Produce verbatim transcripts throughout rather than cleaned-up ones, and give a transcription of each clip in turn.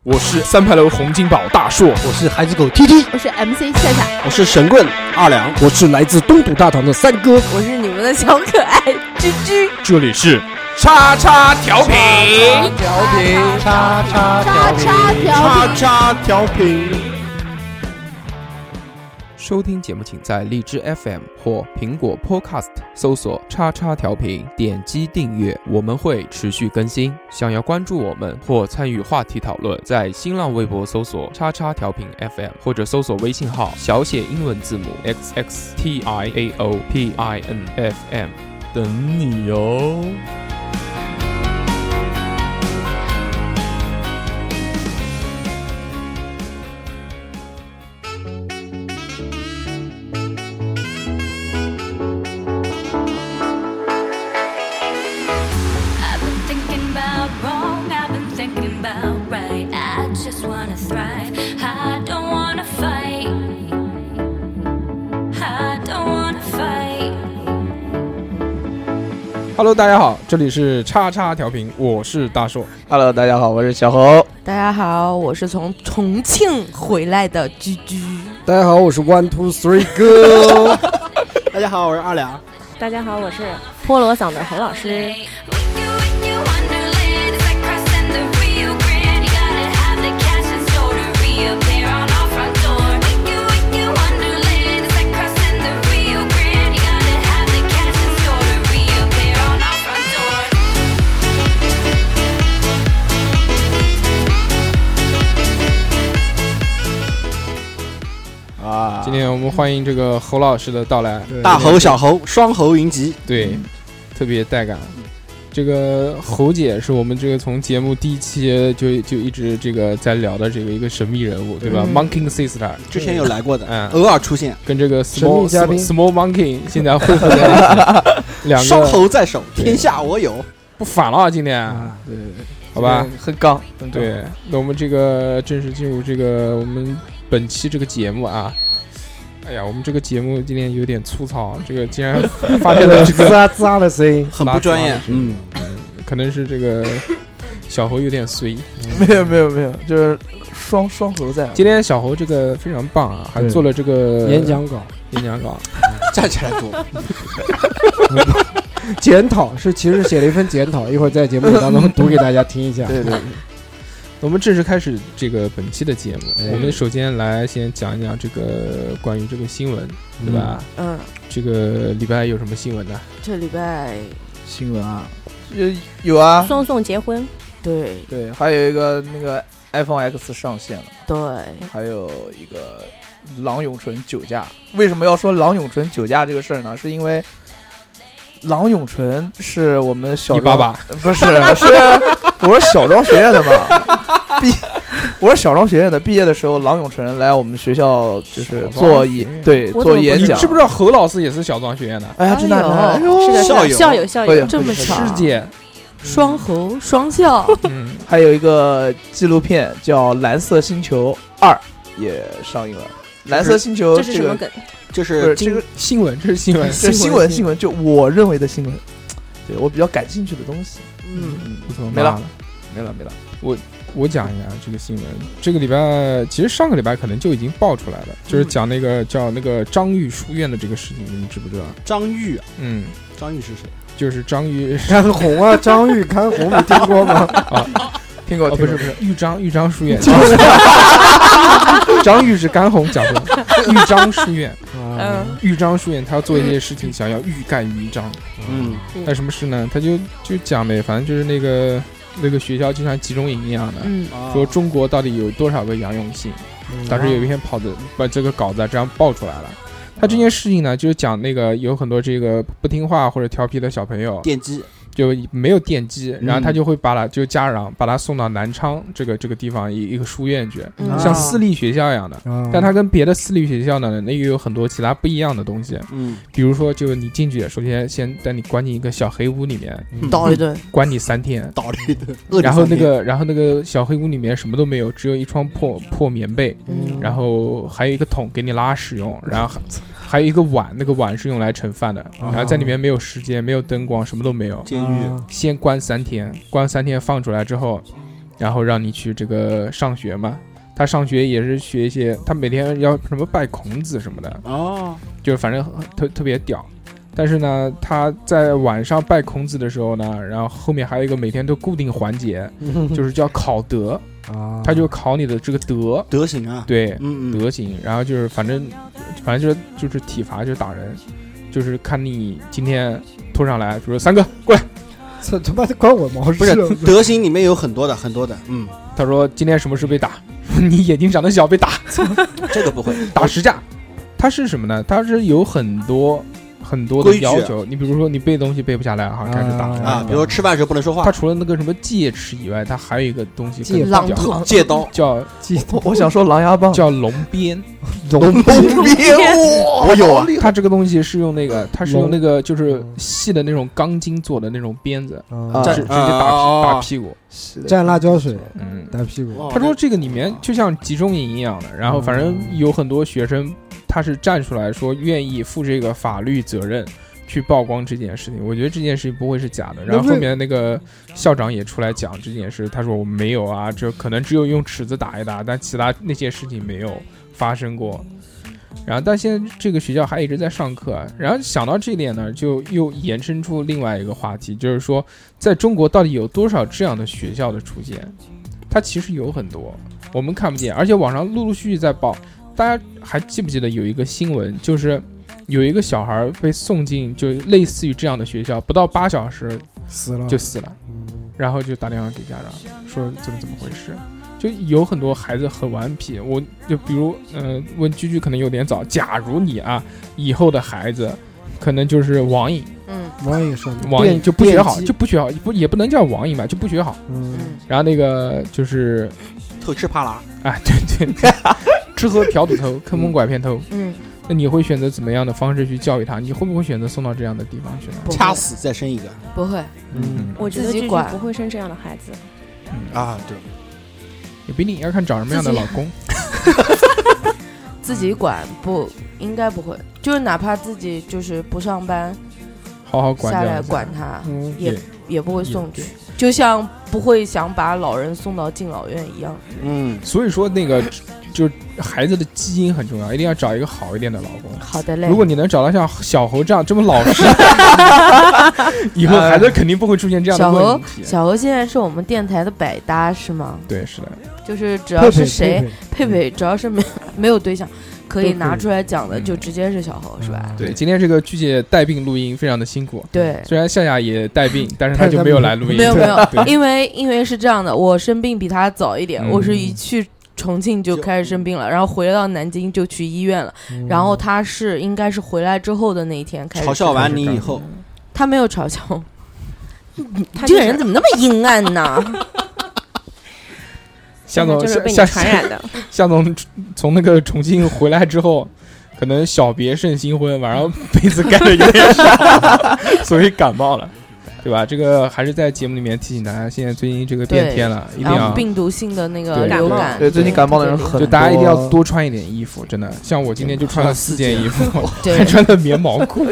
我是三牌楼洪金宝大硕， 我是孩子狗 T T， 我是 M C 夏夏， 我是神棍二两， 我是来自东土大唐的三哥， 我是你们的小可爱居居。 这里是叉叉调频， 调频，叉叉调频， 叉叉调频。 收听节目请在荔枝 F M 或苹果 Podcast 搜索叉叉调频，点击订阅，我们会持续更新。想要关注我们或参与话题讨论，在新浪微博搜索叉叉调频 F M 或者搜索微信号小写英文字母 X X T I A O P I N F M 等你哦。Hello， 大家好，这里是叉叉调频，我是大硕。 Hello， 大家好，我是小侯。 大家好，我是从重庆回来的居居。 大家好，我是 One Two Three 哥。 大家好，我是二两。 大家好，我是菠萝嗓的侯老师。 啊！今天我们欢迎这个侯老师的到来， 大侯小侯双侯云集， 对，嗯、特别带感。这个侯姐是我们这个从节目第一期就就一直这个在聊的这个一个神秘人物，对吧、嗯、？Monkey Sister 之前有来过的， 嗯， 偶尔出现， 跟这个 Small Small Monkey 现在汇合在一起，两个双侯在手，天下我有， 不反了今天， 啊、对对对， 好吧， 很刚， 对，那我们这个正式进入这个我们本期这个节目啊。哎呀，我们这个节目今天有点粗糙，这个竟然发现了这个滋滋的声音， 很不专业。 嗯嗯，可能是这个小侯有点随。 没有没有没有，就是双双侯在。 今天小侯这个非常棒啊，还做了这个演讲稿， 演讲稿， 站起来做。 检讨是其实写了一份检讨，一会儿在节目当中读给大家听一下。 对对。 我们正式开始这个本期的节目。哎、我们首先来先讲一讲这个关于这个新闻，对吧？ 嗯。 这个礼拜有什么新闻呢？ 这礼拜新闻啊，有有啊， 双宋结婚， 对对，还有一个那个 iPhone X 上线了， 对， 还有一个郎永淳酒驾。为什么要说郎永淳酒驾这个事儿呢？是因为郎永淳是我们小爸爸， 不是是我是小庄学院的嘛。毕，我是小庄学院的，毕业的时候，郎永淳来我们学校就是做演，对，做演讲。 你知不知道侯老师也是小庄学院的？ 哎呀，真的， 哎呦， 是个校友， 校友，校友， 这么巧， 师姐， 双侯双校。 嗯， 还有一个纪录片叫《蓝色星球二》也上映了。蓝色星球这是什么梗？ 就是这个新闻，这是新闻， 这新闻新闻，就我认为的新闻，对我比较感兴趣的东西。 嗯嗯， 不错， 没了，没了，没了。 我。我讲一下这个新闻，这个礼拜其实上个礼拜可能就已经爆出来了，就是讲那个叫那个张玉书院的这个事情，你们知不知道？ 张玉， 嗯， 张玉是谁？ 就是张玉看红啊，张玉看红，没听过吗？ 啊，听过， 哦、不是不是，豫章豫章书院，张玉是干红，讲错了，豫章书院，嗯，豫章书院，他要做一些事情，想要欲盖弥彰， 嗯， 那什么事呢？他就就讲呗，反正就是那个。那个学校就像集中营一样的， 嗯， 说中国到底有多少个杨永信？嗯、当时有一篇跑的把这个稿子这样爆出来了。他这件事情呢，就是讲那个有很多这个不听话或者调皮的小朋友， 电击就没有电击，然后他就会把他就家长把他送到南昌这个这个地方一一个书院去， 嗯、 像私立学校一样的。嗯、但他跟别的私立学校呢，那也有很多其他不一样的东西。 嗯， 比如说，就你进去，首先先带你关进一个小黑屋里面， 倒一顿， 关你三天， 倒了一顿。 然后那个，然后那个小黑屋里面什么都没有，只有一床破破棉被， 嗯、 然后还有一个桶给你拉屎用，然后。还有一个碗，那个碗是用来盛饭的，然后在里面没有时间，没有灯光，什么都没有。 监狱先关三天，关三天放出来之后， 然后让你去这个上学嘛。他上学也是学一些，他每天要什么拜孔子什么的， 哦， 就是反正特特别屌。但是呢，他在晚上拜孔子的时候呢，然后后面还有一个每天都固定环节，就是叫考德啊，他就考你的这个德德行啊， 对， 嗯嗯， 德行。然后就是反正反正就是就是体罚，就是打人，就是看你今天拖上来，就说三哥过来， 这他妈的关我毛事？ 不是德行里面有很多的很多的，嗯， 他说今天什么事被打，你眼睛长得小被打， 这个不会打十架。他是什么呢？他是有很多。很多的要求，你比如说你背东西背不下来，哈，开始打啊。比如说吃饭的时候不能说话。 他除了那个什么戒尺以外，他还有一个东西， 戒榔头、 戒刀， 叫我我想说狼牙棒， 叫龙鞭。 龙鞭，我有啊。 他这个东西是用那个，他是用那个就是细的那种钢筋做的那种鞭子，直直接打打屁股， 蘸辣椒水， 嗯， 打屁股。 他说这个里面就像集中营一样的，然后反正有很多学生。他是站出来说愿意负这个法律责任去曝光这件事情，我觉得这件事情不会是假的。然后后面那个校长也出来讲这件事，他说我没有啊，这可能只有用尺子打一打，但其他那些事情没有发生过。然后但现在这个学校还一直在上课，然后想到这一点呢，就又延伸出另外一个话题，就是说在中国到底有多少这样的学校的出现？它其实有很多我们看不见，而且网上陆陆续续在报。大家还记不记得有一个新闻，就是有一个小孩被送进就类似于这样的学校，不到八小时死了就死了，然后就打电话给家长说怎么怎么回事。就有很多孩子很顽皮，我就比如呃问居居可能有点早，假如你啊以后的孩子可能就是网瘾， 嗯， 网瘾是网瘾就不学好，就不学好，不也不能叫网瘾吧，就不学好， 嗯， 然后那个就是偷吃扒拉， 哎，对对对。吃喝嫖赌偷，坑蒙拐骗偷。 嗯， 那你会选择怎么样的方式去教育他？你会不会选择送到这样的地方去呢？ 掐死再生一个？ 不会。 嗯， 我觉得居居不会生这样的孩子。 嗯啊，对， 也不一定要看找什么样的老公。 自己管不应该不会，就是哪怕自己就是不上班， 好好管下来管他， 嗯、 也也不会送去。就像不会想把老人送到敬老院一样。 嗯，所以说那个就是孩子的基因很重要，一定要找一个好一点的老公。 好的嘞。 如果你能找到像小猴这样这么老实，以后孩子肯定不会出现这样的问题。 小猴现在是我们电台的百搭是吗？ 对，是的。 就是只要是谁佩佩，只要是没没有对象。可以拿出来讲的就直接是小猴，是吧？ 对，今天这个鞠姐带病录音非常的辛苦。 对， 虽然夏夏也带病，但是她就没有来录音。 没有没有，因为因为是这样的，我生病比她早一点， 嗯、 我是一去重庆就开始生病了，然后回到南京就去医院了， 嗯、 然后她是应该是回来之后的那一天开始。 嘲笑完你以后， 她没有嘲笑，这个人怎么那么阴暗呢？ 夏总就是被你传染的。 夏总从那个重庆回来之后，可能小别胜新婚，晚上被子盖的有点少，所以感冒了，对吧？这个还是在节目里面提醒大家，现在最近这个变天了，一定要病毒性的那个流感。 对，最近感冒的人很多， 就大家一定要多穿一点衣服，真的。像我今天就穿了四件衣服，还穿了棉毛裤。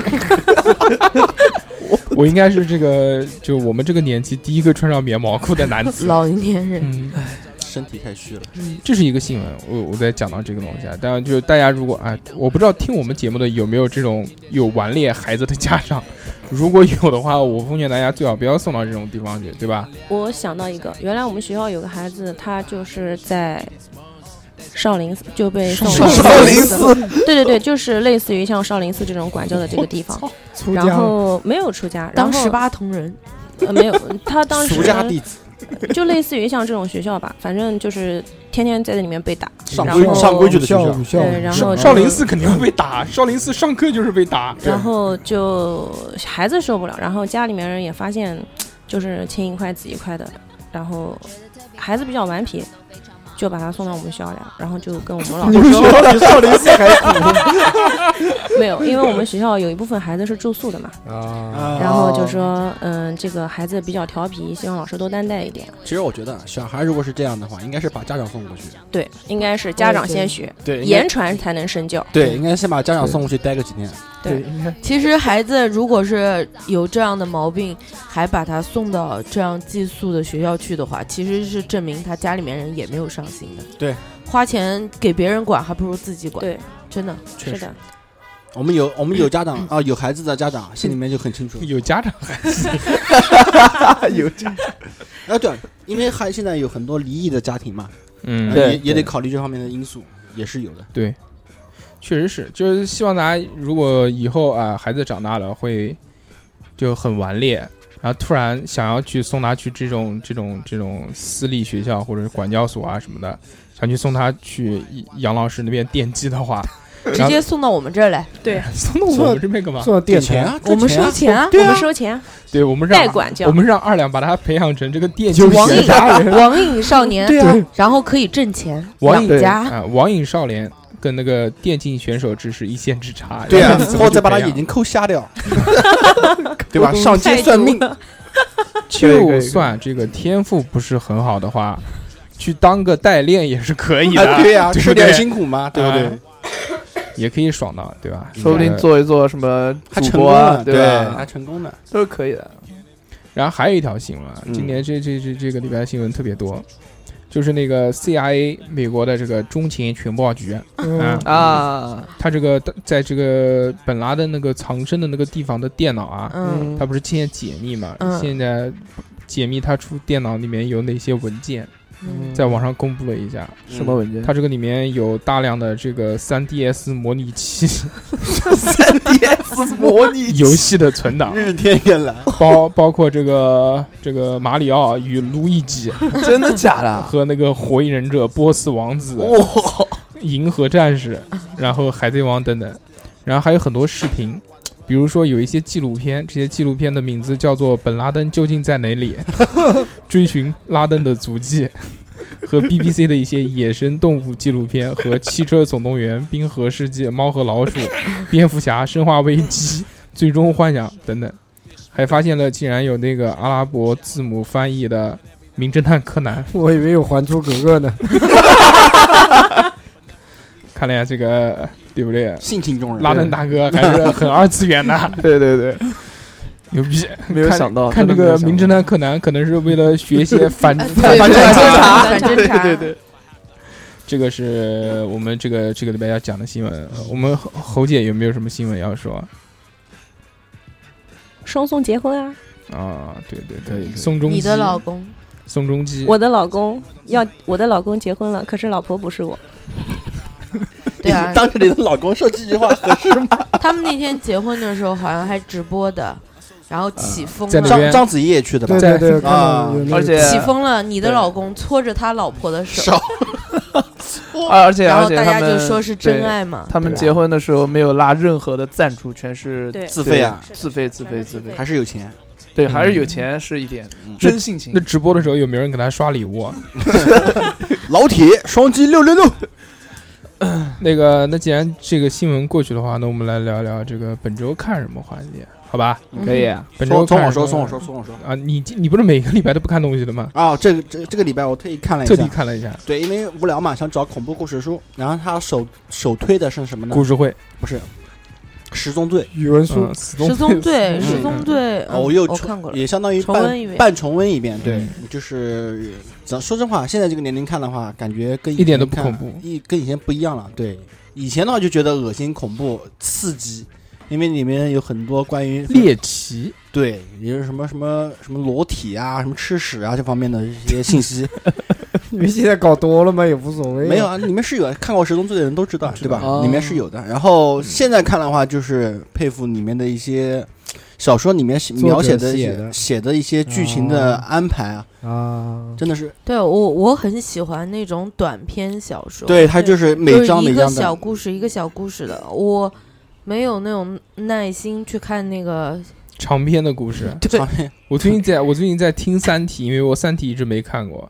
我应该是这个，就我们这个年纪第一个穿上棉毛裤的男子。 老年人。 嗯， 身体太虚了。 这是一个新闻，我我在讲到这个东西啊。当然，就是大家如果哎，我不知道听我们节目的有没有这种有顽劣孩子的家长，如果有的话，我奉劝大家最好不要送到这种地方去，对吧？ 我想到一个，原来我们学校有个孩子，他就是在少林寺就被送到少林寺， 对对对，就是类似于像少林寺这种管教的这个地方，然后没有出家， 当十八铜人， 呃，没有，他当时俗家弟子。 就类似于像这种学校吧，反正就是天天在这里面被打， 上规上规矩的学校。 对，然后少林寺肯定会被打，少林寺上课就是被打。 然后就孩子受不了，然后家里面人也发现，就是青一块紫一块的，然后孩子比较顽皮， 就把他送到我们学校来，然后就跟我们老你们学师说， 校比少林寺还苦没有，因为我们学校有一部分孩子是住宿的嘛， 啊， 然后就说，嗯，这个孩子比较调皮，希望老师多担待一点。 其实我觉得小孩如果是这样的话，应该是把家长送过去。 对，应该是家长先学， 对，应该言传才能身教。 对，应该先把家长送过去待个几天。 对， 应该其实孩子如果是有这样的毛病，还把他送到这样寄宿的学校去的话，其实是证明他家里面人也没有上心的。 对， 花钱给别人管，还不如自己管。 对， 真的是的。 我们有我们有家长啊，有孩子的家长心里面就很清楚， 有家长有家长。 啊，对，因为还现在有很多离异的家庭嘛， 嗯呃对也也得考虑这方面的因素，也是有的。 对，确实是，就是希望大家如果以后啊、孩子长大了会就很顽劣，然后突然想要去送他去这种这种这种私立学校或者是管教所啊什么的，想去送他去杨老师那边电击的话， 直接送到我们这儿来。 对， 送到我们这边干嘛？ 送到电台， 钱啊， 我们收钱啊， 我们收钱， 对我们让代管教我们让二两把他培养成这个电击就是网瘾达人网瘾少年， 对啊， 然后可以挣钱网瘾养家。 啊，网瘾少年跟那个电竞选手只是一线之差。 对啊， 然后或者再把他眼睛抠瞎掉，对吧？上街太算命， 毒了就算这个天赋不是很好的话，去当个代练也是可以的。 啊对呀， 对不吃点对辛苦嘛，对不对？ 也可以爽到，对吧？ 说不定这个做一做什么还主播啊， 成功了， 对还吧？ 成功了。 都是可以的。 然后还有一条新闻啊， 嗯今年这这这这个礼拜新闻特别多，就是那个 C I A 美国的这个中情情报局， 嗯啊啊， 他这个在这个本拉登那个藏身的那个地方的电脑啊， 嗯， 他不是现在解密嘛？ 嗯现在解密他出电脑里面有哪些文件， 嗯在网上公布了一下。 什么文件？ 它这个里面有大量的这个 三 D S 模拟器三 D S 模拟游戏的存档， 日天夜蓝， 包包括这个这个马里奥与路易吉真的假的？ 和那个火影忍者、波斯王子、 哇， 银河战士，然后海贼王等等，然后还有很多视频。比如说有一些纪录片，这些纪录片的名字叫做《本拉登究竟在哪里》，追寻拉登的足迹，和 B B C 的一些野生动物纪录片，和《汽车总动员》、《冰河世纪》、《猫和老鼠》、《蝙蝠侠》、《生化危机》、《最终幻想》等等，还发现了竟然有那个阿拉伯字母翻译的《名侦探柯南》。 我以为有《还珠格格》呢。 看来这个对不对？ 性情中人， 拉登大哥还是很二次元的， 对对对， 牛逼！ 没有想到， 看这真的没有想到个名侦探柯南，可能是为了学一些反对反反侦查。 反侦查， 对对对， 这个是我们这个这个礼拜要讲的新闻。我们侯侯姐有没有什么新闻要说双宋结婚啊！ 啊？对对对， 可以可以宋仲基， 你的老公宋仲基， 我的老公要我的老公结婚了，可是老婆不是我。 对啊， 当着你的老公说这句话合适吗？ 他们那天结婚的时候好像还直播的，然后起风了， 在那边章章子怡也去的吧对？对对，看啊到有那个而且起风了，你的老公搓着他老婆的手， 手啊而且而且然后大家他们就说是真爱嘛。对吧他们结婚的时候没有拉任何的赞助，全是对自费啊， 自费自费自费， 还是有钱。 对，还是有钱是一点， 嗯真性情那。直播的时候有没有人给他刷礼物啊？ 老铁，双击六六六。 那个，那既然这个新闻过去的话，那我们来聊聊这个本周看什么环节，好吧？ 可以啊， 本周看什么从从我说，从我说，从我说。 啊！你你不是每个礼拜都不看东西的吗？ 啊，这个这这个礼拜我特意看了一特地下， 看了一下对，因为无聊嘛，想找恐怖故事书，然后他首首推的是什么呢？ 故事会， 不是《十宗罪》， 语文书嗯，，死十宗罪， 嗯十宗罪， 哦， 嗯我又重我看过了， 也相当于重温一遍半半重温一遍。对嗯， 就是咱说真话，现在这个年龄看的话，感觉跟以一点都前看不恐怖一跟以前不一样了。对，以前的话就觉得恶心、恐怖、刺激，因为里面有很多关于猎奇， 对，也就是什么什么什么裸体啊、什么吃屎啊这方面的一些信息。 因为现在搞多了嘛，也无所谓。 没有啊，里面是有看过《十宗罪》的人都知道，对吧？ 哦里面是有的。然后现在看的话，就是佩服里面的一些小说里面写描写的一些写的写的一些剧情的哦安排啊， 啊， 真的是对我我很喜欢那种短篇小说， 对，它就是每就是一个章每章的。 小故事一个小故事的，我没有那种耐心去看那个。 长篇的故事。 对， 我最近在我最近在听《三体》，因为我《三体》一直没看过。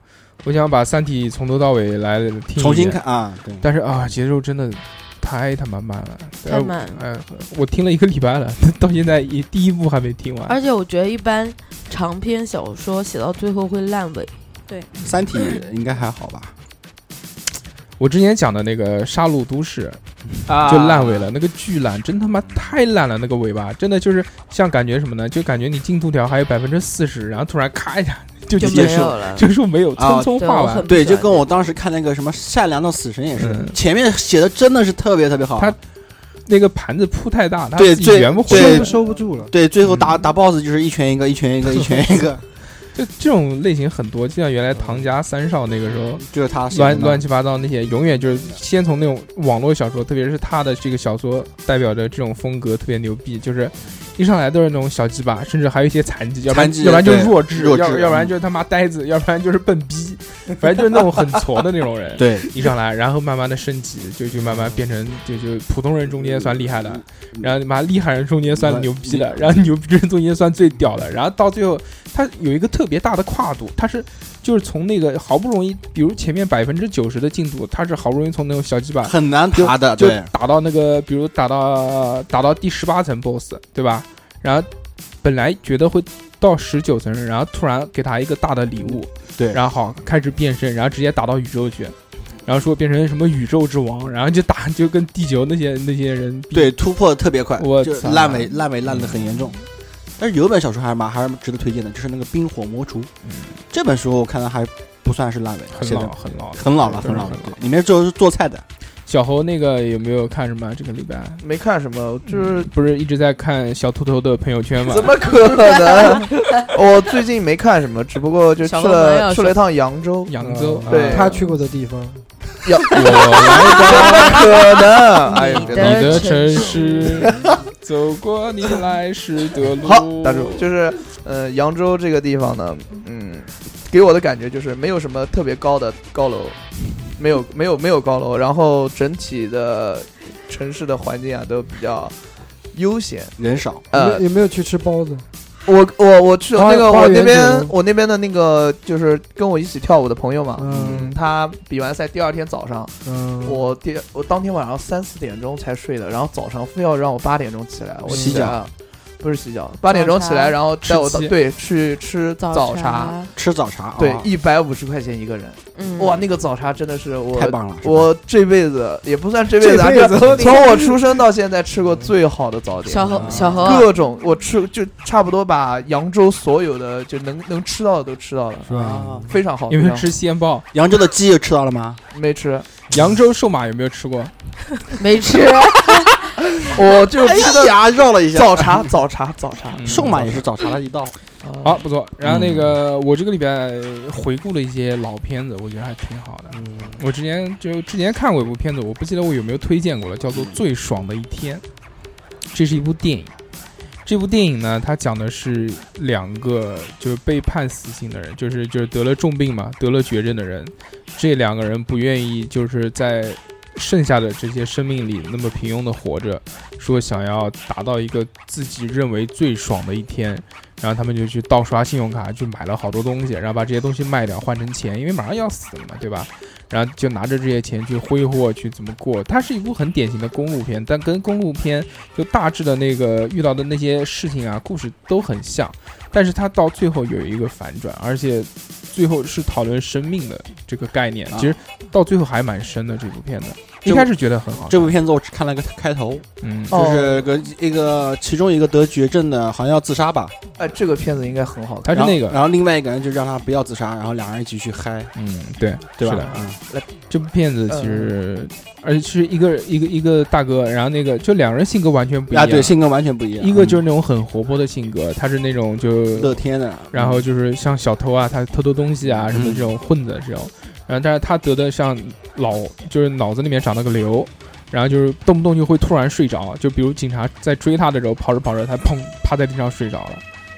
我想把《三体》从头到尾来听一遍重新看啊，对， 但是啊，节奏真的太他妈慢了， 太慢。 哎、呃，我听了一个礼拜了，到现在一第一部还没听完。 而且我觉得一般长篇小说写到最后会烂尾。 对， 《三体》应该还好吧？ 我之前讲的那个《杀戮都市》 啊就烂尾了，那个巨烂，真他妈太烂了，那个尾巴真的就是像感觉什么呢？就感觉你进度条还有百分之四十，然后突然咔一下就就结束没有了， 这个时候没有，匆匆画完。 对我很对，就跟我当时看那个什么《善良的死神》也是， 嗯前面写的真的是特别特别好， 他那个盘子铺太大，他自己对最圆不回对来。 收不住了。 对，最后打打 boss 就是一拳一个，一拳一个，一拳一个， 就这种类型很多，就像原来唐家三少那个时候。 就是他写的乱乱七八糟那些，永远就是先从那种网络小说，特别是他的这个小说代表着这种风格特别牛逼，就是一上来都是那种小鸡巴，甚至还有一些残疾，要不然残疾要不然就是对弱智， 弱智要要不然就是他妈呆子，要不然就是笨逼，反正就是那种很挫的那种人。 对， 一上来，然后慢慢的升级，就就慢慢变成就就普通人中间算厉害的，然后妈厉害人中间算牛逼的，然后牛逼人中间算最屌的，然后到最后他有一个特别大的跨度，他是就是从那个好不容易，比如前面百分之九十的进度，他是好不容易从那种小鸡巴很难爬的， 就对， 打到那个，比如打到打到第十八层 B O S S， 对吧？然后本来觉得会到十九层，然后突然给他一个大的礼物， 对然后好开始变身，然后直接打到宇宙去，然后说变成什么宇宙之王，然后就打就跟地球那些那些人比， 对，突破的特别快，就我操烂尾烂尾烂的很严重。但是有本小说还是蛮还是值得推荐的，就是那个《冰火魔厨》。 嗯， 这本书我看到还不算是烂尾， 很写的老很老很老了，很老了真的很。老。 里面就是做菜的， 小侯那个有没有看什么？这个礼拜没看什么，就是不是一直在看小秃头的朋友圈吗？ 怎么可能？我最近没看什么，只不过就去小朋友说了去了一趟扬州。 扬州？ 嗯对啊他去过的地方， 要我来怎么可能？哎呀， 你别到你的城城市，走过你来时的路。 好，大叔，就是呃，扬州这个地方呢，嗯，给我的感觉就是没有什么特别高的高楼，没有没有没有高楼，然后整体的城市的环境啊都比较悠闲。 人少。 呃有，有没有去吃包子？ 我我我去花那个我那花园酒边我那边的那个就是跟我一起跳舞的朋友嘛， 嗯嗯，他比完赛第二天早上， 嗯， 我第我当天晚上三四点钟才睡的，然后早上非要让我八点钟起来，我洗起来啊，不是洗脚，八点钟起来，然后带我到吃鸡对去吃早茶， 茶， 吃早茶， 对啊， 一百五十块钱一个人， 嗯， 哇，那个早茶真的是我太棒了。是吧我这辈子也不算这辈子啊， 这辈子就从我出生到现在吃过最好的早点。 小何啊小何啊各种我吃就差不多把扬州所有的就能能吃到的都吃到了， 是吧？ 啊， 非常好。 有没有非常吃鲜鲍？ 扬州的鸡有吃到了吗？ 好没吃？ 扬州瘦马有没有吃过？ 没吃， 我就吃的牙绕了一下。 早茶，早茶，早茶。 嗯瘦马也是早茶的一道。 好，不错。然后那个，我这个礼拜回顾了一些老片子，我觉得还挺好的。 嗯， 我之前就之前看过一部片子，我不记得我有没有推荐过了，叫做《最爽的一天》。这是一部电影。这部电影呢，它讲的是两个就是被判死刑的人，就是就是得了重病嘛，得了绝症的人，这两个人不愿意就是在剩下的这些生命里那么平庸的活着，说想要达到一个自己认为最爽的一天，然后他们就去盗刷信用卡，就买了好多东西，然后把这些东西卖掉换成钱，因为马上要死了嘛，对吧？然后就拿着这些钱去挥霍，去怎么过。它是一部很典型的公路片，但跟公路片就大致的那个遇到的那些事情啊、故事都很像，但是它到最后有一个反转，而且最后是讨论生命的这个概念， 啊其实到最后还蛮深的这部片子。 这一开始觉得很好看， 这部片子我只看了个开头， 嗯， 哦就是个一个其中一个得绝症的，好像要自杀吧。 哎，这个片子应该很好看。 它是那个， 然后另外一个人就让他不要自杀，然后两人一起去嗨， 嗯，对， 对吧是的？ 嗯， 这部片子其实，而且是一个一个一个大哥，然后那个就两个人性格完全不一啊， 样， 对，性格完全不一样。 一个就是嗯那种很活泼的性格，他是那种就乐天的， 然后就是像小偷啊，他偷偷东西啊什么这种混子这种，然后但是他得的像脑就是脑子里面长了个瘤，然后就是动不动就会突然睡着，就比如警察在追他的时候跑着跑着他砰趴在地上睡着了，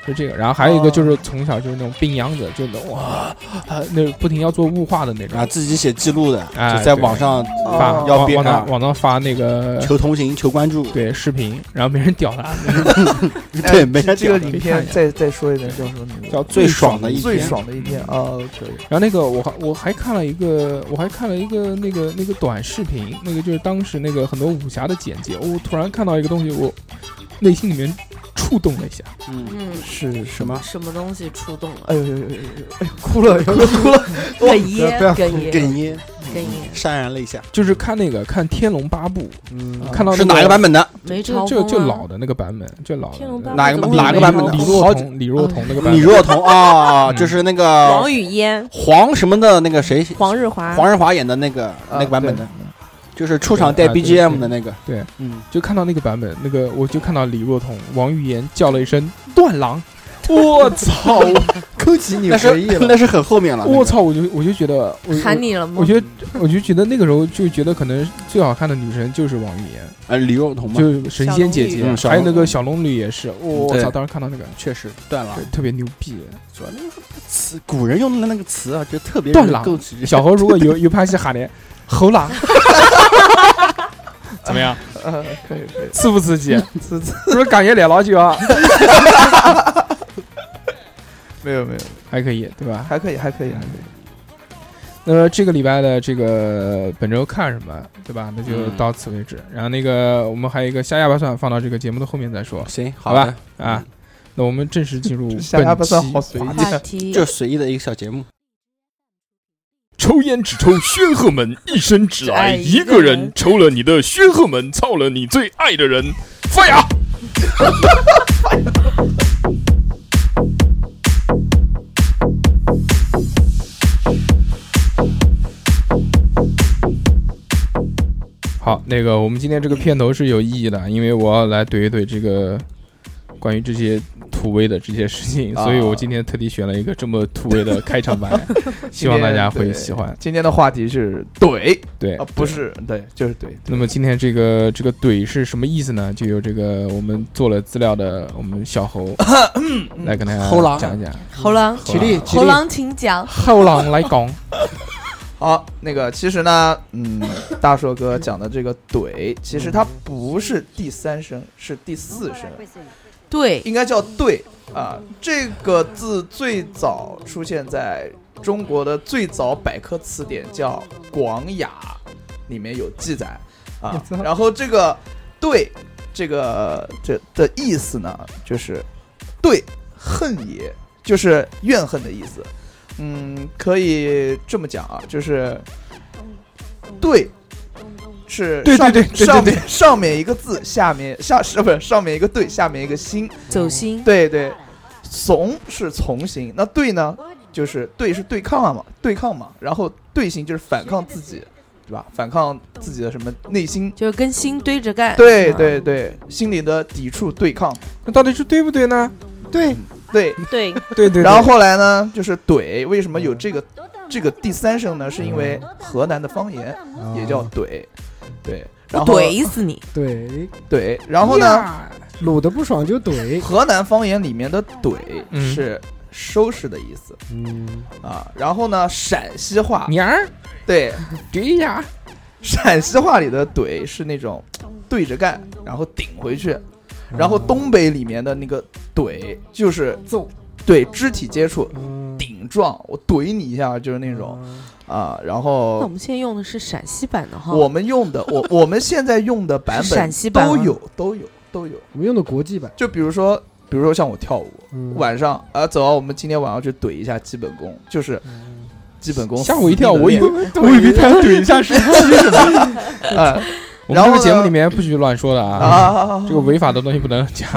就这个。然后还有一个就是从小就是那种病秧子，就能哇，啊那不停要做雾化的那种啊，自己写记录的， 哎就在网上发哦往往要编啊上网上发那个求同行、求关注。 对视频，然后没人屌他， 对，没人这个屌影片再再说一遍叫什么名字？ 叫最爽的一最天。 爽的一天啊，可以。 然后那个我还我还看了一个，我还看了一个那个那个短视频，那个就是当时那个很多武侠的简介，我突然看到一个东西，我内心里面触动了一下， 嗯， 嗯， 是什么？ 什么东西触动了？ 哎呦呦呦呦呦！哎，哭了，哭了，哭了！ 哽咽， 不要哽咽， 哽咽， 哽咽。 潸然泪下。 就是看那个看《天龙八部》， 嗯， 看到、那是哪个版本的？ 没就超风啊就就老的那个版本，就老的天龙八部哪个怎么会哪个版本的李没好若彤，李若彤那个版本， 李若彤啊， 嗯就是那个王语嫣、 黄什么的那个谁， 黄日华、 黄日华演的那个那个版本的，就是出场带对啊对 B G M 的那个。 对， 嗯， 就看到那个版本，那个我就看到李若彤、王语嫣叫了一声“断郎”，我操！ 勾起你那是回忆了。 那是很后面了。 我操！我就我就觉得，我喊你了吗？ 我觉得我就觉得那个时候就觉得可能最好看的女神就是王语嫣， 呃，李若彤嘛， 就神仙姐姐， 嗯小龙还有那个小龙女也是，我对操！当时看到那个确实断了对。特别牛逼。 主要那个词，古人用的那个词啊，就特别断郎够起。 小何如果有有拍戏喊的猴郎，怎么样？ 呃，可以可以， 刺不刺激？ 刺刺是不是感觉来了就啊？ 没有没有， 还可以，对吧？ 还可以还可以还可以。 那么这个礼拜的这个本周看什么，对吧？那就嗯到此为止。然后那个我们还有一个瞎哑巴算，放到这个节目的后面再说， 行， 好吧的？ 啊，那我们正式进入本瞎哑巴算期好随意话话题就随意的一个小节目。 抽烟只抽宣赫门，一生只爱一个人。抽了你的宣赫门，操了你最爱的人。发芽。 好，那个我们今天这个片头是有意义的，因为我要来怼一怼这个关于这些土味的这些事情， 啊所以我今天特地选了一个这么土味的开场白，希望大家会喜欢。 今天的话题是怼对啊，不是对，就是怼。 那么今天这个这个怼是什么意思呢？就由这个我们做了资料的我们小猴来跟大家猴狼讲一讲。 猴狼， 起立，起立。 猴狼，请讲。 猴狼来讲， 好，那个其实呢，嗯，大硕哥讲的这个怼，其实它不是第三声，是第四声， 对， 应该叫对啊。这个字最早出现在中国的最早百科词典叫《广雅》里面有记载啊。然后这个对这个这的意思呢，就是对恨也，就是怨恨的意思。嗯，可以这么讲啊，就是对，是对对上对对对上面上面一个字，下面下是不是上面一个对，下面一个心， 走心。 对对，从是从心，那对呢，就是对是对抗嘛，对抗嘛，然后对心就是反抗自己，对吧？反抗自己的什么内心， 就是跟心对着干。 对对对，心里的抵触对抗， 那到底是对不对呢？ 对， 对。 对， 对对。 然后后来呢，就是怼，为什么有这个这个第三声呢？是因为河南的方言也叫怼，对，然后怼死你！ 怼， 怼，然后呢， 撸的不爽就怼。 河南方言里面的怼嗯是收拾的意思嗯， 啊，然后呢，陕西话娘儿对， 对呀， 陕西话里的怼是那种对着干，然后顶回去，然后东北里面的那个怼就是揍， 对肢体接触。 嗯顶撞，我怼你一下，就是那种啊。然那我后们现在用的是陕西版的哈。 我们用的，我我们现在用的版是本陕西版吗都有，都有，都有。 我们用的国际版。 就比如说，比如说像我跳舞， 嗯晚上啊，走啊，我们今天晚上去怼一下基本功，就是基本功。 吓我一跳，我以为为我以为他怼一下是什么？ 啊我然后呢们这个节目里面不许乱说的啊， 啊， 这个违法的东西不能讲。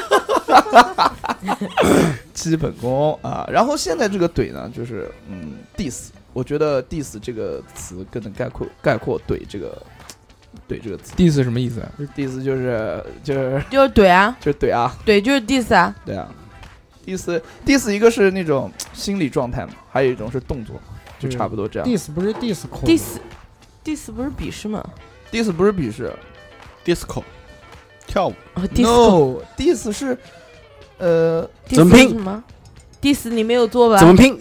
基本功啊。然后现在这个怼呢，就是嗯，diss，我觉得 diss 这个词更能概括概括怼这个怼这个词。 diss 什么意思？ diss 就是就是就是怼啊， 就是怼啊， 怼就是 diss 啊。 对啊。diss diss 一个是那种心理状态嘛，还有一种是动作，就差不多这样。 diss 不是 diss 口 diss diss 不是鄙视吗？ diss 不是鄙视 disco 跳舞， 哦，diss ，no diss 是呃怎么拼什么 ？diss 你没有做吧？ 怎么拼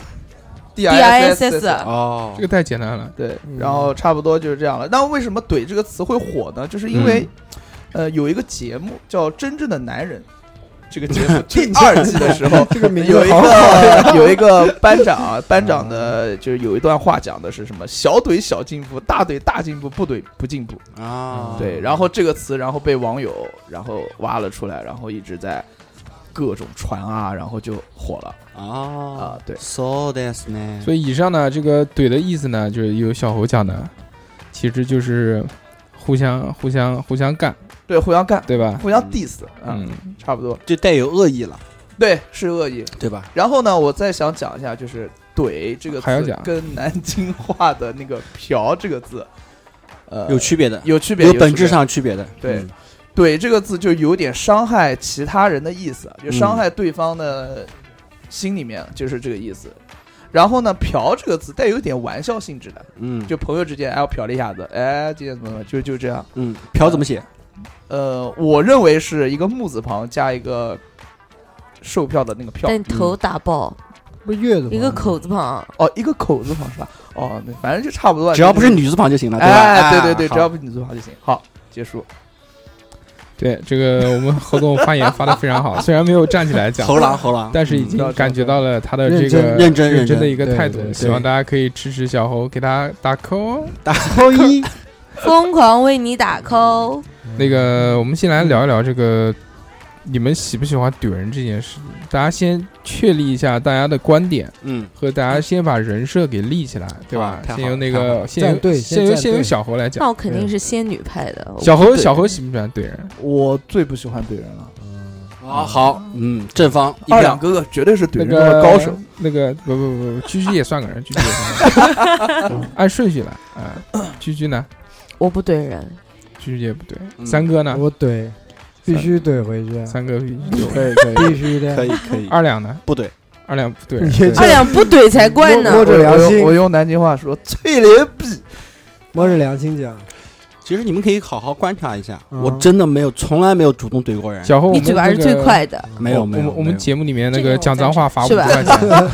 D I S S 哦这个太简单了。 对， 嗯然后差不多就是这样了。那为什么怼这个词会火呢？就是因为，呃，有一个节目叫《真正的男人》，这个节目第二季的时候， 这个名字有一好好个有一个班长啊，班长的就是有一段话讲的是什么？小怼小进步，大怼大进步，不怼不进步。 啊， 对，然后这个词，然后被网友然后挖了出来，然后一直在各种传啊，然后就火了啊啊。对， ，so that's 呢， 所以以上呢，这个怼的意思呢，就是有小猴讲的，其实就是互相互相互相干， 对，互相干， 对吧？ 互相 diss 啊， 嗯， 差不多。 就带有恶意了， 对，是恶意。 对吧？ 然后呢，我再想讲一下，就是“怼”这个字还要讲跟南京话的那个“嫖”这个字，呃， 有区别的， 有区别， 有本质区别。 上区别的。 对嗯怼这个字就有点伤害其他人的意思，就伤害对方的心里面，就是这个意思。然后呢，嫖这个字带有点玩笑性质的， 嗯， 就朋友之间，哎，我嫖了一下子，哎，今天怎么怎么，就就这样。 嗯，嫖怎么写？ 呃，我认为是一个木字旁加一个售票的那个票， 但头打爆， 不是月子一个口字旁， 哦，一个口字旁是吧？哦，那反正就差不多， 只要不是女字旁就行了，对吧？ 哎，对对对， 好只要不是女字旁就行。好，结束。 对，这个我们侯总发言发的非常好，虽然没有站起来讲， 猴狼猴狼， 但是已经嗯感觉到了他的这个认真认真真的一个态度对对。对希望大家可以支持小猴，给他打 call。 打扣一， 疯狂为你打 call。 那个，我们先来聊一聊这个，你们喜不喜欢怼人这件事？大家先确立一下大家的观点， 嗯， 和大家先把人设给立起来，对吧好？太好先由那太好个，先由站队先由先由先站队小猴来讲。 那我肯定是仙女派的。 小猴， 我不怼小猴喜不喜欢怼人？ 我最不喜欢怼人了， 啊好，嗯，正方一票二两，哥哥绝对是怼那人中的个高手。。 那个不不不，居居也算个人，居居也算个人，按顺序来啊。居居呢？ 我不怼人， 居居也不对。 嗯三哥呢？ 我怼，必须怼回去， 三哥必须怼。 可以可以，必须的， 可以可以， 二两呢？ 不对， 二两不对。 你对这二两不怼才怪呢。 摸着良我用心我用南京话说，脆脸逼。 摸着良心讲， 其实你们可以好好观察一下， 嗯我真的没有，从来没有主动怼过人， 小猴， 你嘴巴是最快的， 没有没有， 我们我们没有节目里面那这个我个讲脏话罚五是吧十块钱。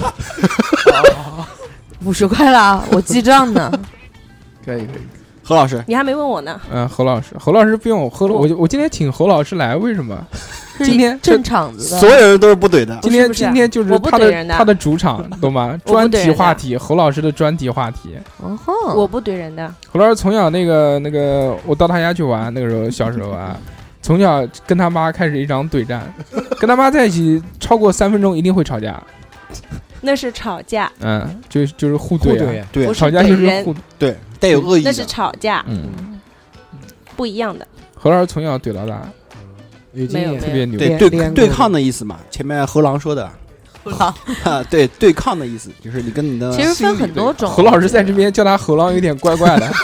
五十块啦，我记账呢。 可以可以， 何老师， 你还没问我呢， 嗯，侯老师，侯老师不用，侯我就我今天请侯老师来，为什么？今天正场子的， 所有人都是不怼的， 今天不是今天就是我不他怼人的他的主场，懂吗？ 我不专题怼人的话题，侯老师的专题话题。 哦吼我不怼人的， 侯老师从小那个那个，我到他家去玩，那个时候小时候啊，从小跟他妈开始一场怼战，跟他妈在一起超过三分钟一定会吵架， 那是吵架， 嗯，就就是互互怼啊， 怼， 对不是吵架就是怼人互， 对，带有恶意那是的， 吵架， 嗯， 不一样的。 侯老师从小怼到大， 有经验没有没特别牛。 对对练练过对抗的意思嘛，前面猴狼说的，啊，对对抗的意思就是你跟你的其实分很多种。 侯老师在这边叫他侯狼有点怪怪的。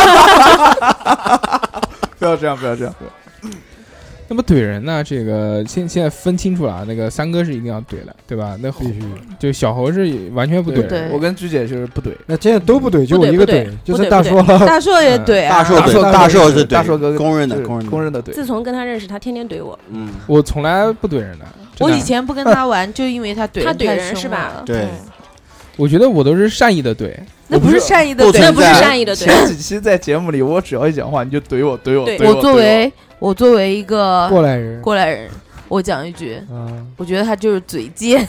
不要这样，不要这样。 那么怼人呢？这个现现在分清楚了啊，那个三哥是一定要怼的，对吧？那必须。 就小猴是完全不怼人。 对我跟鞠姐就是不怼， 那现在都不怼，就我一个不怼不怼就是不怼大硕了。 大硕也怼啊， 大硕对大大硕是大硕哥对公认的是公认的公认的怼。 自从跟他认识，他天天怼我， 嗯， 我从来不怼人的。真的我以前不跟他玩，就因为他怼他怼太凶人是吧了？ 对嗯我觉得我都是善意的怼。 那不是善意的不怼， 那不是存在善意的怼， 前几期在节目里，我只要一讲话，你就怼我，怼我， 对我怼我。怼作为我作为一个过来人过来人，我讲一句， 啊， 我觉得他就是嘴贱，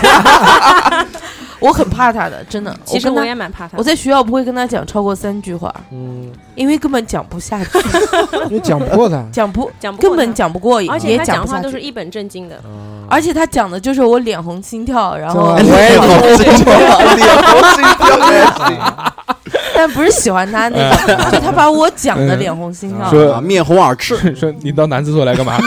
我很怕他的，真的。 其实我跟他也蛮怕他的。 我在学校不会跟他讲超过三句话， 嗯， 因为根本讲不下去， 你讲不过他， 讲不讲不过根本他， 讲不过瘾，也而且他讲不下去。 讲话都是一本正经的。 而且他讲的就是我脸红心跳，然后我我也好脸红心跳还行。 但不是喜欢他那种，就他把我讲的脸红心跳。 说啊，面红耳赤， 说你到男厕所来干嘛？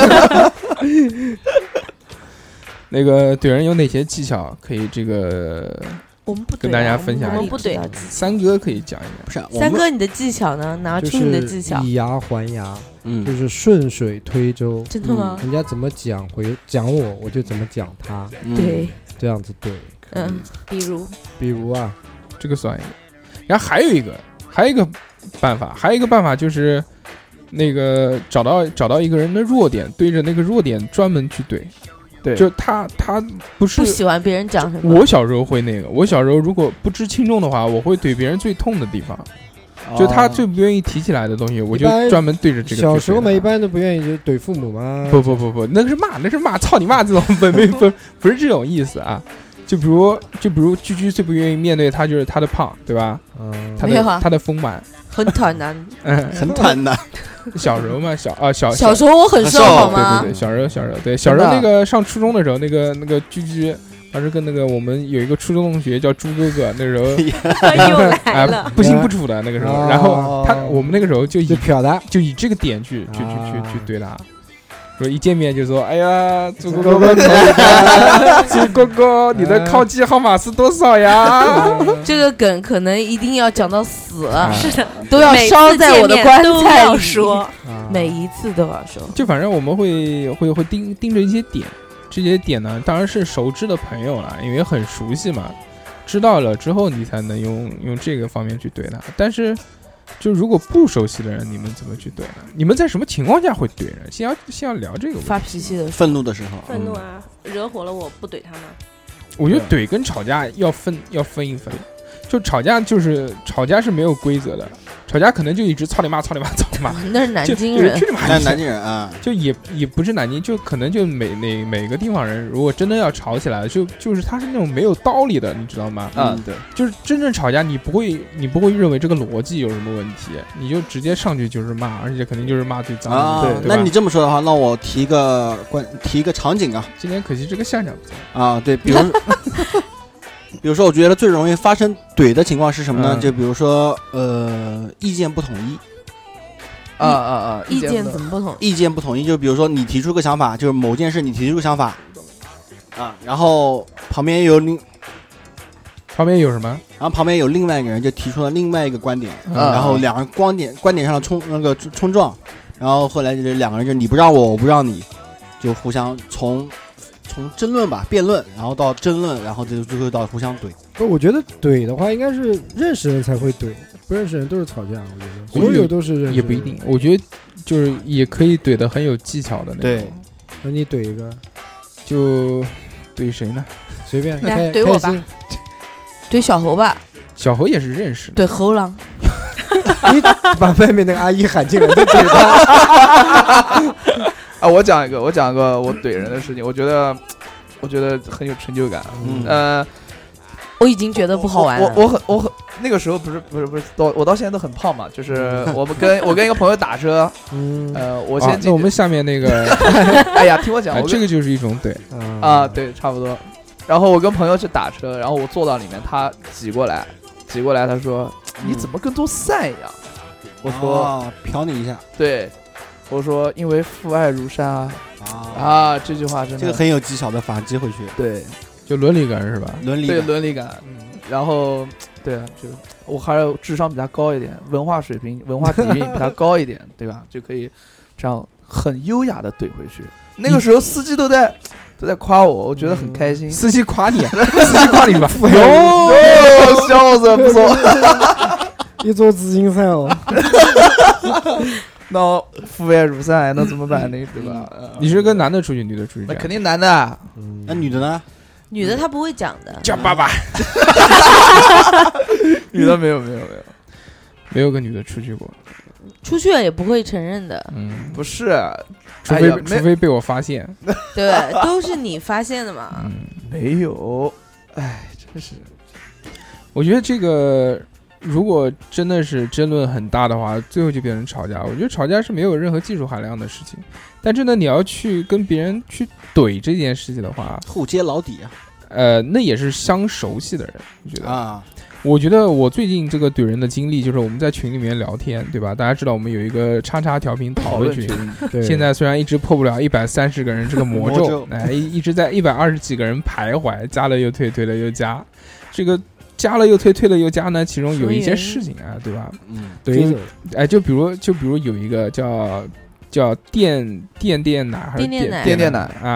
那个怼人有哪些技巧可以这个我们不怼啊跟大家分享我们一下不怼啊。 三哥可以讲一讲？ 不是我们三哥，你的技巧呢？拿就出你的是技巧。 以牙还牙，就嗯是顺水推舟， 真的吗？ 人家怎么讲回讲我，我就怎么讲他， 嗯对， 这样子对。 嗯， 比如比如啊， 这个算一个。然后还有一个，还有一个办法，还有一个办法就是那个找到找到一个人的弱点，对着那个弱点专门去怼。 对， 就他他不是不喜欢别人讲什么。 我小时候会那个，我小时候如果不知轻重的话，我会怼别人最痛的地方，就他最不愿意提起来的东西，我就专门对着这个。 小时候嘛，一般都不愿意就怼父母嘛。 不不不不，那是骂，那是骂，操你妈！这种不不不不是这种意思啊。就比如就比如居居最不愿意面对他就是他的胖，对吧？嗯，他的他的丰满， 很坦然， 嗯，很坦然。 小时候嘛，小啊小小时候我很瘦，好吗？ 对对对，小时候小时候对小时候那个上初中的时候，那个那个居居。当时跟那个我们有一个初中同学叫朱哥哥，那时候又来了， 不清不楚的那个时候，然后他我们那个时候就以瞟他， 就以这个点去去去去去对他，说一见面就说，哎呀，朱哥哥，朱哥哥，你的靠机号码是多少呀？ 这个梗可能一定要讲到死， 是的， 都要烧在我的棺材里说， 每一次都要说。 就反正我们会会会盯盯着一些点。这些点呢，当然是熟知的朋友了，因为很熟悉嘛，知道了之后你才能用用这个方面去怼他。但是，就如果不熟悉的人，你们怎么去怼呢？你们在什么情况下会怼人？先要先要聊这个。 发脾气的、 愤怒的时候， 愤怒啊，惹火了我不怼他吗？ 我觉得怼跟吵架要分要分一分。就吵架就是吵架是没有规则的，吵架可能就一直操你妈操你妈操你妈， 那是南京人， 那是南京人啊， 就也也不是南京，就可能就每每每个地方人，如果真的要吵起来，就就是他是那种没有道理的，你知道吗？ 嗯，对， 就是真正吵架，你不会你不会认为这个逻辑有什么问题，你就直接上去就是骂，而且肯定就是骂最脏的。 啊、 对， 那你这么说的话，那我提一个关提一个场景啊， 今天可惜这个校长不在啊，对，比如。比如说，我觉得最容易发生怼的情况是什么呢？嗯、就比如说，呃，意见不统一。 啊啊啊！ 意见怎么不同？ 意见不统一，就比如说你提出个想法，就是某件事你提出个想法，啊，然后旁边有另， 旁边有什么？ 然后旁边有另外一个人就提出了另外一个观点，嗯、然后两个观点观点上的冲那个冲撞，然后后来就是两个人就你不让我，我不让你，就互相从。从争论吧，辩论，然后到争论，然后就最后到互相怼。 不，我觉得怼的话，应该是认识人才会怼，不认识人都是吵架。我觉得所有都是认识人， 也不一定。我觉得就是也可以怼的很有技巧的那种。 对， 那你怼一个， 就怼谁呢？ 随便， 来怼我吧，怼小猴吧。 小猴也是认识的。怼猴狼。 你把外面那个阿姨喊进来，再怼他。 啊，我讲一个，我讲一个我怼人的事情，我觉得，我觉得很有成就感。嗯，呃， 我已经觉得不好玩了。 我我很我很那个时候不是不是不是到我到现在都很胖嘛，就是我们跟我跟一个朋友打车，嗯，呃，我先、啊、 那我们下面那个， 哎呀，听我讲， 哎、这个就是一种怼啊，对，差不多。然后我跟朋友去打车，然后我坐到里面，他挤过来，挤过来，他说：“你怎么跟做散一样？”我说：“ 瞟你一下。” 对。我说，因为父爱如山啊啊啊！这句话真的这个很有技巧的反击回去， 对， 就伦理感是吧？ 伦理对伦理感，嗯，然后对啊，就我还有智商比他高一点，文化水平、文化底蕴比他高一点，对吧？就可以这样很优雅的怼回去。那个时候司机都在都在夸我，我觉得很开心。 嗯、司机夸你，司机夸你吧？ 哟，笑死，不错， 一坐自行车哦。 那父爱如山，那怎么办呢？对吧？ 你是跟男的出去，女的出去？ 那肯定男的。 嗯、那女的呢？ 女的她不会讲的， 叫爸爸。 女的没有没有没有， 没有跟女的出去过。 出去了也不会承认的。 嗯， 不是， 除非、哎、除非被我发现。 对，都是你发现的嘛。 嗯， 没有。哎，真是。 我觉得这个。如果真的是争论很大的话，最后就变成吵架。我觉得吵架是没有任何技术含量的事情，但真的你要去跟别人去怼这件事情的话， 互揭老底啊。 呃，那也是相熟悉的人，我觉得啊。 我觉得我最近这个怼人的经历，就是我们在群里面聊天，对吧？大家知道我们有一个叉叉调频讨论群，现在虽然一直破不了一百三十个人这个魔咒，哎，一直在一百二十几个人徘徊，加了又退，退了又加，这个。加了又退，退了又加呢，其中有一些事情啊，对吧？ 嗯， 对， 哎，就比如就比如有一个叫叫电电电奶还是电电奶电电奶啊，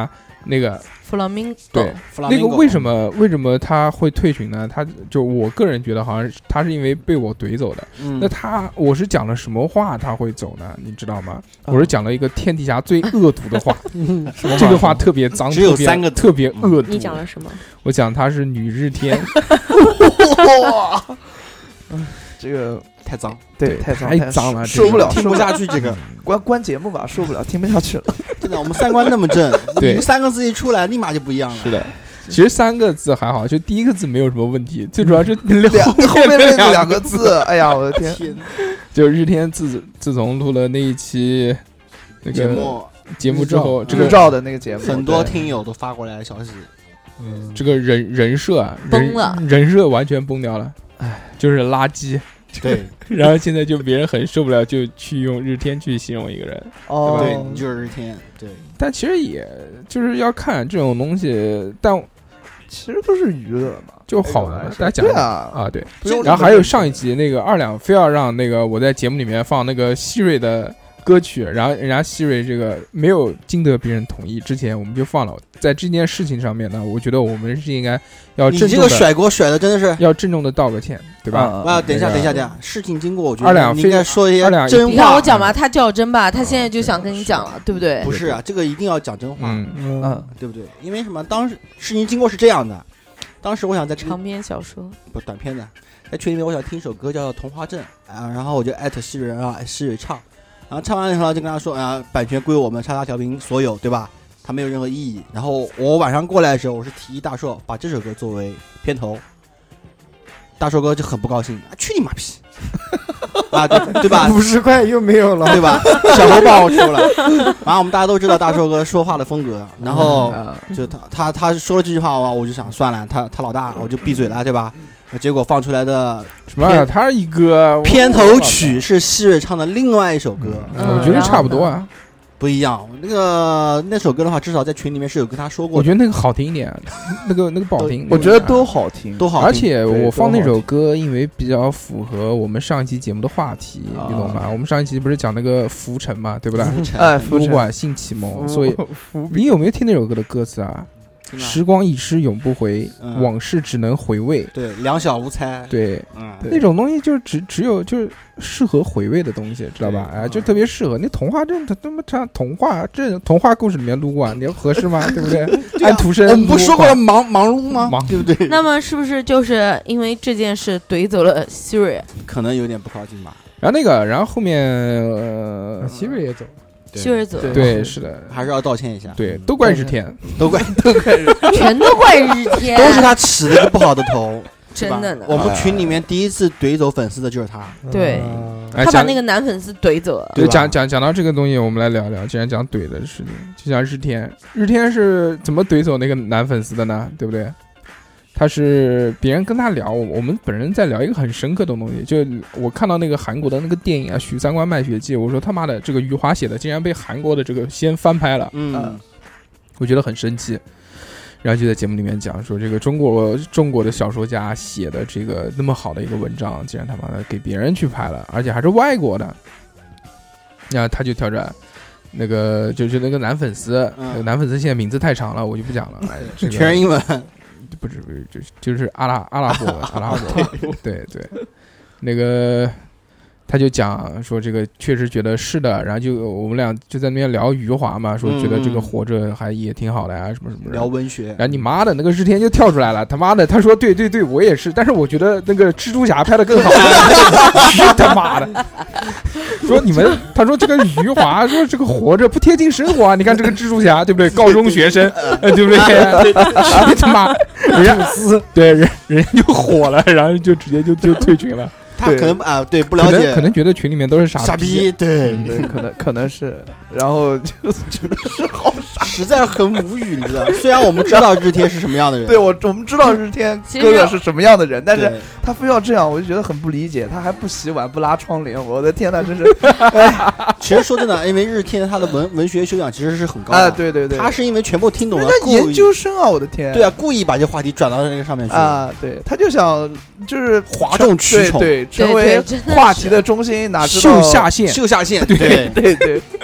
那个弗朗明对，那个为什么为什么他会退群呢？他就我个人觉得好像是他是因为被我怼走的。 嗯、 那他我是讲了什么话他会走呢？你知道吗？嗯、我是讲了一个天底下最恶毒的话，这个话特别脏， 只有三个特别恶毒。 你讲了什么？ 我讲他是女日天。 哇，这个太脏， 对，太脏， 太脏了， 受不了， 听不下去。这个关关节目吧，受不了，听不下去了。 真的，我们三观那么正， 对， 三个字一出来，立马就不一样了。 是的，其实三个字还好，就第一个字没有什么问题，最主要是两后面那两个字。 哎呀，我的天！ 就日天自自从录了那一期那个节目节目之后，这个日照的那个节目， 很多听友都发过来消息。 嗯，这个人人设啊， 崩了， 人设完全崩掉了，哎，就是垃圾。 对， 然后现在就别人很受不了，就去用日天去形容一个人， 哦， 对，你就是日天，对。 但其实也就是要看这种东西，但其实都是娱乐嘛， 就好玩。大家讲对啊啊，对。然后还有上一集那个二两非要让那个我在节目里面放那个希瑞的歌曲，然后人家希瑞这个没有经得别人同意之前，我们就放了。在这件事情上面呢，我觉得我们是应该要郑重的， 你这个甩锅甩的真的是要郑重的道个歉，对吧？ 啊，等一下，等一下，等一下，事情经过，我觉得二两你应该说一些真话。 你让我讲吧，他较真吧，他现在就想跟你讲了，对不对？ 不是啊，这个一定要讲真话， 嗯嗯，对不对？因为什么？当时事情经过是这样的，当时我想在长篇小说不短篇的，在群里面我想听一首歌叫《童话镇》啊，然后我就艾特西瑞啊，西瑞唱，然后唱完以后就跟他说啊，版权归我们叉叉调频所有，对吧？它没有任何意义。然后我晚上过来的时候，我是提议大硕把这首歌作为片头，大硕哥就很不高兴，啊，去你妈逼！啊，对对吧？ 五十块又没有了， 对吧？小红包我出了，然后我们大家都知道大硕哥说话的风格，然后就他他他说了这句话，我就想算了，他他老大，我就闭嘴了，对吧？结果放出来的什么玩意儿？他是一个片头曲是希瑞唱的另外一首歌， 嗯、我觉得差不多啊。 不一样，那个那首歌的话，至少在群里面是有跟他说过的。 我觉得那个好听一点，那个那个不好听。 我觉得都好听， 都好听。 而且我放那首歌，因为比较符合我们上一期节目的话题， 啊、 你懂吧？我们上一期不是讲那个浮沉嘛，对不对？ 浮沉， 哎， 不管性启蒙，所以你有没有听那首歌的歌词啊？时光一逝永不回， 嗯、 往事只能回味。 对，两小无猜。 对， 嗯， 那种东西就只只有就是适合回味的东西，知道吧？哎，就特别适合。那童话镇，它他妈唱童话这童话故事里面录过，你要合适吗？对不对？ 对安徒生， 我们不说过了忙忙碌吗？ 忙， 对不对？ 那么是不是就是因为这件事怼走了希瑞？ 可能有点不高兴吧。 然后那个，然后后面呃， 希瑞也走了。 希瑞走了， 对，是的， 还是要道歉一下。 对，都怪日天， 都怪都怪日天， 全都怪日天， 都是他起了一个不好的头。 真的呢。 我们群里面第一次怼走粉丝的就是他。 对， 他把那个男粉丝怼走了。 对，讲讲讲到这个东西，我们来聊聊。既然讲怼的事情，就像日天，日天是怎么怼走那个男粉丝的呢？对不对？他是别人跟他聊，我们本人在聊一个很深刻的东西，就我看到那个韩国的那个电影啊，《许三观卖血记》，我说他妈的这个余华写的竟然被韩国的这个先翻拍了， 嗯， 我觉得很生气。然后就在节目里面讲说，这个中国中国的小说家写的这个那么好的一个文章，竟然他妈的给别人去拍了，而且还是外国的。然后他就挑战那个就是那个男粉丝， 嗯、 那个男粉丝现在名字太长了，我就不讲了，哎这个、 全是英文。 不是不是，就是就是阿拉阿拉伯文，阿拉伯文，对对，那个他就讲说这个确实觉得是的，然后就我们俩就在那边聊余华嘛，说觉得这个活着还也挺好的啊，什么什么聊文学。 然后你妈的那个日天就跳出来了，他妈的，他说对对对，我也是，但是我觉得那个蜘蛛侠拍的更好，去他妈的！说你们，他说这个余华说这个活着不贴近生活啊，你看这个蜘蛛侠对不对？高中学生，呃、对不对？去他妈！人家对人人就火了，然后就直接就就退群了。 他可能啊，对不了解， 可能觉得群里面都是傻傻逼，对对，可能可能是，然后就觉得是好傻， 实在很无语，你知道？虽然我们知道日天是什么样的人， 对我我们知道日天哥哥是什么样的人，但是他非要这样，我就觉得很不理解。他还不洗碗，不拉窗帘，我的天呐，真是！ 其实说真的，因为日天他的文文学修养其实是很高的， 啊，对对对， 他是因为全部听懂了， 研究生啊，我的天， 对啊，故意把这话题转到那个上面去啊，对，他就想就是哗众取宠， 对，成为话题的中心，哪知道秀下限， 秀下限， 对对对。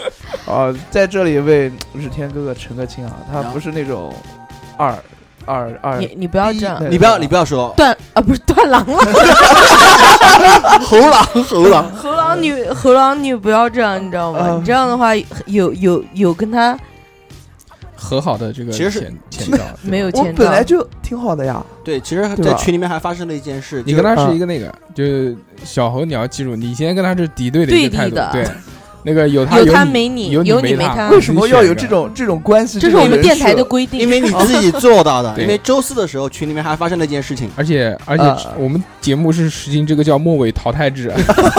啊，在这里为日天哥哥澄个清啊，他不是那种二二二， 你你不要这样， 你不要你不要说断啊不是断狼了， 猴狼猴狼猴狼女猴狼女不要这样，你知道吗？ 嗯你这样的话有有有跟他和好的这个其实是前前兆， 我没有前兆， 本来就挺好的呀。 对，其实， 对吧在群里面还发生了一件事，就你跟他是一个那个，就是小猴，你要记住，你现在跟他是敌对的一个态度对立的， 对，那个有他有你他没你， 有有没他， 你没他为什么要有这种这种关系？ 这是我们种人电台的设规定， 因为你自己做到的。 对因为周四的时候，群里面还发生了一件事情， 而且而且啊我们节目是实行这个叫末尾淘汰制，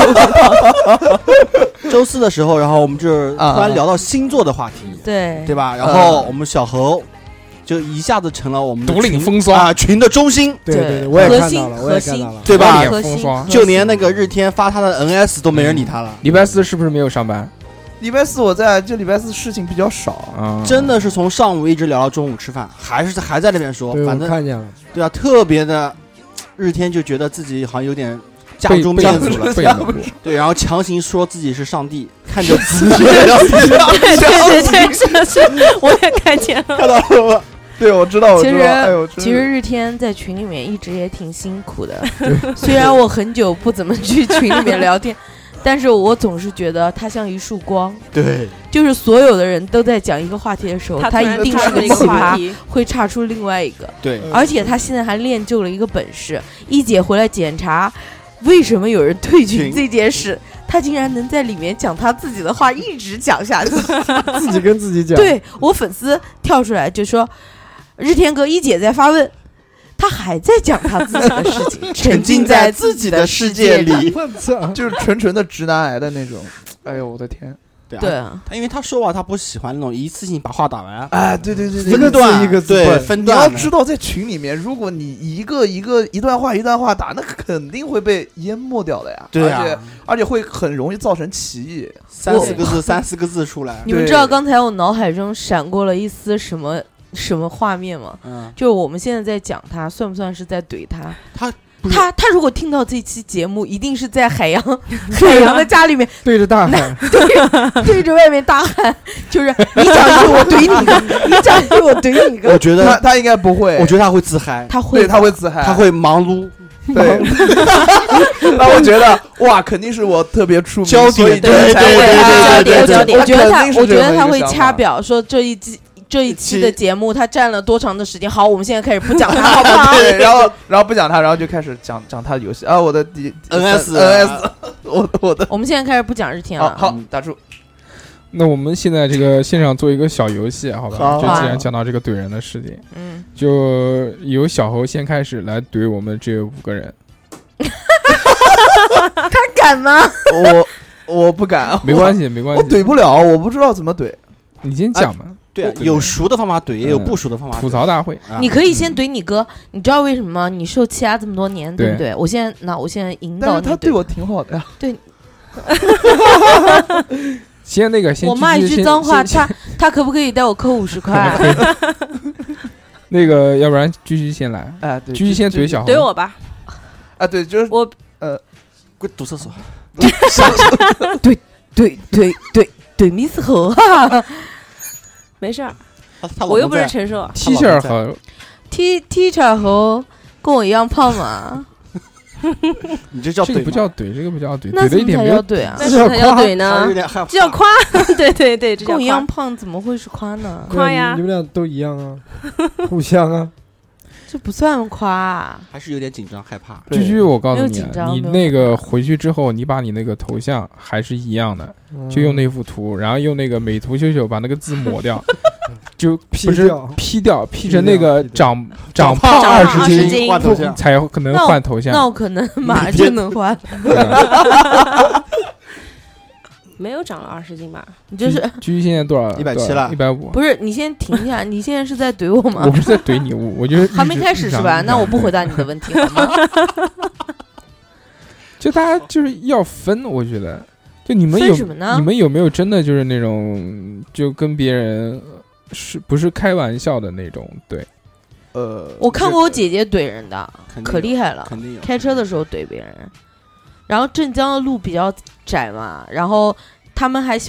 周四的时候，然后我们就是突啊然聊到星座的话题， 对对吧？然后我们小何就一下子成了我们的独领群风骚啊群的中心， 对对对，我也核心看到了，我也核心看到了。 对吧脸核心风霜核就连心那个日天发他的 N S 都没人理他了， 礼拜四是不是没有上班礼拜四我在，就礼拜四事情比较少。 啊？ 真的是从上午一直聊到中午吃饭，还是还在那边说， 对，我反正看见了， 对啊，特别的日天就觉得自己好像有点架被被中面子了， 被冷落， 对，然后强行说自己是上帝，看着自己对对对，是是，我也看见了。 看到了吗？ 对，我知道，我其实知道。哎呦，真其实是日天在群里面一直也挺辛苦的，虽然我很久不怎么去群里面聊天，但是我总是觉得他像一束光， 对， 就是所有的人都在讲一个话题的时候，他一定是个一个奇葩， 话题， 会岔出另外一个， 对， 而且他现在还练就了一个本事，一姐回来检查为什么有人退群群这件事，他竟然能在里面讲他自己的话，一直讲下去。 自己跟自己讲。 对我粉丝跳出来就说，日天哥一姐在发问，他还在讲他自己的事情，沉浸在自己的世界里。 我操！ 就是纯纯的直男癌的那种。哎呦，我的天！ 对啊对啊， 他因为他说话他不喜欢那种一次性把话打完， 哎，对对对对， 一个字段一个字对断分你要段的， 知道，在群里面，如果你一个一个一段话一段话打，那肯定会被淹没掉的呀。 对而且啊， 而且会很容易造成歧义。 三四个字三四个字出来， 你们对知道刚才我脑海中闪过了一丝什么什么画面吗？ 嗯， 就是我们现在在讲他，算不算是在怼他？ 他不是他他如果听到这期节目，一定是在海洋海洋的家里面对着大喊， 对着外面大喊，就是你讲一句我怼你一个，你讲一句我怼你一个。 我觉得他他应该不会， 我觉得他会自嗨， 他会对他会自嗨， 他会忙碌， 对。那我觉得哇，肯定是我特别出名， 焦点所以对这才会对对啊对对对对我觉得他肯定，是我觉这么得他会一个想法掐表说这一季这一期的期节目他占了多长的时间。好，我们现在开始不讲他，好不好？ 对，然后然后不讲他，然后就开始讲讲他的游戏啊，我的第 N S N S，我我的我们现在开始不讲日天了。 好好打住， 那我们现在这个现场做一个小游戏，好吧？ 好就既然讲到这个怼人的事情， 嗯， 就由小猴先开始来怼我们这五个人， 他敢吗？ 我我不敢， 没关系，没关我系， 怼不了，我不知道怎么怼。 你先讲吧。 对啊， 对有熟的方法怼，也有嗯不熟的方法怼吐槽大会， 啊你可以先怼你哥，你知道为什么吗？你受欺压这么多年，对不对对？我现在那我现在引导你怼但是他对我挺好的呀。 先那个先我骂一句脏话， 先他他可不可以带我扣五十块？ 那个，要不然居居先来， 哎，对， 居居先怼小猴， 怼我吧， 啊，对，就是我滚堵厕所， 怼怼怼怼 Miss 猴啊没事儿， 他他老我又不是公在陈硕， T 恤和 ！T Teacher 猴跟我一样胖吗？ 你这叫这个怼吗不叫怼，这个不叫怼， 那怼的怎么才一点没有叫怼啊？ 但是他要怼还是有呢， 点害怕， 这叫夸，对对对，这叫跟我一样夸。 胖，怎么会是夸呢？ 夸呀你们俩都一样啊，互相啊。 这不算夸啊！ 还是有点紧张害怕。 对居居，我告诉没有你啊， 紧张没有你那个回去之后，你把你那个头像还是一样的，就用那幅图，然后用那个美图秀秀把那个字抹掉，就 P 不是掉 P 掉，P 成掉那个 P 掉长长胖胖二十斤十斤换头像， 才有可能那我换头像。 那我可能马上就能换。 对吧没有长了二十斤吧？ 你就是居居现在多少？ 一百七了一百五。 不是？你先停一下，你现在是在怼我我吗不？是在怼你，我我就是还没开始是吧？那我不回答你的问题好吗？ 就大家就是要分，我觉得，就你们有分什么呢你们有没有真的就是那种就跟别人是不是开玩笑的那种？对， 呃， 我看过我姐姐怼人的， 肯定有可厉害了。 肯定有。 开车的时候怼别人，然后镇江的路比较窄嘛，然后他们还喜欢开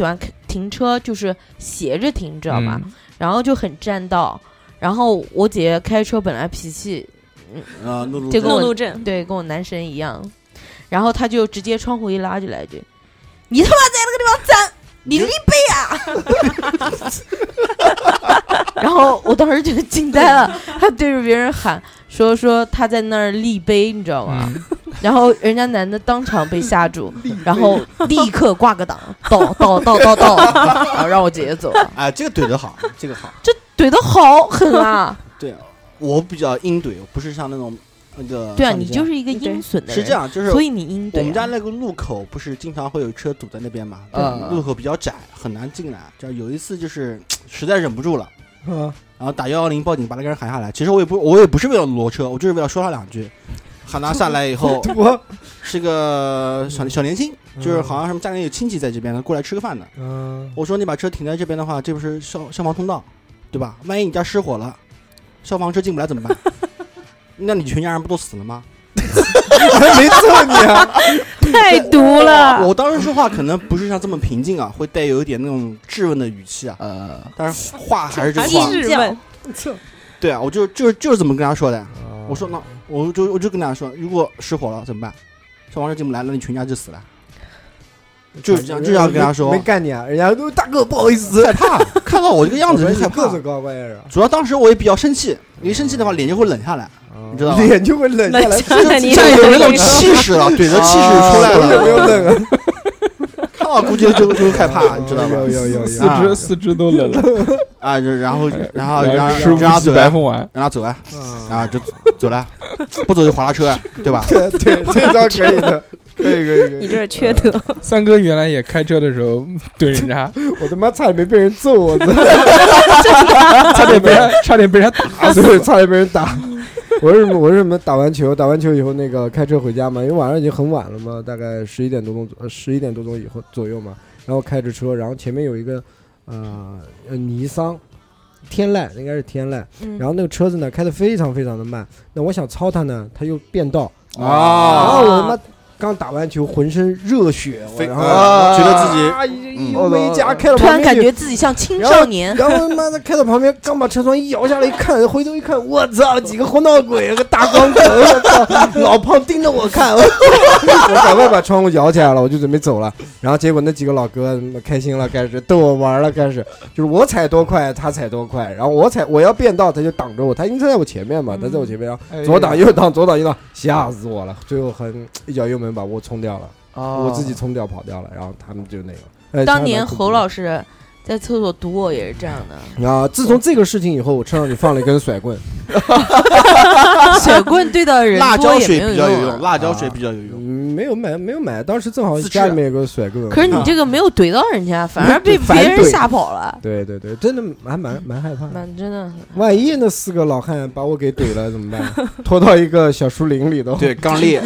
停车就是斜着停，知道吗？ 嗯然后就很占道。然后我姐开车本来脾气， 啊，路路就跟我路怒症， 对跟我男神一样，然后他就直接窗户一拉就来一句：“你他妈在那个地方站，你立碑啊！”然后我当时就惊呆了，他对着别人喊说说他在那儿立碑，你知道吗？ 嗯然后人家男的当场被吓住，然后立刻挂个档，倒倒倒倒倒，然后让我姐姐走了。 哎，这个怼的好，这个好。 这怼的好狠啊！ 对啊，我比较阴怼，不是像那种那个。 对啊， 像这样你就是一个阴损的人， 是这样，就是所以你阴怼啊。 我们家那个路口不是经常会有车堵在那边嘛？ 嗯路口比较窄，很难进来。这有一次就是实在忍不住了， 啊， 然后打幺幺零报警，把那个人喊下来。其实我也不，我也不是为了挪车，我就是为了说他两句。喊他下来以后， 我是个小小年轻，就是好像什么家里有亲戚在这边过来吃个饭的。 嗯， 我说你把车停在这边的话，这不是消消防通道，对吧？万一你家失火了，消防车进不来怎么办？那你全家人不都死了吗？ 还没揍你啊！ 太毒了。 我当时说话可能不是像这么平静啊，会带有一点那种质问的语气啊， 呃， 但是话还是这个还话。 是质问， 对啊，我就就就是这么跟他说的。我说那我就我就跟他说，如果失火了怎么办？消防车进不来，那你全家就死了。就是这样，就这样跟他说没。干你啊！人家都大哥不好意思， 害怕，看到我这个样子就害怕个。子高，关键是主要当时我也比较生气，一生气的话脸就会冷下来，你知道吧？ 脸就会冷下来。 冷下来你现在有那种气势了，怼着气势出来有没有了， 冷啊？ 看到估计就就会害怕，你知道吧？ 有有有有四肢四肢都冷了， 啊，就然后然后然让后吃不起让他走了， 白凤丸， 让他走了， 啊， 啊就走了，不走就划拉车，对吧？ 对对，这招可以的，可以可以可以。 你这是缺德。 三哥原来也开车的时候怼人家， 我他妈差点没被人揍，我操！ 差点被人差点被人打死。 对，差点被人打。我是什么？我是什么？打完球，打完球以后，那个开车回家嘛，因为晚上已经很晚了嘛，大概十一点多钟，呃，十一点多钟以后左右嘛。然后开着车，然后前面有一个呃呃尼桑天籁，应该是天籁。 嗯然后那个车子呢开得非常非常的慢，那我想超它呢，它又变道。然后啊， 我他妈刚打完球，浑身热血，我非然后啊觉得自己啊一油没加，开到突然旁边去感觉自己像青少年。 然后他妈的开到旁边，刚把车窗一摇下来一看，回头一看，我操，几个红闹鬼，个大光头，我操，老胖盯着我看，我我赶快把窗户摇起来了，我就准备走了。然后结果那几个老哥开心了，开始逗我玩了，开始就是我踩多快，他踩多快，然后我踩我要变道，他就挡着我，他因为他在我前面嘛，他在我前面，然后左挡右挡，左挡右挡，吓死我了，最后很一脚油门把我冲掉了，我自己冲掉跑掉了，然后他们就那个。哎当年侯老师在厕所堵我也是这样的， 啊！自从这个事情以后，我车上就放了一根甩棍， 水棍对到人辣椒多也没水比较有用， 用啊。 辣椒水比较有嗯用。 没有买，没有买，当时正好自制家里面有个甩棍。 可是你这个没有怼到人家，反而被反别人怼吓跑了， 对对对，真的还蛮蛮害怕。 蛮真的很。 万一那四个老汉把我给怼了怎么办？拖到一个小树林里头。 对，刚烈，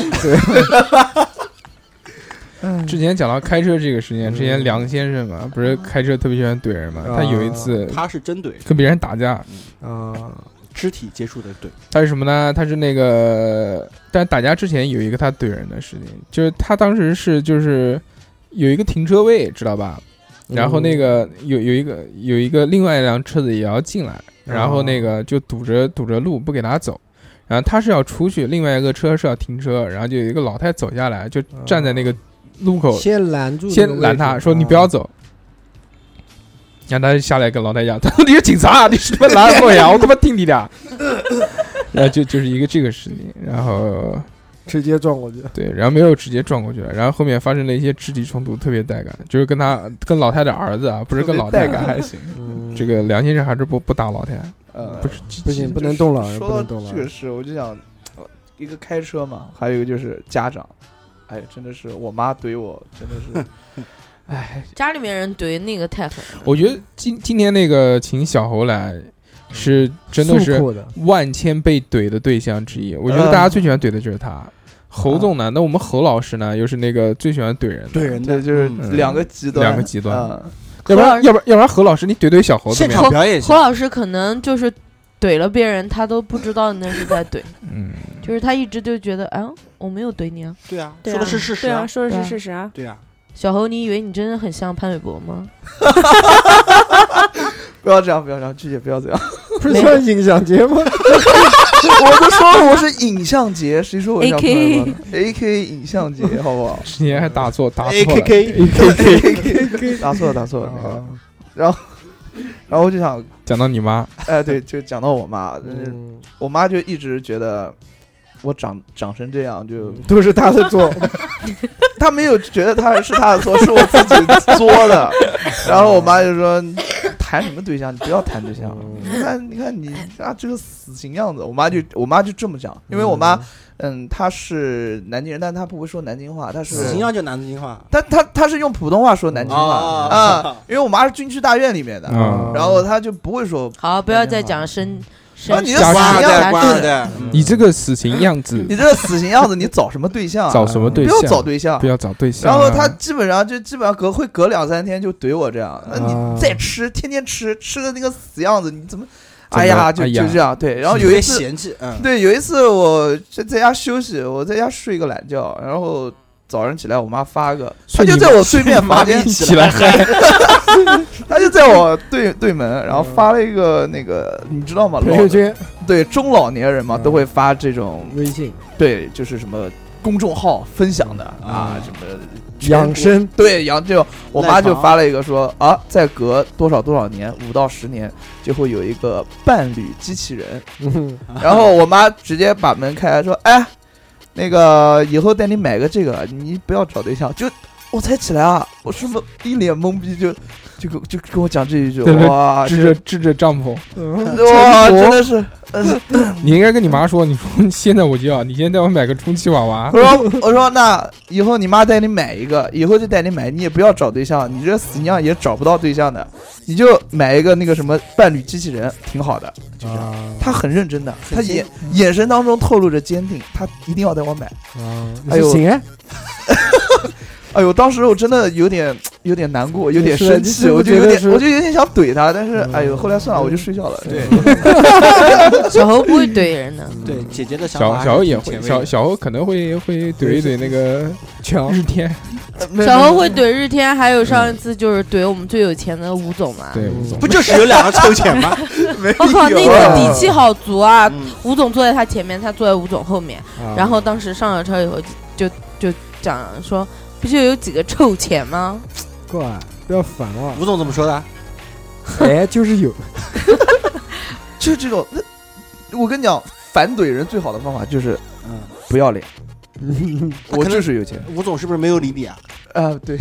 之前讲到开车这个事情，之前梁先生嘛，不是开车特别喜欢怼人嘛？他有一次他是真怼， 跟别人打架， 啊， 肢体接触的怼。 他是什么呢？他是那个，但打架之前有一个他怼人的事情，就是他当时是就是有一个停车位，知道吧？然后那个有有一个有一个另外一辆车子也要进来，然后那个就堵着堵着路不给他走，然后他是要出去，另外一个车是要停车，然后就有一个老太走下来，就站在那个路口， 先拦住， 先拦他说你不要走。然后他就下来跟老太讲，他说你是警察，你是他妈拦我呀？我他妈听你的。然后就就是一个这个事情，然后直接撞过去。 对，然后没有直接撞过去了，然后后面发生了一些肢体冲突，特别带感，就是跟他跟老太的儿子啊，不是跟老太带感还行。 嗯这个梁先生还是不不打老太， 呃， 不是不行，不能动老人，不说能动老人。 到这个事，我就想，呃一个开车嘛，还有一个就是家长，哎，真的是我妈怼我，真的是，哎， 家里面人怼那个太狠了。 我觉得今今天那个请小侯来，是真的是诉苦的万千被怼的对象之一。我觉得大家最喜欢怼的就是他。侯总呢？那我们侯老师呢？又是那个最喜欢怼人的， 怼人的这就是嗯两个极端， 两个极端。 嗯要不然，要不然，要不然，何老师你怼怼小侯怎现么样？ 场表演一下。 侯老师可能就是怼了别人，他都不知道那是在怼， 嗯， 就是他一直就觉得，哎，我没有怼你啊。 对啊， 对啊说的是事实对啊， 啊。 说的是事实啊。 对啊， 小侯，你以为你真的很像潘玮柏吗？ 不要这样，不要这样，鞠姐不要这样。 不是像影像节吗？ 我都说了我是影像节，谁说我像 A K A K 影像节，好不好？ 之前还打错打错 A 了 K K A K K 打错了，打错了。那个然后，然后我就想， 讲到你妈， 哎，对，就讲到我妈，就是嗯我妈就一直觉得我长长成这样，就都是他的错。 她没有觉得她是她的错，是我自己作的。然后我妈就说：“谈什么对象？你不要谈对象。你看，你看你啊，这个死形样子。”我妈就我妈就这么讲，因为我妈嗯，她是南京人，但她不会说南京话，她是死形象就南京话， 她她她是用普通话说南京话啊啊，因为我妈是军区大院里面的， 嗯然后她就不会说。 好，不要再讲生生啊你的生死形样官二代， 你这个死刑样子， 你这个死形样子，你找什么对象啊？ 找什么对象？ 不要找对象不。要找对象啊。 然后他基本上就基本上隔会隔两三天就怼我这样，那啊你再吃，天天吃，吃的那个死样子，你怎么？ 怎么哎呀，就哎呀就这样对。然后有一次， 嫌弃，嗯， 对，有一次我就在家休息，我在家睡个懒觉，然后早上起来我妈发个，她就在我对面房间起来嗨， 她就在我对对门，然后发了一个那个你知道吗？ 朋友圈、 对中老年人嘛嗯都会发这种微信对，就是什么公众号分享的啊，什么养生， 对养这种，我妈就发了一个说啊，再隔多少多少年，五到十年就会有一个伴侣机器人。 嗯， 然后我妈直接把门开来说，哎，那个以后带你买个这个，你不要找对象。就我才起来啊，我是不是一脸懵逼就就跟就跟我讲这一句， 对对哇， 支着支着帐篷， 哇，真的是，呃你应该跟你妈说，你说现在我就要，你先带我买个充气娃娃我。说我说那以后你妈带你买一个，以后就带你买，你也不要找对象，你这死娘也找不到对象的，你就买一个那个什么伴侣机器人，挺好的。就这样， 啊他很认真的，他很眼眼神当中透露着坚定，他一定要带我买。 啊， 哎呦行啊， 哎呦，当时我真的有点有点难过，有点是生气， 你我就有点觉得是我就有点想怼他，但是嗯哎呦，后来算了，我就睡觉了。对， 小侯不会怼人的， 对姐姐的想法小小欧也会， 还是挺前卫的小小欧可能会会怼一怼那个强日天， 小侯会怼日天，还有上一次就是怼我们最有钱的吴总嘛。 对，吴总不就是有两个抽钱吗？ 没我靠，那有次底气好足啊！ 嗯吴总坐在他前面，他坐在吴总后面。 啊然后当时上了车以后就，就就讲说，不就有几个臭钱吗？ 过来，不要烦我。 吴总怎么说的？ 哎，就是有， 就这种，那我跟你讲，反怼人最好的方法就是嗯， 不要脸。我可能就是有钱吴总是不是没有理你啊？ 啊，对，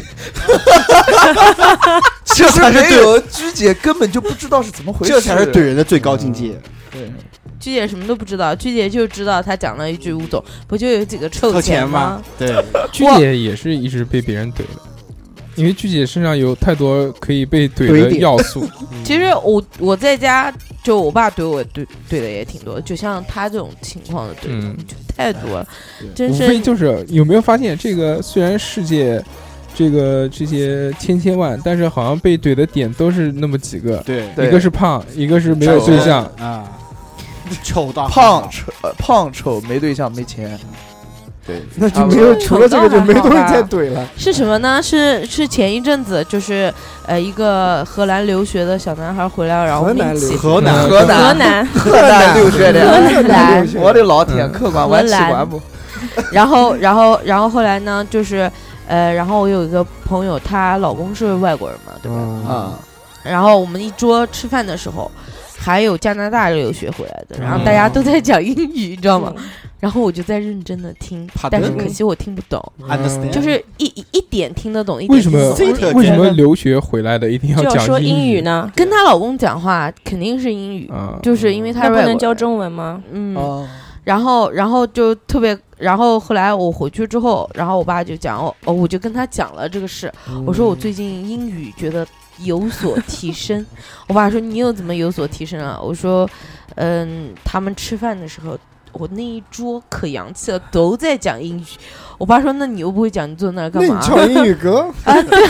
其实才是没有，鞠姐根本就不知道是怎么回事， 这才是怼人的最高境界。 对， 鞠姐什么都不知道，鞠姐就知道他讲了一句吴总，不就有几个臭抽钱吗吗？？对， 鞠姐也是一直被别人怼的，因为鞠姐身上有太多可以被怼的怼点要素。 其实我我在家就我爸怼我怼怼的也挺多，就像他这种情况的怼， 嗯就太多了，真无非是就是有没有发现，这个虽然世界这个这些千千万，但是好像被怼的点都是那么几个， 对对一个是胖，一个是没有对象， 啊，丑到胖丑呃胖丑没对象没钱，对， 那就没有，除了这个就没东西再怼了。 是什么呢？是是前一阵子就是呃一个荷兰留学的小男孩回来，然后我们一起河南河河南南河南留学的， 荷兰， 我的老天， 嗯客官玩气管不？ 然后然后然后后来呢，就是呃然后我有一个朋友，她老公是外国人嘛，对吧？ 啊， 啊， 然后我们一桌吃饭的时候，还有加拿大留学回来的，然后嗯大家都在讲英语，你知道吗？然后我就在认真的听怕， 但是得可惜我听不懂， understand， 就是一一一点听得懂，一点为什么听不懂这个为什么留学回来的一定就要讲说英语语？呢， 跟她老公讲话肯定是英语， 啊， 就是因为她那不是外国人能教中文吗？ 嗯， 哦， 然后然后就特别，然后后来我回去之后，然后我爸就讲，哦，哦我就跟他讲了这个事，我说我最近英语觉得有所提升，我爸说你又怎么有所提升啊？我说，嗯，他们吃饭的时候，我那一桌可洋气了，都在讲英语。我爸说，那你又不会讲，你坐那儿干嘛？ 那你唱英语歌， 啊，对，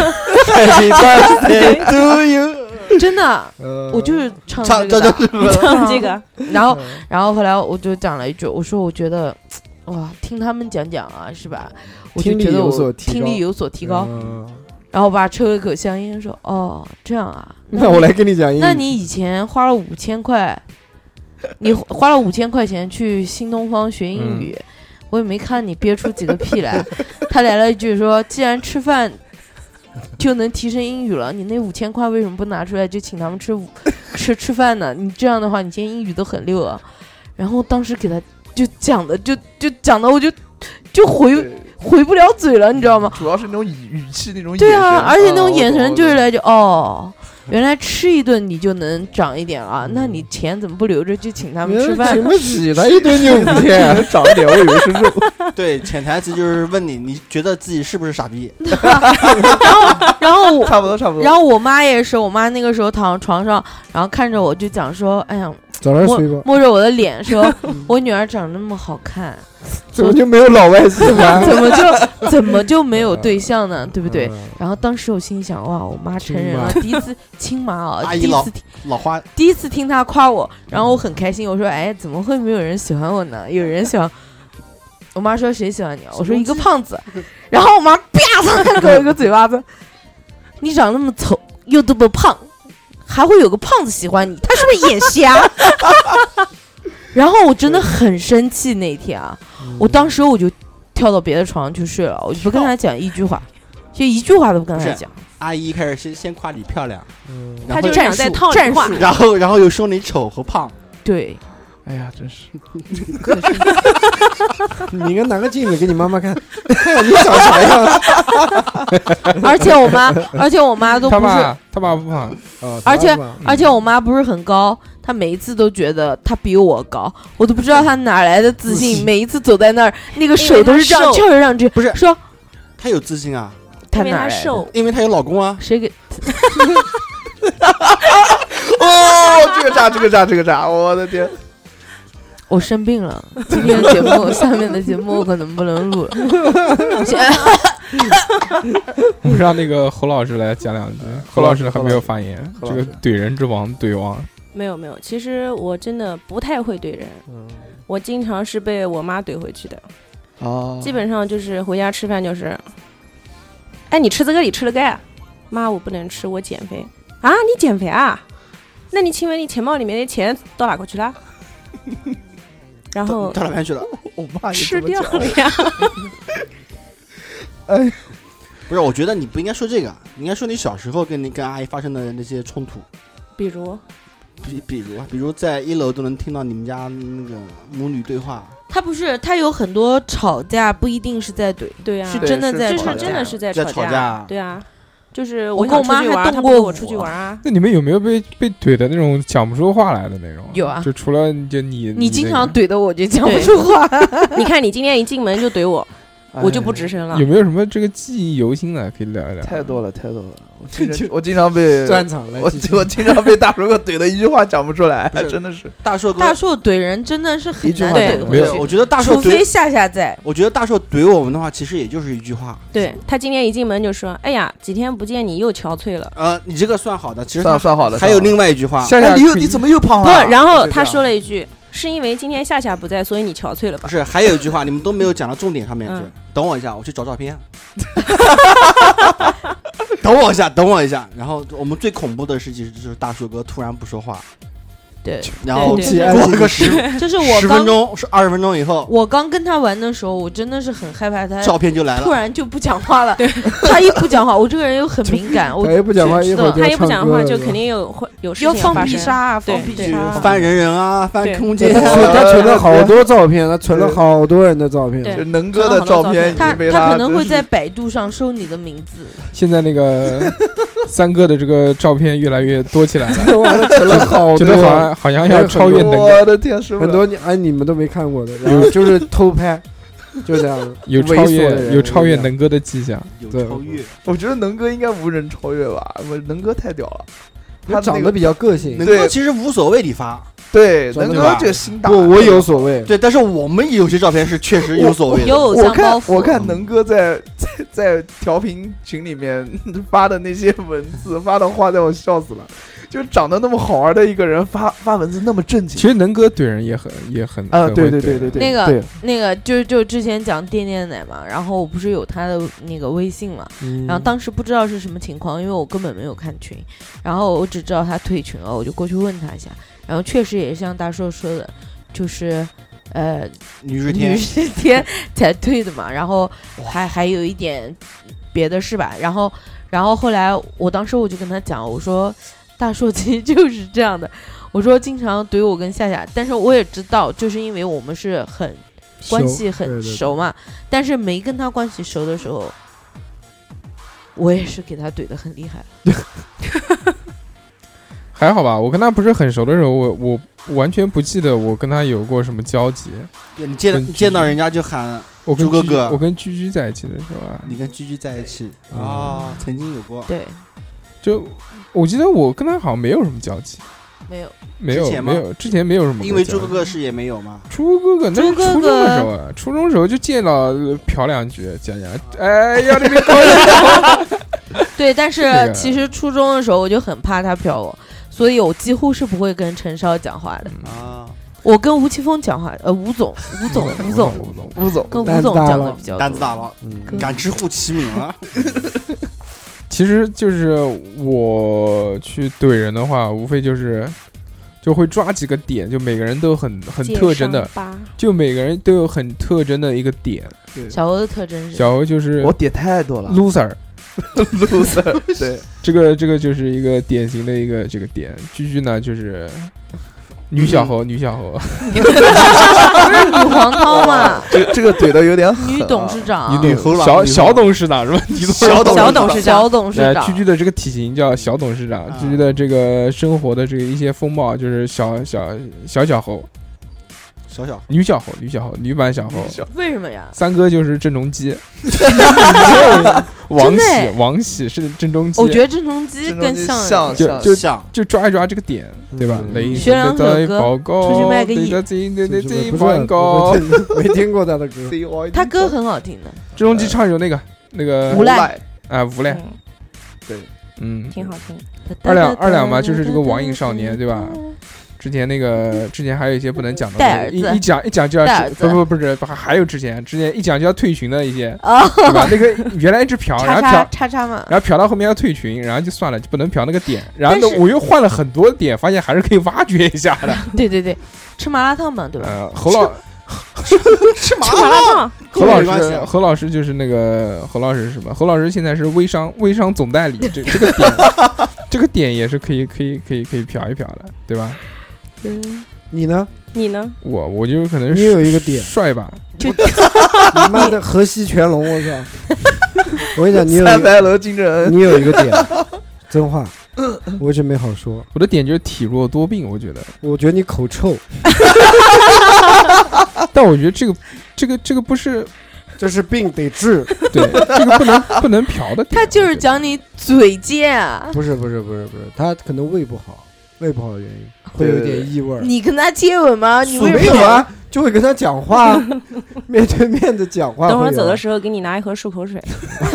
都有， 真的， 呃我就是唱唱这个的。 这就是唱这个， 然后，然后后来我就讲了一句，我说我觉得，哇，听他们讲讲啊，是吧？我就听力觉得我有所提高听力有所提高。 嗯然后我爸抽了一口香烟说：“哦，这样啊， 那我来跟你讲英语。 那你以前花了五千块，你花了五千块钱去新东方学英语，嗯、我也没看你憋出几个屁来。”他来了一句说：“既然吃饭就能提升英语了，你那五千块为什么不拿出来就请他们吃吃吃饭呢？你这样的话，你今天英语都很溜啊。”然后当时给他就讲的就就讲的我就就回。回不了嘴了，你知道吗？ 主要是那种语语气，那种眼神。 对啊，而且那种眼神就是来就哦，原来吃一顿你就能长一点啊，那你钱怎么不留着就请他们吃饭？ 请不起，他一顿就五千， 长一点，我以为是肉。 对，潜台词就是问你，你觉得自己是不是傻逼？ 然后，然后我差不多，差不多。 然后我妈也是，我妈那个时候躺床上，然后看着我就讲说：“哎呀， 早点睡吧。” 摸着我的脸说：“我女儿长那么好看。” 怎么就没有老外喜欢？ 怎么就怎么就没有对象呢？对不对？然后当时我心想，哇，我妈成人了，第一次亲妈啊，第一次听老花， 第一次听她夸我，然后我很开心，我说，哎，怎么会没有人喜欢我呢？有人喜欢。我妈说谁喜欢你啊？我说一个胖子。然后我妈啪嚓给我一个嘴巴子，你长那么丑又这么胖，还会有个胖子喜欢你？他是不是眼瞎？然后我真的很生气那天啊，嗯、我当时我就跳到别的床上去睡了，我就不跟他讲一句话，就一句话都不跟他讲。 阿姨开始先先夸你漂亮， 嗯、他就想再套战术， 然后然后又说你丑和胖。 对， 哎呀，真是。 你应该拿个镜子给你妈妈看，看你长啥样。 而且我妈，而且我妈都不是， 他爸他爸不胖， 哦、 而且而且我妈不是很高。他每一次都觉得他比我高，我都不知道他哪来的自信。每一次走在那儿，那个手都是这样翘着上去。 不是说他有自信啊， 他哪来的？ 瘦， 因为他有老公啊。 谁给？ 哦，这个炸，这个炸，这个炸！我的天！ 我生病了，今天的节目，下面的节目我可能不能录了。 我们让那个侯老师来讲两句。侯老师还没有发言，这个怼人之王怼王。 没有没有，其实我真的不太会怼人，嗯、我经常是被我妈怼回去的。 哦， 基本上就是回家吃饭就是，哎，你吃这个你吃了个呀？妈，我不能吃，我减肥啊！你减肥啊？那你请问你钱包里面的钱到哪过去了？然后到哪边去了？ 我妈吃掉了呀。 哎， 不是，我觉得你不应该说这个，你应该说你小时候跟你跟阿姨发生的那些冲突， 比如。 比比如比如在一楼都能听到你们家那个母女对话。 他不是，他有很多吵架，不一定是在怼， 对啊， 是真的在吵架，就是真的是在吵架， 吵架对啊，就是我跟我妈还动过我出去玩啊。 那你们有没有被被怼的那种讲不出话来的那种？ 有啊， 就除了就你， 你经常怼的我就讲不出话。 你看你今天一进门就怼我。我就不吱声了。 有没有什么这个记忆犹新的可以聊一聊？ 太多了，太多了。我经常我经常被专场了， 我我经常被大硕哥怼的一句话讲不出来，真的是。 大硕哥， 大硕怼人真的是很难怼。 没有，我觉得大硕除非夏夏在。 我觉得大硕怼我们的话，其实也就是一句话。 对他今天一进门就说：“哎呀，几天不见你又憔悴了。” 呃，你这个算好的，其实算算好的。 还有另外一句话， 夏夏，你又你怎么又胖了？ 不，然后他说了一句。是因为今天夏夏不在，所以你憔悴了吧？ 不是，还有一句话你们都没有讲到重点上面去。嗯、等我一下，我去找照片。等我一下，等我一下。然后我们最恐怖的事情就是大硕哥突然不说话。 对， 然后过个十， 就是我十分钟是二十分钟以后， 我刚跟他玩的时候，我真的是很害怕他照片就来了， 突然就不讲话了。他一不讲话，我这个人又很敏感，我他一不讲话，一会儿他一不讲话就肯定有会有事情要放必杀，放必杀， 翻人人啊，翻空间。 他存了好多照片，他存了好多人的照片， 就能哥的照片， 他他可能会在百度上搜你的名字。 现在那个三哥的这个照片越来越多起来了， 存了好多， 觉得好像好像要超。 我的天，是很多哎你们都没看过的，然后就是偷拍，就这样有超越有超越能哥的迹象， 有超越。 我觉得能哥应该无人超越吧，我能哥太屌了， 他长得比较个性。 能哥其实无所谓你发， 对，能哥这个心大。 不，我有所谓。 对，但是我们有些照片是确实有所谓的。 有偶像包袱。 我看能哥在在在调频群里面发的那些文字，发的话，让我笑死了。 就长得那么好玩的一个人发发文字那么正经其实能哥怼人也很也很啊！ 很会怼对对对对对， 那个对那个就就之前讲垫垫奶嘛，然后我不是有他的那个微信嘛， 嗯然后当时不知道是什么情况，因为我根本没有看群，然后我只知道他退群了，我就过去问他一下，然后确实也像大硕说的，就是呃女日天女士天才退的嘛，然后还还有一点别的事吧，然后然后后来我当时我就跟他讲，我说大硕其实就是这样的，我说经常怼我跟夏夏，但是我也知道，就是因为我们是很关系很熟嘛，但是没跟他关系熟的时候，我也是给他怼得很厉害。 还好吧，我跟他不是很熟的时候，我我完全不记得我跟他有过什么交集。 你见跟见到人家就喊我跟猪哥哥居我跟居居在一起的时候啊， 你跟居居在一起嗯啊，曾经有过。 对， 就我记得我跟他好像没有什么交集， 没有， 没有之前吗没有，之前没有什么交集。 因为猪哥哥是也没有嘛。 猪哥哥那是猪哥哥初中的时候啊，初中时候就见到呃瞟两句，讲讲，哎呀，这边高一点。 对，但是这个其实初中的时候我就很怕他瞟我，所以我几乎是不会跟陈少讲话的。 啊， 我跟吴奇峰讲话，呃，吴总，吴总，吴总， 吴总， 吴总跟吴总讲的比较多。 胆子大了， 嗯敢直呼其名了。 其实就是我去怼人的话，无非就是就会抓几个点，就每个人都很很特征的， 吧， 就每个人都有很特征的一个点。 小欧的特征是， 小欧就是我点太多了 loser， ，loser，对， 这个这个就是一个典型的一个这个点。居居呢就是女小猴，女小猴， 不是女黄涛嘛？ 这个这个怼的有点狠啊女董事长， 女猴郎女猴小小董事长是吧？女小董小董事长，小董事呃， 长居，居的这个体型叫小董事长， 啊居居的这个生活的这个一些风貌就是小小小小猴， 小小女小猴，女小猴，女版小猴。 为什么呀？ 三哥就是郑中基，王喜真的哎王喜是郑中基， 我觉得郑中基这种就更像像像就就像就抓一抓这个点，对吧？ 嗯雷学良的可歌报告， 出去卖个艺雷的金的的不金是报告我。没听过他的歌。 他歌很好听的， 郑中基唱一首那个那个无赖啊无赖， 嗯对， 嗯， 挺好听。 二两二两嘛，就是这个网瘾少年，对吧？之前那个之前还有一些不能讲的带儿子一一讲一讲就要带儿子不不不是不还还有之前之前一讲就要退群的一些， 啊， 对吧？那个原来一直嫖，然后叉叉嫖。 叉叉嘛， 然后嫖到后面要退群，然后就算了，就不能嫖那个点。然后呢但，是我又换了很多点，发现还是可以挖掘一下的。 对对对，吃麻辣烫嘛，对吧？ 呃，侯老吃麻吃麻辣烫， 侯老师， 没关系啊侯老师就是那个侯老师是什么？侯老师现在是微商微商总代理，这这个点，这个点也是可以可以可以可以嫖一嫖的，对吧？ 嗯， 你呢？ 你呢？ 我我就可能你有一个点帅吧， 你妈的河西全龙，我操！我跟你讲，你有一个三白楼金正恩， 你有一个点，真话，我一直没好说。 我的点就是体弱多病，我觉得。 我觉得你口臭， 但我觉得这个这个这个不是这是病得治。 对，这个不能不能嫖的点。 他就是我觉得讲你嘴贱啊， 不是不是不是不是，他可能胃不好，胃不好的原因会有一点异味儿。 你跟他接吻吗？你为没什么？ 有啊，就会跟他讲话，面对面的讲话。 等会儿走的时候给你拿一盒漱口水。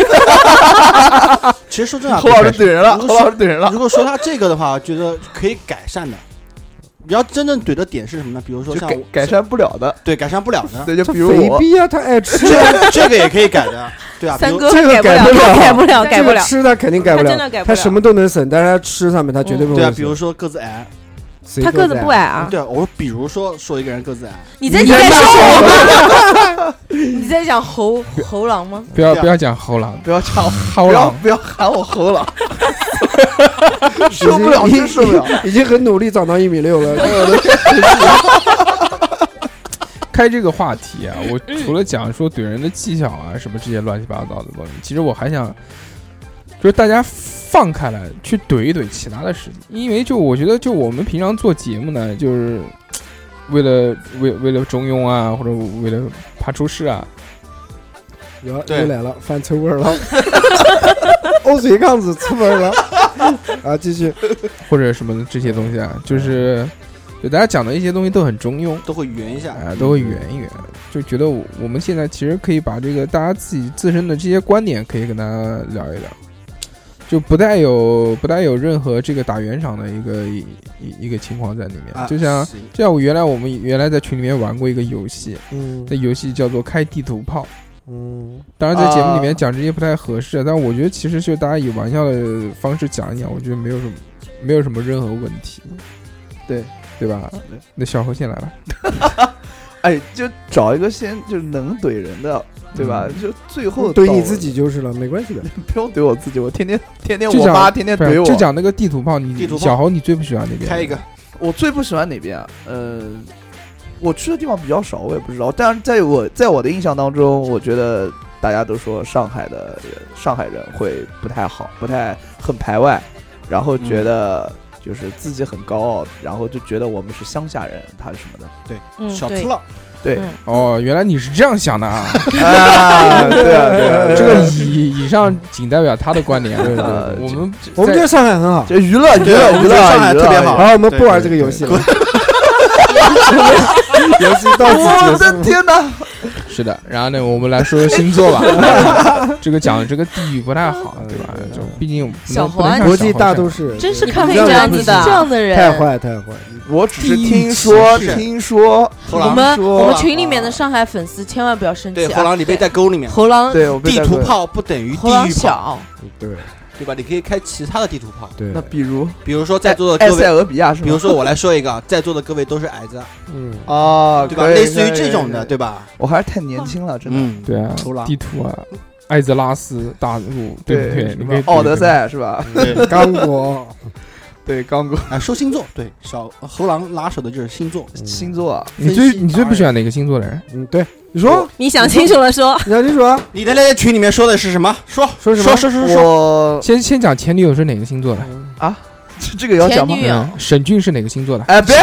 其实说真的， 侯老师怼人了，侯如果说老师怼人了如，果说他这个的话，觉得可以改善的。你要真正怼的点是什么呢？比如说就改像我改善不了的， 对改善不了的， 对，就他比如我， 肥逼啊，他爱吃这个这个也可以改的，对啊。比如三哥这个改不了， 改不了他改不了，改不了。 这个吃他肯定改不了他真的，改不了。 他什么都能省，但是他吃上面他绝对不会对啊， 省。 比如说个子矮， 谁他个子不矮， 矮啊， 对啊，我说比如说说一个人个子矮， 你在你在说我吗？你在讲猴猴狼吗？ 对啊不要不要讲猴狼， 不要抢， 猴不要狼不要喊我猴了，受不了， 已经真受不了。 已经很努力长到一米六了。 开这个话题啊，我除了讲说怼人的技巧啊什么这些乱七八糟的东西，其实我还想就是大家放开来去怼一怼其他的事情，因为就我觉得就我们平常做节目呢，就是为了为为了中庸啊，或者为了怕出事啊， 哟， 对又来了，饭臭味儿了，欧水杠子出味儿了。啊，继续。 或者什么的这些东西啊，就是就大家讲的一些东西都很中庸。 都会圆一下， 啊，都会圆一圆，就觉得我我们现在其实可以把这个大家自己自身的这些观点可以跟大家聊一聊。 就不带有不带有任何这个打圆场的一个一一个情况在里面。 啊就像是就像我原来我们原来在群里面玩过一个游戏， 嗯那游戏叫做开地图炮。 嗯， 当然在节目里啊面讲这些不太合适，但我觉得其实就大家以玩笑的方式讲一讲，我觉得没有什么没有什么任何问题。 对对吧？那小何先来了。 哎，就找一个先就是能怼人的，对吧？就最后到怼你自己就是了，没关系的。 不用怼我自己，我天天天天就讲我妈天天不是怼我。 就讲那个地图炮，你地图炮小侯你最不喜欢哪边？ 开一个， 我最不喜欢哪边啊？呃，我去的地方比较少，我也不知道。但是在我在我的印象当中，我觉得大家都说上海的人，上海人会不太好，不太很排外，然后觉得就是自己很高傲，然后就觉得我们是乡下人，他是什么的？ 对， 嗯对小次了， 对， 嗯哦，原来你是这样想的啊！ 啊，对啊，对啊， 这个以以上仅代表他的观点啊。 对对对我们我们觉得上海很好， 这娱乐娱乐娱乐上海特别好然后我们不玩这个游戏了。游戏到此我结束。 的天哪！ 是的，然后呢，我们来说说星座吧。这个讲这个地域不太好，对吧？就毕竟不能小黄不能像国际小黄这样大都市， 真是你看不这样子惯你的这样的人。 太坏太坏。 我只是地域听说歧视听说， 后狼我们说我们群里面的上海粉丝千万不要生气对， 啊！ 后狼你被在沟里面， 猴狼对我被地带过图炮不等于猴狼地狱炮， 小， 对对吧？你可以开其他的地图炮， 对那，比如比如说在座的各位， 埃塞俄比亚是吗？ 比如说我来说一个，在座的各位都是矮子， 嗯， 啊， 对吧？ 可以类似于可以这种的， 可以对吧？ 我还是太年轻了，真的。 嗯， 对啊猴狼， 地图啊，艾泽拉斯大陆，对不对？ 什么你可以奥德赛是吧？ 对， 刚果， 对，刚果啊，说星座，对，小猴狼拿手的就是星座， 星座啊， 你最你最不喜欢哪个星座的人？ 嗯，对，你说， 你想清楚了说。 你想清楚啊？ 你的那些群里面说的是什么？说说什么说说说说， 我先先讲前女友是哪个星座的？ 这这个要讲吗前女？友嗯，沈俊是哪个星座的？ 哎，别！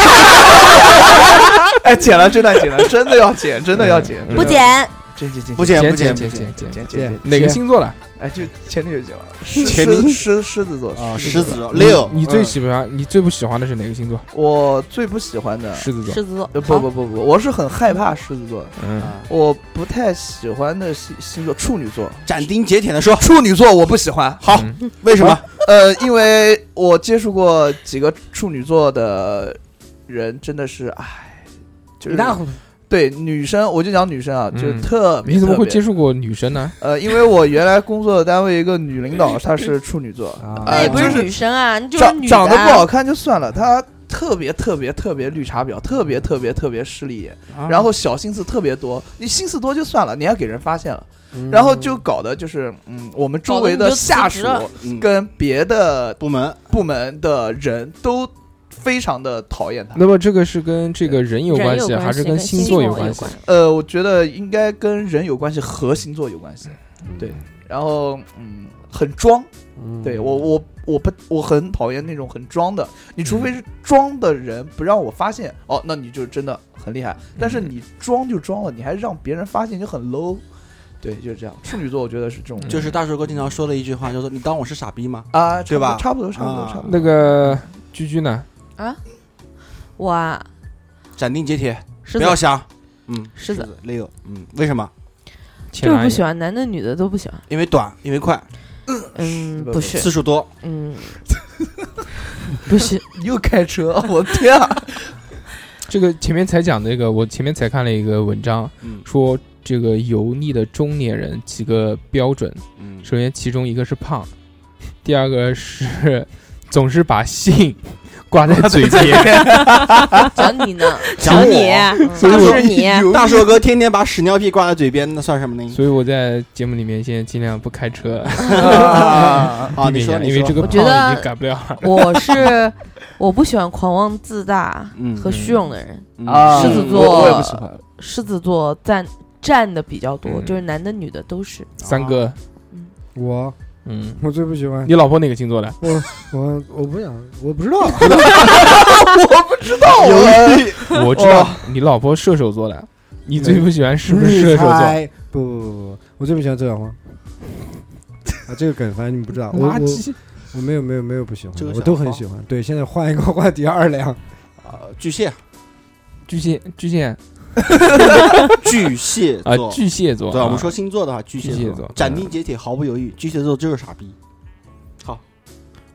哎，剪了，真的剪了，真的要剪，真的要剪， 嗯不剪， 剪剪剪不剪不剪剪不剪剪剪剪。 剪剪剪。 哪个星座的？ 哎，就前女友剪了，狮前女狮狮狮子座啊， 狮狮子座六， 你最嗯喜欢你最不喜欢的是哪个星座？ 我最不喜欢的， 狮子座。 狮子座呃，不不不不，我是很害怕狮子座的， 嗯， 我不太喜欢的星星座处女座， 斩钉截铁的说， 处女座我不喜欢。 好， 嗯为什么？ 呃，因为我接触过几个处女座的人，真的是，唉，就是一塌糊涂。 对女生，我就讲女生啊， 嗯就特别。 你怎么会特别接触过女生呢？ 呃，因为我原来工作的单位一个女领导，她是处女座， 啊那也不就是是女生啊，你就是长女长得不好的。 看就算了，她特别特别特别绿茶婊，特别特别特别势利眼， 啊然后小心思特别多。你心思多就算了，你还给人发现了， 嗯然后就搞得就是，嗯，我们周围的下属搞得你就嗯跟别的部门部门的人都非常的讨厌他。 那么这个是跟这个人有关系， 人有关系还是跟星星座有关系有关？ 呃，我觉得应该跟人有关系，和星座有关系。 嗯对，然后嗯，很装。 嗯对我我我不我很讨厌那种很装的，你除非是装的人不让我发现，哦，那你就真的很厉害。但是你装就装了，你还让别人发现就很 low。对，就是这样。处女座我觉得是这种， 就是大叔哥经常说的一句话，就是你当我是傻逼吗？ 啊， 对吧差不多，差不多， 啊差不多。 那个居居呢？ 啊，我啊， 斩钉截铁， 狮子不要想，嗯， 狮子六，嗯，为什么？ 就是前男友不喜欢男的女的都不喜欢。 因为短，因为快， 嗯， 不不是， 次数多， 嗯，不是， 你又开车，我的天啊！ 这个前面才讲那个，我前面才看了一个文章， 嗯说这个油腻的中年人几个标准。 嗯， 首先，其中一个是胖，第二个是总是把性挂在嘴边。 讲你呢， 讲我你， 所以我是你， 大叔哥天天把屎尿屁挂在嘴边，那算什么呢？ 所以我在节目里面现在尽量不开车， 啊啊， 避免一下， 你说，你说因为这个我觉得胖已经改不了了。 我是我不喜欢狂妄自大嗯和虚荣的人。 嗯啊， 狮子座我我也不喜欢。 狮子座占占的比较多， 嗯就是男的女的都是。 三哥， 我嗯， 我最不喜欢你老婆哪个星座的？ 我我我不想，我不知道。 我不知道啊， 我知道你老婆射手座的，你最不喜欢是不是射手座？ 猜不不不不，我最不喜欢周小黄。啊，这个梗反正你们不知道，我我垃圾。 我没有没有没有不喜欢的， 这个小我都很黄喜欢。对，现在换一个话题，二两。 啊，巨蟹， 巨蟹，巨蟹巨蟹啊， 座， 巨蟹座。 对，我们啊说星座的话，巨蟹巨蟹座斩钉截铁，毫不犹豫，巨蟹座就是傻逼。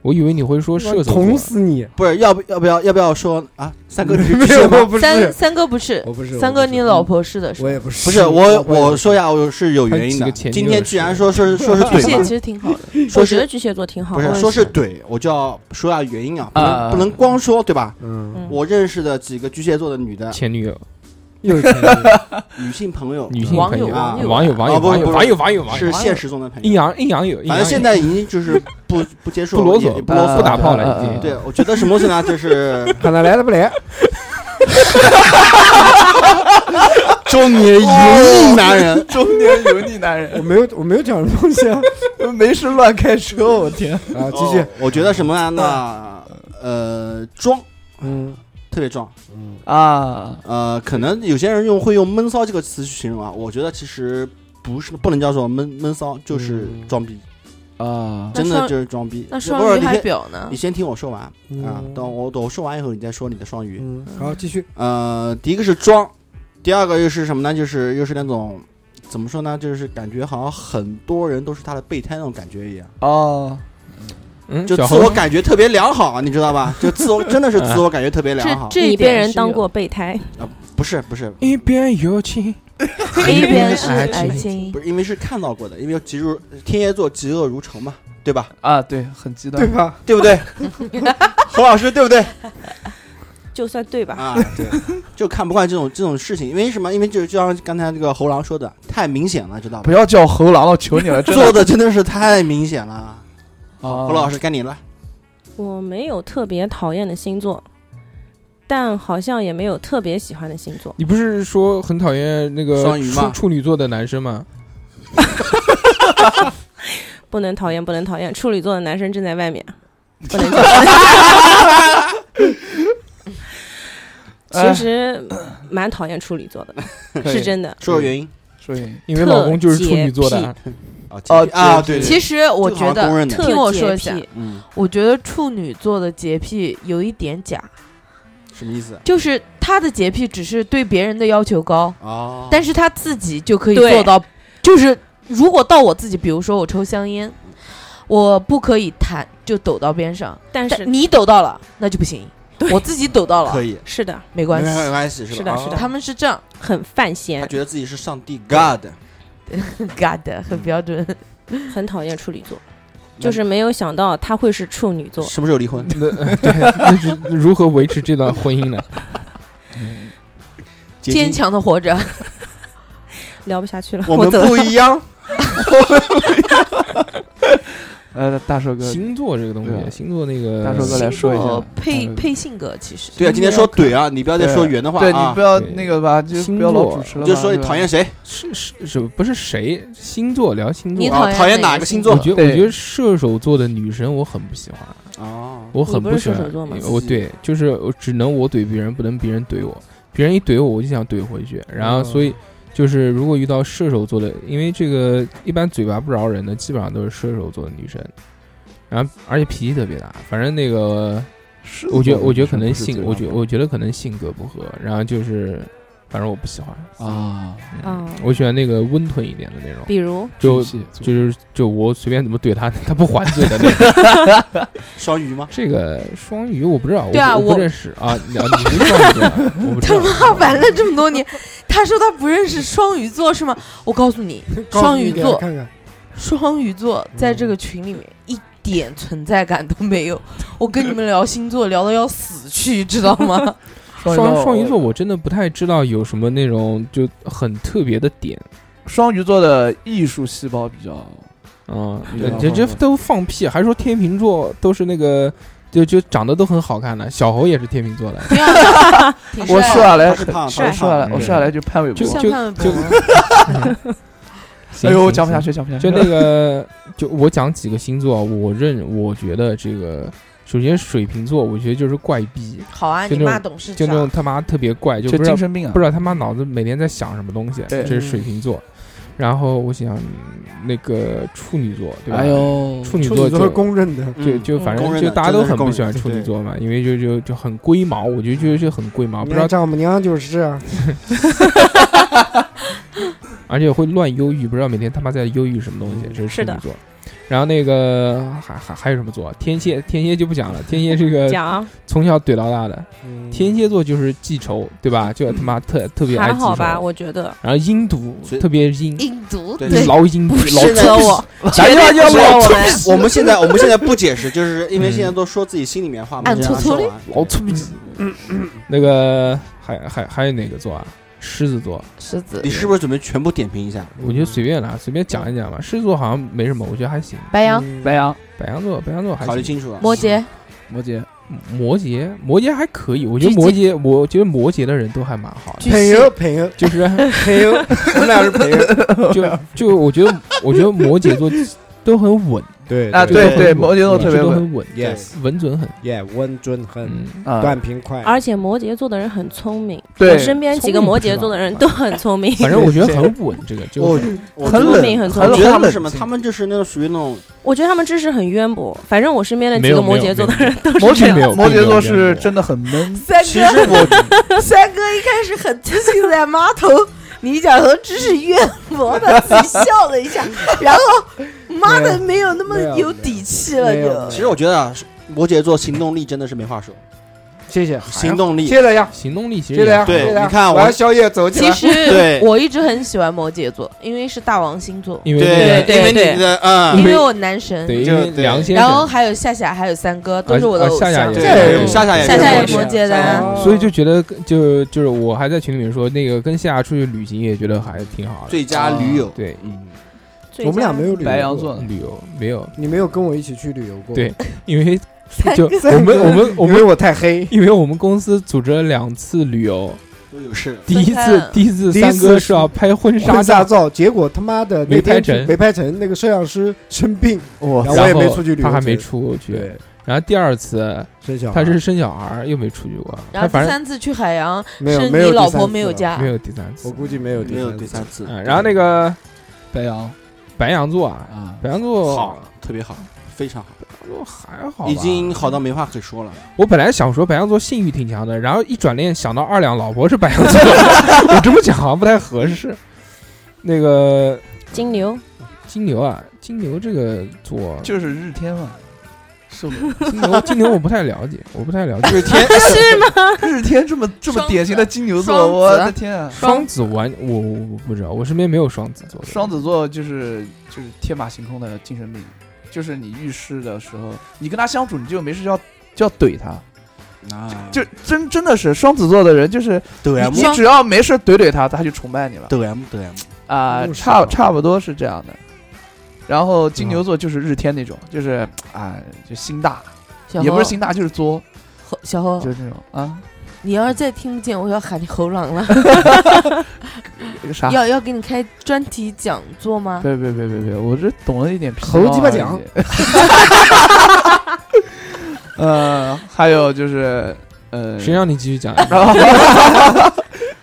我以为你会说射手座捅死你！ 不是要不要不要要不要说啊？三哥你是没有， 巨蟹吗我？不三是， 三哥不是， 我不是， 三哥我不是你老婆是的， 我也不是， 不是我老婆也我说呀，我是有原因的。 还有几个前女友今天既然说是说是怼嘛巨蟹其，实挺好的。 说我觉得是巨蟹座挺好。 不是我也说是怼，我就要说下原因啊，不啊能不能光说对吧？ 嗯， 嗯我认识的几个巨蟹座的女的前女友、 又是前女友女性朋友， 女性网朋友、 友网友网友、网友、网友、 啊不不网友、网友、网友， 是现实中的朋友。 阴阳阴阳友，阴反阳友正现在已经就是不不接受， 不啰嗦也不啰嗦不打炮了啊已经。 对，我觉得什么东西呢？就是看他来了不来？ 中年油腻男人。 中年油腻男人， 我没有，我没有讲什么东西啊！ 没事乱开车，我天！ 啊，继续哦，我觉得什么呢？那呃，装嗯特别装。 嗯， 啊， 呃，可能有些人用会用闷骚这个词去形容啊，我觉得其实不是不能叫做闷闷骚，就是嗯装逼， 啊， 真的那双就是装逼。 那不双鱼还是你先表呢你？先听我说完啊， 嗯等我等我说完以后，你再说你的双鱼。 嗯，好，继续。 呃，第一个是装，第二个又是什么呢？就是又是那种怎么说呢？就是感觉好像很多人都是他的备胎那种感觉一样， 哦， 嗯， 就小何自我感觉特别良好，你知道吧？就自我真的是自我感觉特别良好。 这这你一点是有被人当过备胎， 不是不是一边有情， 一边是爱爱情情不，是，因为是看到过的，因为嫉如天蝎座嫉恶如仇嘛，对吧？ 啊，对，很极端， 对吧？ 对不对？侯老师对不对？ 就算对吧？ 啊，对，就看不惯这种这种事情，因为什么？因为就就像刚才这个猴狼说的，太明显了，知道吧不？要叫猴狼了，求你了，真的。 做的真的是太明显了。 啊侯老师该你了。 我没有特别讨厌的星座，但好像也没有特别喜欢的星座。 你不是说很讨厌那个双鱼吗处处女座的男生吗？ 不能讨厌，不能讨厌。处女座的男生正在外面，不能讲。其实蛮讨厌处女座的， 可以是真的。 说说原因。 说明因为老公就是处女座的， 啊哦啊，对，对其实我这个好觉得， 像公认的特听我说一下， 洁癖嗯， 我觉得处女座的洁癖有一点假， 什么意思？ 就是他的洁癖只是对别人的要求高， 哦， 但是他自己就可以对做到，就是如果到我自己，比如说我抽香烟，我不可以弹就抖到边上， 但是但你抖到了那就不行，我自己抖到了可以， 是的， 没关系没，关系，是吧？哦是的是的他们是这样很犯他闲， 觉得自己是上帝 God， ，God 很标准， 很讨厌处女座，就是没有想到他会是处女座。 什么时候离婚？ 那对，那是如何维持这段婚姻呢？ 结晶坚强的活着。 聊不下去了， 我们走了不一样。 呃，大寿哥， 星座这个东对啊西，星座那个大寿哥来说一下星座配嗯配性格，其实对啊，今天说怼啊，你不要再说圆的话啊对你不。要对那个吧，就星不要老座主持了嘛， 就说你是吧讨厌谁是是是不是谁星座聊星座？ 你讨厌啊讨厌哪哪个星座我觉得对我觉得射手座的女生我很不喜欢， 哦， 我很你不是喜欢射手座吗我对，就是我只能我怼别人，不能别人怼我。别人一怼我，我就想怼回去。然后所以就是如果遇到射手座的，因为这个一般嘴巴不饶人的，基本上都是射手座的女生。然后而且脾气特别大，反正那个是我觉得我觉得可能不是性， 这样的我觉我觉得可能性格不合。然后就是反正我不喜欢， 啊， 嗯啊我喜欢那个温吞一点的那种。 比如就巨蟹座就是就我随便怎么怼他，他不还嘴的那种。 双鱼吗？ 这个双鱼我不知道， 对啊我我不认识啊。你啊你是双鱼座啊，我不知他道。 妈玩了这么多年，他说他不认识双鱼座是吗？我告诉你，双鱼座， 看看， 双鱼座在这个群里面一点存在感都没有。我跟你们聊星座聊的要死去，知道吗？ 双双鱼座我真的不太知道有什么那种就很特别的点。 双鱼座的艺术细胞比较嗯， 比较这这放都放屁，还说天秤座都是那个就就长得都很好看的，小猴也是天秤座的， 不要了，挺我帅的说下来他是胖， 帅他是胖我说下来，我说下来就潘玮就柏。 像就潘玮柏。 行哎呦， 行行讲不下去，讲不下去。 就那个，就我讲几个星座，我认我觉得这个，首先水瓶座，我觉得就是怪逼， 好啊，你就那种妈懂事就那种长。 他妈特别怪，就就不知道精神病啊， 不知道他妈脑子每天在想什么东西， 对这是水瓶座。然后我想那个处女座，对吧？ 哎呦， 处女座就处女座是公认的， 就就反正公认的就大家都真的是公很不喜欢认处女座嘛，因为就就就很龟毛，我觉得就就很龟毛，不知道你看丈母娘就是啊， 而且会乱忧郁，不知道每天他妈在忧郁什么东西，这是是的处女座。 然后那个还还还有什么座？天蝎，天蝎就不讲了。天蝎这个讲从小怼到大的， 嗯天蝎座就是记仇，对吧？就他妈特特别爱记仇。 还好吧，我觉得。 然后阴毒所以特别阴， 印度对对， 老阴毒，老适合我， 打电话就要绝对不适合老我们。 我们现在我们现在不解释，就是因为现在都说自己心里面话嘛， 暗就让他搓搓的说完老粗鄙。那个还还还有哪个座啊？狮子座， 狮子你是不是准备全部点评一下？ 我觉得随便啦，随便讲一讲吧。狮子座好像没什么，我觉得还行。 白羊、 嗯白羊、 白羊座，白羊座还考虑行。 清楚啊。 摩羯、 摩羯， 摩羯，摩羯还可以，我觉得巨蟹摩羯，我觉得摩羯的人都还蛮好的， 巨朋友蟹、 朋友就是朋友，我们俩是朋友。 就就我觉得，我觉得摩羯座都很稳对啊就都很稳对对摩羯座特别稳都很稳 Yes 稳准狠。 耶，温准很， 嗯， 啊， 断平快。 而且摩羯座的人很聪明， 对我身边几个摩羯座的人都很聪明。 反正我觉得很稳，这个就我是我很聪明，很聪我明。 觉得他们是什么？ 很冷静他们就是那种属于那种我觉得他们知识很渊博。反正我身边的没有几个摩羯座的人都摩羯是这样。 摩羯座是真的很闷。 三其实哥， 我三哥一开始很自信在码头，你讲和知识渊博的，自己笑了一下，然后妈的没有那么没有有底气了没有就。 其实我觉得啊，摩羯座行动力真的是没话说， 谢谢， 行动力谢谢大家， 行动力其谢谢大家， 实也好对谢谢大家你看我我要宵夜走起来。 其实对我一直很喜欢摩羯座，因为是大王星座， 因为对， 对因为对你的嗯因为我男神， 对，因就为对梁先然后生， 还有夏夏，还有三哥，都是我的啊偶像。 夏夏也是对对夏夏也是夏夏也摩羯摩羯的啊， 哦所以就觉得就就是我还在群里面说，那个跟夏夏出去旅行也觉得还挺好的。 最佳驴友， 对， 嗯， 最我们俩佳没有旅游过白羊座， 旅游没有， 你没有跟我一起去旅游过。 对，因为三就哥我们我们我们因为我太黑。 因为我们公司组织了两次旅游， 都有事。 第一分开了次第一次第一三哥次是要拍婚纱婚纱照， 照，结果他妈的没那天拍成没拍成，那个摄像师生病， 哇然后我也然后没出去旅游， 他还没。出去。 对， 然后第二次生小孩他是生小孩，又没出去过。 然后第他反正三次去海洋， 没有是没有第三你老婆次了没有加没，有第三次我。估计没有没有第第三次， 嗯，然后那个白羊白羊座啊， 啊， 白羊座好，特别好，非常好， 白羊座还好吧， 已经好到没话可说了。 我本来想说白羊座性欲挺强的，然后一转念想到二两老婆是白羊座，我这么讲好像不太合适。那个金牛， 金牛啊，金牛这个座， 就是日天嘛，是吗？ 金牛金牛我不太了解，我不太了解。 日天是吗？ 日天这么这么双子典型的金牛座， 双子我的天啊！ 双子完我我我不知道，我身边没有双子座的。 双子座就是就是天马行空的精神病，就是你遇事的时候，你跟他相处，你就没事就要就要怼他， 啊， 就真真的是双子座的人，就是抖 M 你你只要没事怼怼他，他就崇拜你了抖 M 抖 M， 啊、 嗯是差的差不多是这样的。然后金牛座就是日天那种，就是啊、就心大， 小侯也不是心大就是作， 侯小侯， 就是那种啊， 你要是再听不见，我要喊你猴狼了。 那个啥。 要要给你开专题讲座吗？ 别别别别别，我这懂了一点皮猴毛而已鸡巴讲。 呃，还有就是呃， 谁让你继续讲？ 然后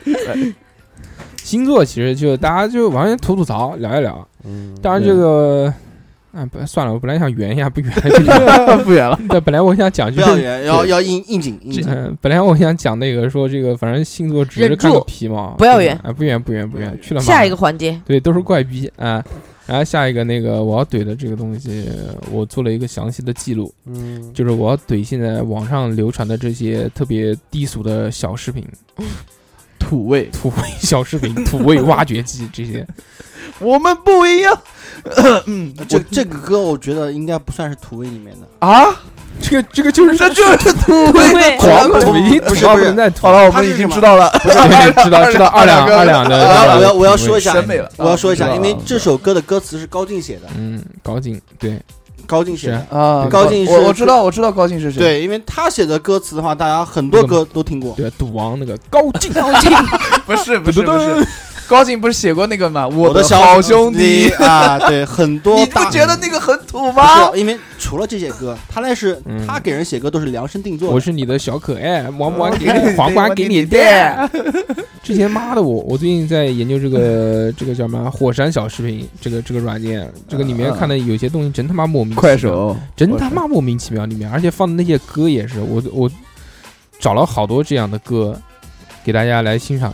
星座其实就大家就完全吐吐槽聊一聊。 嗯， 当然这个，啊不算了，我本来想圆一下，不圆了。 不远了。 对，本来我想讲就是， 不要圆，要要应应景应景。 嗯，本来我想讲那个说这个，反正星座只是忍住看个皮毛， 不要圆啊，不圆不圆不圆，去了。 下一个环节， 对，都是怪逼啊。然后下一个那个我要怼的这个东西，我做了一个详细的记录， 嗯， 就是我要怼现在网上流传的这些特别低俗的小视频、 土味， 土味小视频、土味挖掘机这些。 我们不一样。嗯， 这这个歌我觉得应该不算是土味里面的， 啊， 这个这个就是这就是土味。 对， 黄土一不是不是土不能再土好了，我它是什么们已经知道了。 对，知道知道二两二两的。 我要我要我要说一下审美了， 我要说一下， 啊因为这首歌的歌词是高进写的， 嗯，高进对， 高进写的。 啊， 高进是我我知道我知道高进是谁。， 对，因为他写的歌词的话，大家很多歌都听过。 对，赌王那个高进， 不是不是不是，高进不是写过那个吗？ 我的小好兄弟弟。 啊，对，很多你不大觉得那个很土不吗？ 是，因为除了这些歌，他那是嗯他给人写歌都是量身定做的。 我是你的小可爱，么么给嗯你皇冠给你戴。之前妈的我，我最近在研究这个这个叫什么火山小视频，这个这个软件，这个里面看的有些东西真他妈莫名其妙快手真他妈莫名其妙，里面而且放的那些歌也是，我我找了好多这样的歌，给大家来欣赏一下。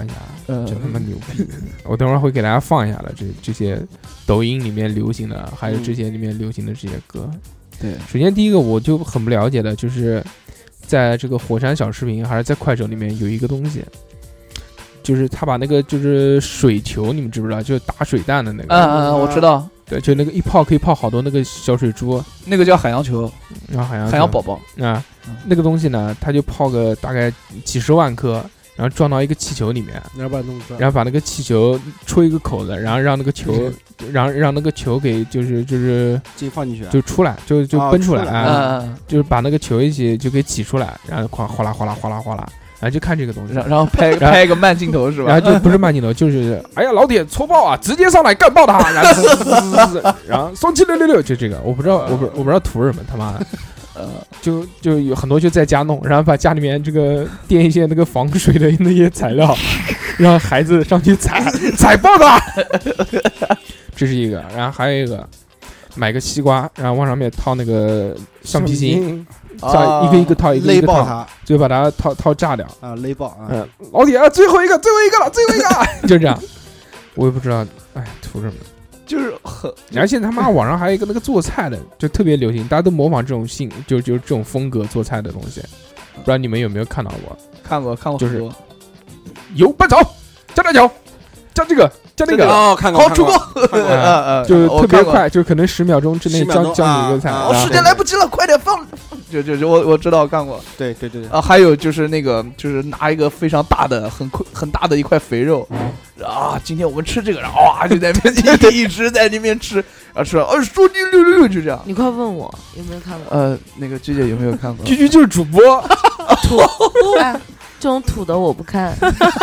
嗯， 真他妈牛逼！我等会儿会给大家放一下的，这这些抖音里面流行的，还有这些里面流行的这些歌。 对， 首先第一个我就很不了解的，就是在这个火山小视频还是在快手里面有一个东西，就是他把那个就是水球，你们知不知道？就是打水弹的那个。 嗯嗯，我知道， 对，就那个一泡可以泡好多那个小水珠， 那个叫海洋球， 然后海洋海洋宝宝啊， 嗯那个东西呢，它就泡个大概几十万颗。然后装到一个气球里面， 然后把它弄转， 然后把那个气球戳一个口子，然后让那个球，让让那个球给就是就是自己放进去， 就出来，就就奔出来啊， 嗯， 就是把那个球一起就给挤出来，然后哗哗啦哗啦哗啦哗啦，然后就看这个东西， 然然后拍拍一个慢镜头是吧？ 然后就不是慢镜头，就是哎呀老铁搓爆啊，直接上来干爆他，然后然后双七六六六就这个，我不知道我不我不知道图什么他妈的。呃，就就有很多就在家弄，然后把家里面这个垫一些那个防水的那些材料，让孩子上去踩踩爆它。这是一个，然后还有一个，买个西瓜，然后往上面套那个橡皮筋，像一个一个套，一个一个套，就把它套套炸掉啊，勒爆啊！ 嗯，老铁啊，最后一个，最后一个了，最后一个，就这样。我也不知道，哎，图什么。 就是很， 然后现在他妈网上还有一个那个做菜的，就特别流行，大家都模仿这种性，就就这种风格做菜的东西，不知道你们有没有看到过？ 看过，看过， 就是油拌炒，加点酒，加这个，加那个， 哦，看过， 好出锅， 嗯，就是特别快，就可能十秒钟之内教教你一个菜， 我时间来不及了，快点放，就就就我我知道看过， 对对对对， 啊，还有就是那个就是拿一个非常大的很很大的一块肥肉。啊！今天我们吃这个，然后哇就在那边一直在那边吃，啊吃，啊说六六六就这样。 你快问我有没有看过？ 呃，那个鞠姐有没有看过？ 鞠鞠就是主播， 土，哎，这种土的我不看。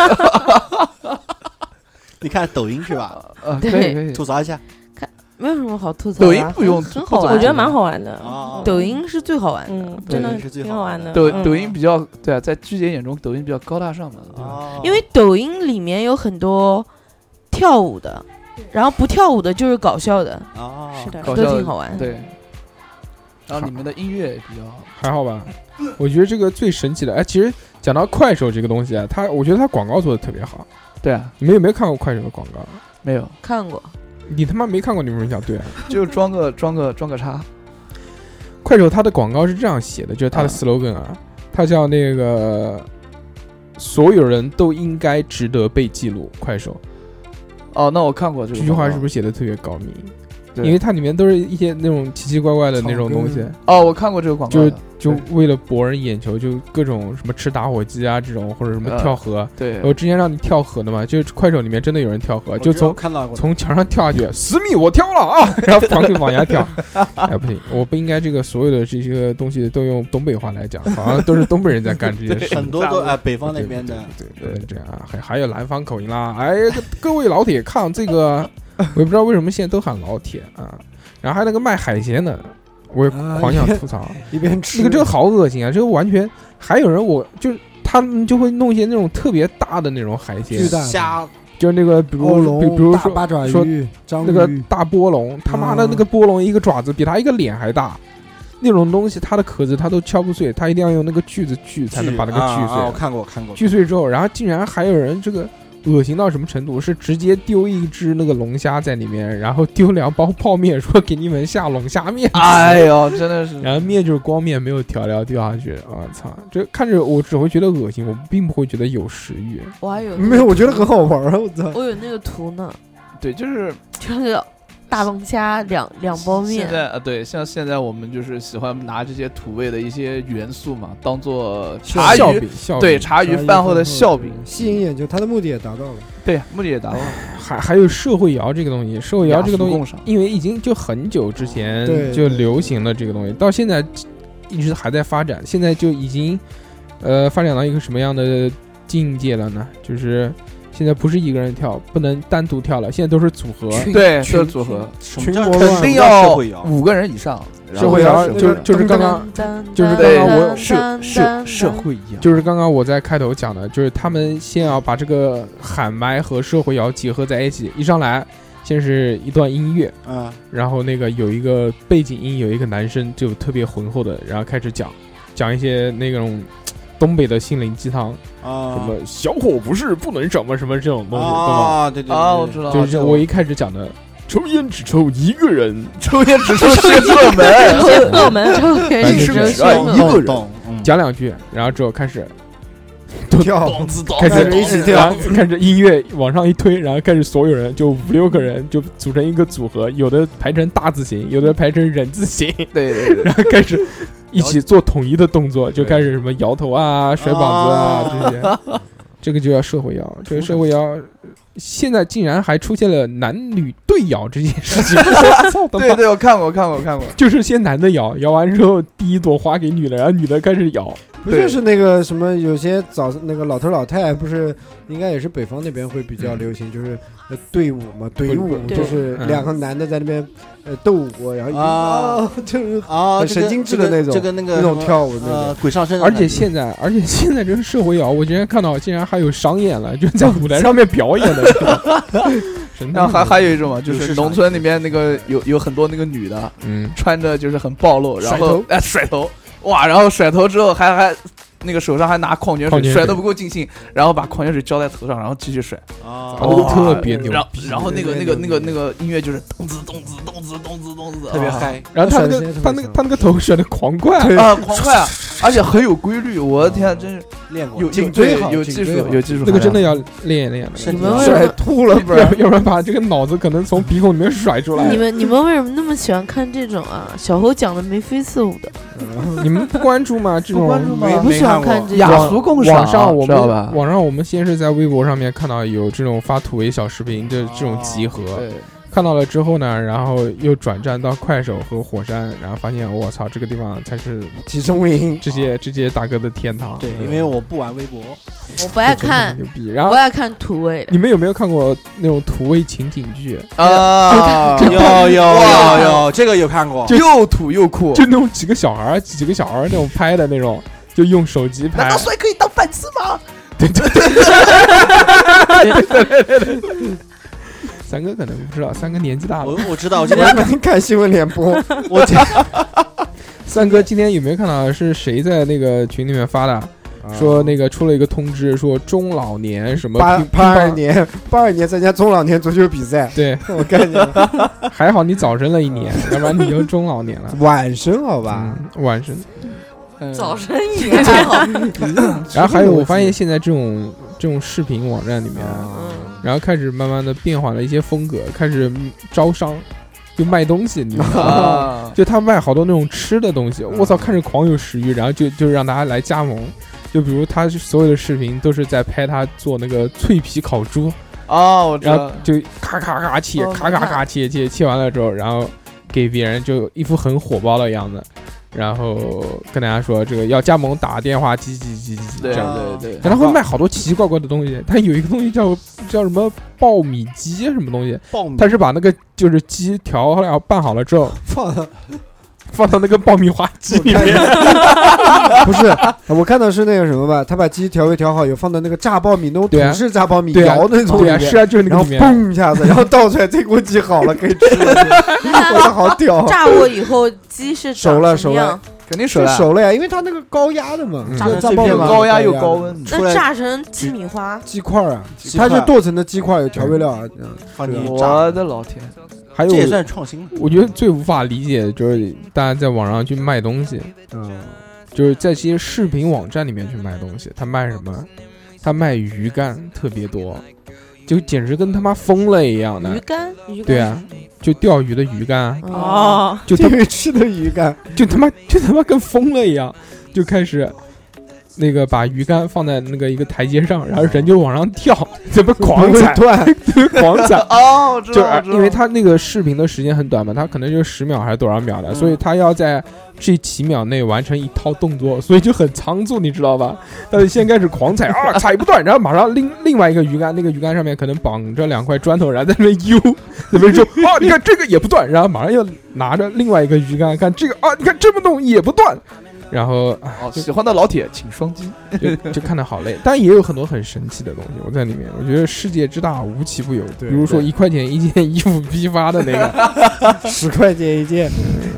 你看抖音是吧？ 呃， 对， 可以可以吐槽一下。 看没有什么好吐槽的。 抖音不用， 真好玩， 我觉得蛮好玩的。 抖音是最好玩的， 嗯，真的是最挺好玩的。 抖抖音比较对啊，在鞠姐眼中，抖音比较高大上嘛。 因为抖音里面有很多跳舞的，然后不跳舞的就是搞笑的， 哦， 是的， 都挺好玩。 对，然后你们的音乐也比较好， 还好吧？我觉得这个最神奇的，哎，其实讲到快手这个东西啊，它我觉得它广告做的特别好。 对啊， 你们有没有看过快手的广告？ 没有看过。 你他妈没看过，你为什么讲对啊？ 就装个装个装个叉。 快手它的广告是这样写的，就是它的 slogan 啊，它叫那个所有人都应该值得被记录。快手。 哦，那我看过这个。 这句话是不是写的特别高明？因为它里面都是一些那种奇奇怪怪的那种东西。 哦，我看过这个广告。 就就为了博人眼球，就各种什么吃打火机啊这种，或者什么跳河。 对。 我之前让你跳河的嘛，就是快手里面真的有人跳河，就从看到过从墙上跳下去，十米我跳了啊，然后往往下跳。哎，不行，我不应该这个所有的这些东西都用东北话来讲，好像都是东北人在干这些事。 很多都哎，北方那边的， 对对对，这样啊，还还有南方口音啦。哎，各位老铁，看这个，我也不知道为什么现在都喊老铁啊。然后还有那个卖海鲜的，我也狂想吐槽，啊、 一边吃那个这个好恶心啊！这个完全还有人我就是他们就会弄一些那种特别大的那种海鲜， 虾， 就那个比如比比如说八爪鱼、章鱼那个大波龙，他妈的那个波龙一个爪子比他一个脸还大，那种东西它的壳子它都敲不碎，他一定要用那个锯子锯才能把那个锯碎。 啊啊、我看过，我看过。 锯碎之后，然后竟然还有人这个。恶心到什么程度？是直接丢一只那个龙虾在里面，然后丢两包泡面，说给你们下龙虾面。 哎呦，真的是！ 然后面就是光面，没有调料，丢下去。我操！这看着我只会觉得恶心，我并不会觉得有食欲。 我还有没有，我觉得很好玩啊！我操！ 我有那个图呢。 对，就是就那个大龙虾两两包面。 现在啊，对，像现在我们就是喜欢拿这些土味的一些元素嘛，当做茶余对茶余饭后的笑柄， 吸引眼球，他的目的也达到了。 对，目的也达到了。 还还有社会摇这个东西，社会摇这个东西，因为已经就很久之前就流行了这个东西，到现在一直还在发展。现在就已经呃发展到一个什么样的境界了呢？就是现在不是一个人跳，不能单独跳了，现在都是组合。 对，都是组合， 群国肯定要五个人以上。 社会摇就就是刚刚就是刚刚我社社社会摇， 就是刚刚我在开头讲的，就是他们先要把这个喊麦和社会摇结合在一起，一上来先是一段音乐， 嗯， 然后那个有一个背景音，有一个男生就特别浑厚的，然后开始讲讲一些那种东北的心灵鸡汤， 啊， 什么小伙不是不能什么什么这种东西， 啊，对对对啊，我知道， 对吧？就是我一开始讲的，抽烟只抽一个人， 抽烟只抽仙鹤门， 仙鹤门抽反烟只正就是抽仙鹤门。 哎一个人懂，嗯讲两句，然后之后开始跳， 开始开始一起然后跳， 开始音乐往上一推，然后开始所有人就五六个人就组成一个组合，有的排成大字形，有的排成人字形， 对对对， 然后开始一起做统一的动作，就开始什么摇头啊、甩膀子啊这些，这个就叫社会摇。这个社会摇现在竟然还出现了男女对摇这件事情，我操他妈对对，我看过看过看过， 就是先男的摇，摇完之后第一朵花给女的，然后女的开始摇。 不就是那个什么？有些早那个老头老太，不是应该也是北方那边会比较流行，就是呃队伍嘛，队伍对就是嗯两个男的在那边呃斗舞，然后一啊就是啊， 很神经质的那种这个那个那种什么跳舞那呃种。 鬼上身的而感觉， 且现在，而且现在这个社会摇，我竟然看到竟然还有商演了，就在舞台上面表演的。神然后还还有一种嘛，就有市场是农村里面那个有有很多那个女的嗯， 穿着就是很暴露，然甩头后哎甩头，哇，然后甩头之后还还。那个手上还拿矿泉水， 矿泉水甩的不够尽兴，然后把矿泉水浇在头上，然后继续甩， 啊， 哦哇特别牛然后逼然后那个那特别牛逼个那个那个音乐就是咚子咚子咚子咚子咚子，啊特别嗨， 然后他那个甩得谁他那个他那个头甩的狂快， 啊，狂快啊，而且很有规律，我的天，真是练过有颈有对椎好有技术颈椎好有技术含量， 那个真的要练一练的。 身体你们为甩秃了，不要是？ 要不然把这个脑子可能从鼻孔里面甩出来。 你们你们为什么那么喜欢看这种啊？小猴讲的眉飞色舞的， 你们不关注吗？这种不关注吗没我不喜欢没看过看这雅种。 俗共赏， 网上我知道吧们？网上我们先是在微博上面看到有这种发土味小视频的这种集合， 对， 看到了之后呢，然后又转战到快手和火山，然后发现我操，这个地方才是集中营这些这些大哥的天堂。 对，因为我不玩微博， 我不爱真的很看， 牛逼。然后我爱看土味的。 你们有没有看过那种土味情景剧？ 啊， 有有哇有有，这个有看过， 又土又酷， 就那种几个小孩儿几个小孩儿那种拍的那种，就用手机拍难道。帅可以当反刺吗？ 对对对。三哥可能不知道，三哥年纪大了我。我知道，我今天我看新闻联播， 我今三哥今天有没有看到是谁在那个群里面发的？说那个出了一个通知，说中老年什么乒八八二乒乓年八二年参加中老年足球比赛， 对， 我看见了， 还好你早生了一年，要不然你就中老年了。 晚生好吧？ 嗯，晚生。 早生一年还好， 然后还有，我发现现在这种这种视频网站里面， 嗯， 然后开始慢慢的变化了一些风格，开始招商，就卖东西，你知道吗？ 啊， 就他卖好多那种吃的东西，我操，看着狂有食欲，然后就就让大家来加盟。就比如他所有的视频都是在拍他做那个脆皮烤猪， 哦，我知然后道， 就咔咔咔切， 哦咔咔咔切切，切完了之后，然后给别人就一副很火爆的样子，然后跟大家说这个要加盟打电话几几几几几对这样。 对对， 然后他会卖好多奇奇怪怪的东西，他有一个东西叫叫什么爆米鸡什么东西， 爆米他是把那个就是鸡调好了拌好了之后放了放到那个爆米花机里面， 不是，我看到是那个什么吧，他把鸡调味调好，有放到那个炸爆米那种对啊土式炸爆米对啊摇那种里对啊， 面是啊，就是那然后个里面。 嘣一下子，然后倒出来，这锅鸡好了，可以吃了。我操，好屌！ 炸过以后鸡是长熟了熟了什么样？ 是肯定熟了， 熟了呀，因为它那个高压的嘛， 嗯这个炸爆米花又高压又的高温， 出来那炸成鸡米花， 鸡块啊， 鸡块它是剁成的鸡块，有调味料啊。嗯放进去我炸， 的老天， 还这也有， 算创新了。 我觉得最无法理解的就是大家在网上去卖东西， 嗯， 就是在这些视频网站里面去卖东西，他卖什么？他卖鱼竿特别多，就简直跟他妈疯了一样鱼的。 竿，鱼竿对啊，就钓鱼的鱼竿， 哦， 哦， 就他这个吃的鱼干， 就他妈就他妈跟疯了一样，就开始那个把鱼竿放在那个一个台阶上，然后人就往上跳，怎么狂不会踩， 断， 狂踩。 哦，我知就是道，我知道因为他那个视频的时间很短嘛，他可能就十秒还是多少秒的， 嗯所以他要在这几秒内完成一套动作，所以就很仓促，你知道吧？但是先开始狂踩啊，踩不断，然后马上另另外一个鱼竿，那个鱼竿上面可能绑着两块砖头，然后在那边悠，在那边说啊，你看这个也不断，然后马上又拿着另外一个鱼竿，看这个啊，你看这么弄也不断。然后啊哦，喜欢的老铁请双击， 就就看得好累，但也有很多很神奇的东西。我在里面，我觉得世界之大无奇不有。比对如说对一块钱一件衣服批发的那个， 十块钱一件，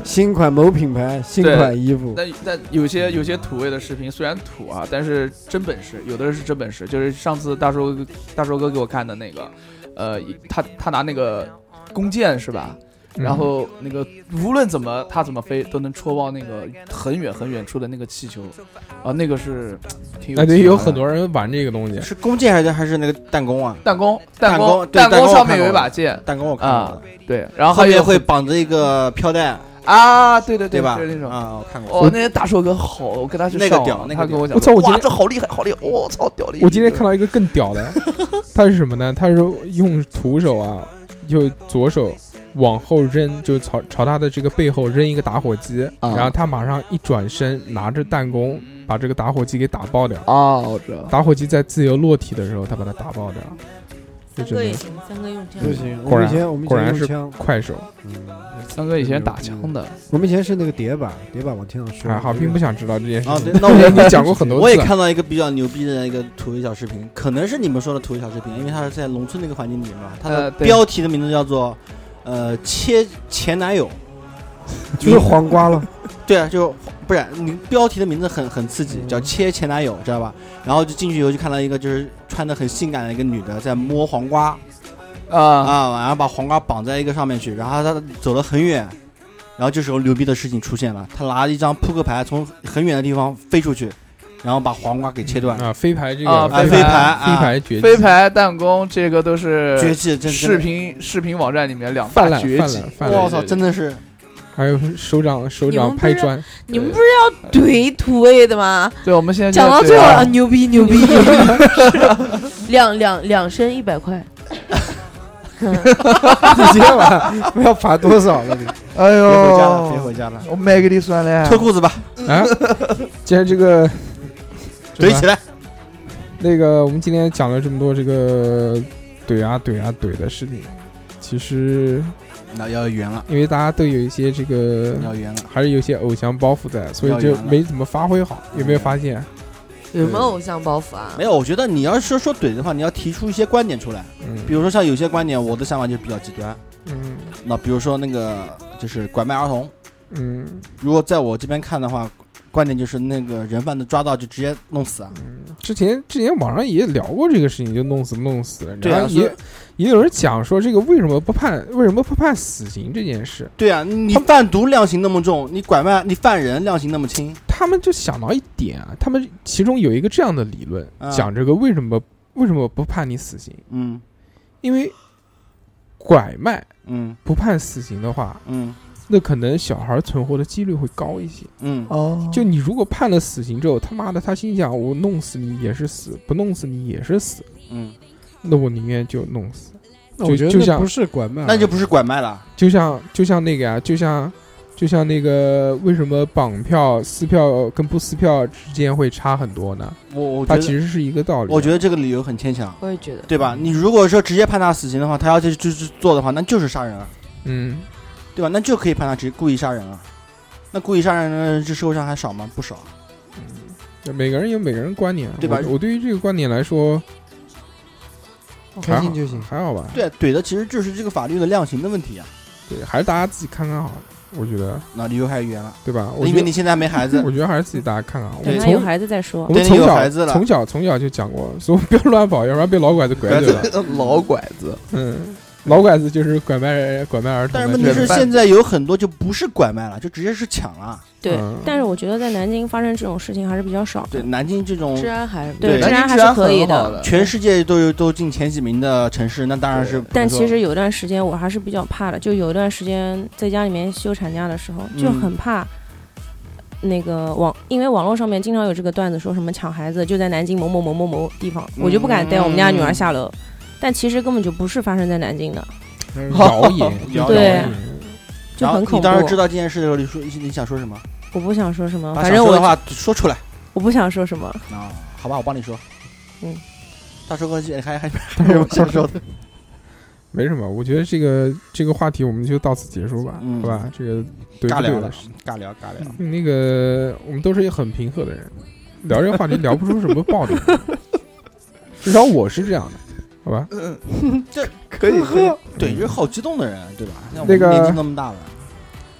新款某品牌新款衣服， 但但有些有些土味的视频虽然土啊，但是真本事，有的人是真本事。就是上次大叔大叔哥给我看的那个，呃，他他拿那个弓箭是吧？然后那个无论怎么他怎么飞都能戳爆那个很远很远处的那个气球，啊，那个是挺有。 哎，对，有很多人玩这个东西， 是弓箭还是还是那个弹弓啊？ 弹弓， 弹弓， 弹弓上面有一把剑， 弹弓我看过。 对，然后后面会绑着一个飘带啊，对对对吧？ 就是那种啊，我看过。 哦，那些大硕哥好，我跟他去那个屌，那个他跟我讲， 我操，我哇，这好厉害，好厉害，我操，屌厉害！ 我今天看到一个更屌的，他是什么呢？他是用徒手啊，就左手。往后扔，就朝朝他的这个背后扔一个打火机， 啊、 然后他马上一转身，拿着弹弓把这个打火机给打爆掉。 啊，我知道。 打火机在自由落体的时候，他把它打爆掉。 三哥也行，三哥用枪不行。 果然， 我们以前我们以前果然是枪快手。 嗯， 三哥以前打枪的。 我们以前是那个叠板，叠板往天上摔。 还好，并不想知道这件事情。 啊，对，那我跟你讲过很多次。 我也看到一个比较牛逼的一个土味小视频，可能是你们说的土味小视频，因为它是在农村那个环境里面嘛。它的标题的名字叫做。呃，切前男友， 就是黄瓜了。 对啊，就不是你标题的名字很很刺激，叫切前男友，知道吧？然后就进去以后就看到一个就是穿的很性感的一个女的在摸黄瓜， 啊啊，然后把黄瓜绑在一个上面去，然后她走了很远，然后这时候牛逼的事情出现了，她拿了一张扑克牌从很远的地方飞出去。然后把黄瓜给切断啊！飞牌这个啊， 飞牌， 飞牌绝技， 飞牌弹弓，这个都是绝技， 视频视频网站里面两大绝技。 我操，真的是！ 还有手掌手掌拍砖， 你们不是要怼土味的吗？ 对，我们现在讲到最后了，牛逼牛逼牛逼！两两两升一百块。 你今天晚上要罚多少了？你哎呦， 别回家了，别回家了， 我卖给你算了， 脱裤子吧！ 啊，既然这个。 怼起来！ 那个，我们今天讲了这么多这个怼啊怼啊怼的事情，其实那要圆了， 因为大家都有一些这个要圆了， 还是有些偶像包袱在，所以就没怎么发挥好。有没有发现？ 有没有偶像包袱啊？ 没有，我觉得你要是说怼的话，你要提出一些观点出来。嗯，比如说像有些观点，我的想法就是比较极端。 嗯， 那比如说那个就是拐卖儿童。 嗯， 如果在我这边看的话。观点就是那个人贩子抓到就直接弄死啊！ 嗯，之前之前网上也聊过这个事情，就弄死弄死。 对啊， 也也有人讲说这个为什么不判为什么不判死刑这件事？ 对啊，你贩毒量刑那么重，你拐卖你犯人量刑那么轻， 他们就想到一点啊，他们其中有一个这样的理论，嗯、讲这个为什么为什么不判你死刑？ 嗯， 因为拐卖， 嗯， 不判死刑的话， 嗯。 那可能小孩存活的几率会高一些。 嗯哦， 就你如果判了死刑之后，他妈的他心想我弄死你也是死，不弄死你也是死。 嗯， 那我宁愿就弄死。 那我觉得就像不是拐卖， 那就不是拐卖了。 就像就像那个啊，就像就像那个为什么绑票撕票跟不撕票之间会差很多呢？ 我我它其实是一个道理。 我觉得这个理由很牵强。 我也觉得， 对吧？你如果说直接判他死刑的话，他要去就是做的话，那就是杀人了。 嗯。 对吧？那就可以判他直接故意杀人了。那故意杀人的人这社会上还少吗？不少。 嗯，每个人有每个人观点， 对吧？ 我, 我对于这个观点来说， 开心就行， 还好吧。 对，怼的其实就是这个法律的量刑的问题啊。 对，还是大家自己看看好。我觉得那理由还是圆了， 对吧？ 因为你现在没孩子， 我觉得还是自己大家看看。 等他有孩子再说。 我们从小从小从小就讲过，所以不要乱跑，要不然被老拐子拐走了。 老拐子， 嗯。老拐子就是拐卖人、拐卖儿童。 但是问题是，现在有很多就不是拐卖了，就直接是抢了。 对，嗯、但是我觉得在南京发生这种事情还是比较少的。 对，南京这种治安还对治安还是可以的， 全世界都有都进前几名的城市，那当然是。 但其实有段时间我还是比较怕的，就有一段时间在家里面休产假的时候，就很怕。嗯那个网，因为网络上面经常有这个段子，说什么抢孩子就在南京某某某某某地方，我就不敢带我们家女儿下楼。嗯但其实根本就不是发生在南京的， 谣言， 对，就很恐怖。 你当时知道这件事的时候，你说你想说什么？ 我不想说什么，反正我的话说出来。 我不想说什么啊，好吧，我帮你说。 嗯， 大叔哥还还还有什么想说的？ 没什么，我觉得这个这个话题我们就到此结束吧， 嗯、 好吧？这个尬聊了，尬聊尬聊。 那个我们都是很平和的人，聊这个话题聊不出什么爆点，至少我是这样的。好吧， 嗯，这可以可以，对，就是好激动的人，对吧？ 那个年纪那么大了，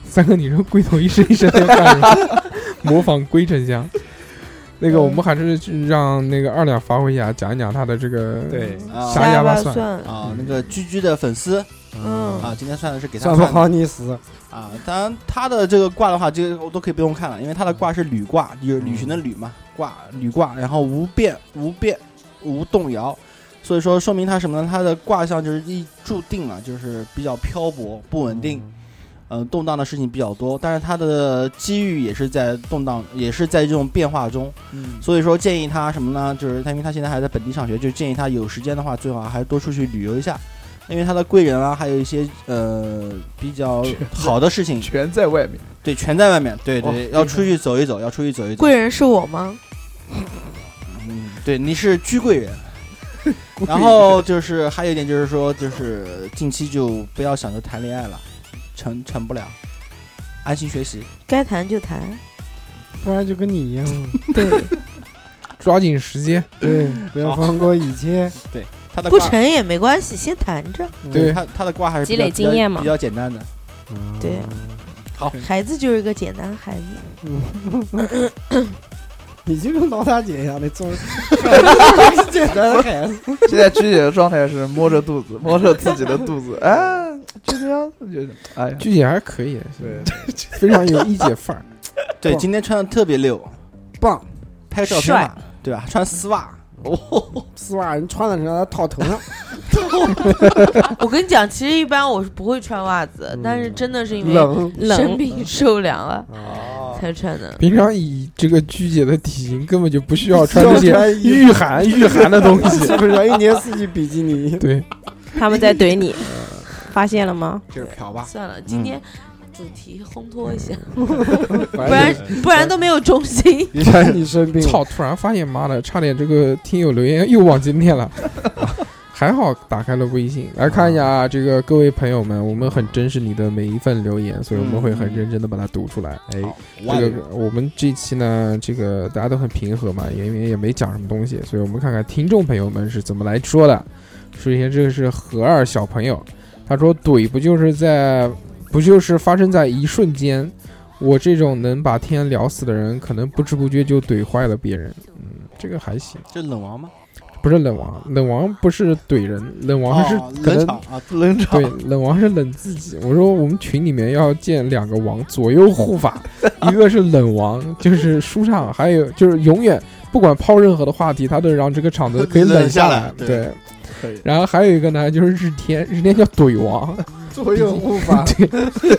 三个女生龟头一伸一伸的要干什么？模仿龟丞相。那个我们还是让那个二两发挥一下，讲一讲他的这个对瞎哑巴蒜蒜， 啊，那个居居的粉丝嗯啊，今天算的是给他算不看的好你死。 啊。当然，他的这个卦的话，这个我都可以不用看了，因为他的卦是履卦，就是旅行的履嘛，卦履卦，然后无变无变无动摇，所以说说明他什么呢？他的卦象就是一注定了，就是比较漂泊不稳定。嗯、呃，动荡的事情比较多，但是他的机遇也是在动荡，也是在这种变化中。 嗯， 所以说建议他什么呢？就是他因为他现在还在本地上学，就建议他有时间的话，最好还是多出去旅游一下，因为他的贵人啊，还有一些呃比较好的事情， 全在外面。 对，全在外面，对对， 哦要出去走一走，要出去走一走。 贵人是我吗？ 嗯，对，你是居贵人。然后就是还有一点就是说，就是近期就不要想着谈恋爱了，成成不了，安心学习。 该谈就谈。 不然就跟你一样。 对， 抓紧时间。 对，不要放过以前。 他的卦不成也没关系，先谈着。 对他他的卦还是积累比较经验嘛比较简单的。 对， 好， 孩子就是个简单孩子。 你就跟老大姐一样的做简单的孩子。 现在居姐的状态是摸着肚子，摸着自己的肚子，哎，就这样子，就是，哎呀， 具体还可以， 对， 非常有一姐范儿。 对，今天穿的特别溜， 棒， 拍个照片嘛，对吧？穿丝袜， 丝袜人穿在身上，他套头上。 我跟你讲，其实一般我是不会穿袜子，但是真的是因为冷生病受凉了哦， 才穿的。 平常以这个居姐的体型，根本就不需要穿这些穿衣服御寒御寒的东西。 基本上一年四季比基尼。 对， 他们在怼你，发现了吗？ 就是嫖吧。 算了，今天主题烘托一下， 不不然不然都没有中心。 你看你生病了， 操！突然发现，妈的，差点这个听友留言又忘记念了。还好打开了微信，来看一下啊，这个各位朋友们，我们很珍视你的每一份留言，所以我们会很认真的把它读出来。哎，这个我们这期呢，这个大家都很平和嘛，因为也没讲什么东西，所以我们看看听众朋友们是怎么来说的。首先，这个是何二小朋友，他说：“怼不就是在，不就是发生在一瞬间？我这种能把天聊死的人，可能不知不觉就怼坏了别人。嗯，这个还行。 这冷王吗？ 不是冷王，冷王不是怼人，冷王是哦可能、 冷场啊，冷场。 对，冷王是冷自己。我说我们群里面要建两个王，左右护法，一个是冷王，就是舒畅，还有就是永远不管抛任何的话题，他都让这个场子可以冷下来。 冷下来对对， 可以。 然后还有一个呢，就是日天，日天叫怼王， 左右护法。 对，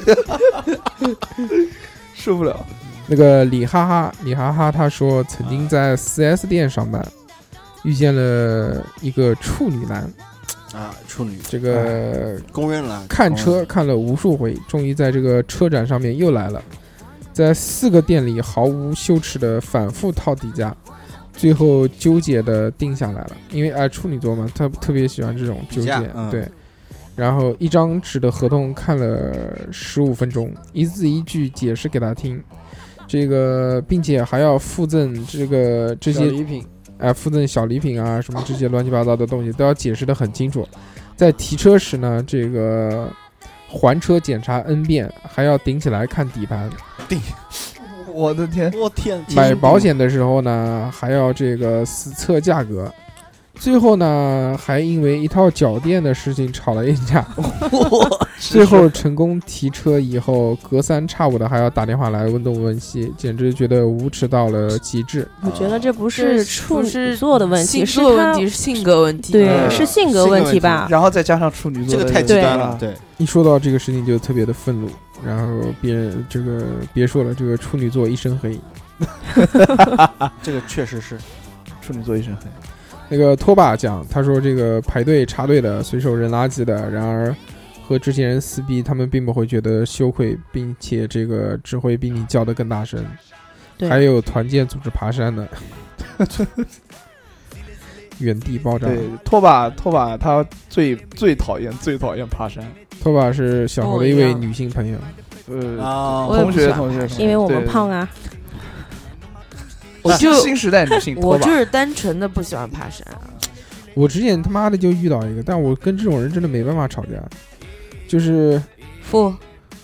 受不了。 那个李哈哈，李哈哈他说曾经在 四 S 店上班。遇见了一个处女男啊，处女， 这个公认了。 看车看了无数回，终于在这个车展上面又来了，在四个店里毫无羞耻的反复套底价，最后纠结的定下来了。因为哎，处女座嘛，他特别喜欢这种纠结， 嗯、 对。然后一张纸的合同看了十五分钟，一字一句解释给他听，这个并且还要附赠这个这些礼品。 哎，附赠小礼品啊，什么这些乱七八糟的东西都要解释得很清楚。在提车时呢，这个还车检查 N 遍，还要顶起来看底盘。 顶， 我的天！ 我天！ 买保险的时候呢，还要这个死测价格。最后呢，还因为一套脚垫的事情吵了一架。最后成功提车以后，隔三差五的还要打电话来问东问西，简直觉得无耻到了极致。 我觉得这不是处女座的问题， 是问题，是性格问题。 对，嗯、是性格问题吧。 然后再加上处女座， 这个太极端了。对， 一说到这个事情就特别的愤怒，然后别人这个别说了，这个处女座一身黑。 这个确实是处女座一身黑。 那个拖把讲，他说这个排队插队的、随手扔垃圾的，然而和这些人撕逼，他们并不会觉得羞愧，并且这个只会比你叫得更大声。还有团建组织爬山的，原地爆炸。 对，拖把拖把他最最讨厌最讨厌爬山。 拖把是小何的一位女性朋友， 呃， 啊， 同学同学， 因为我们胖啊。 我就新时代女性， 我就是单纯的不喜欢爬山。 我之前他妈的就遇到一个，但我跟这种人真的没办法吵架，就是负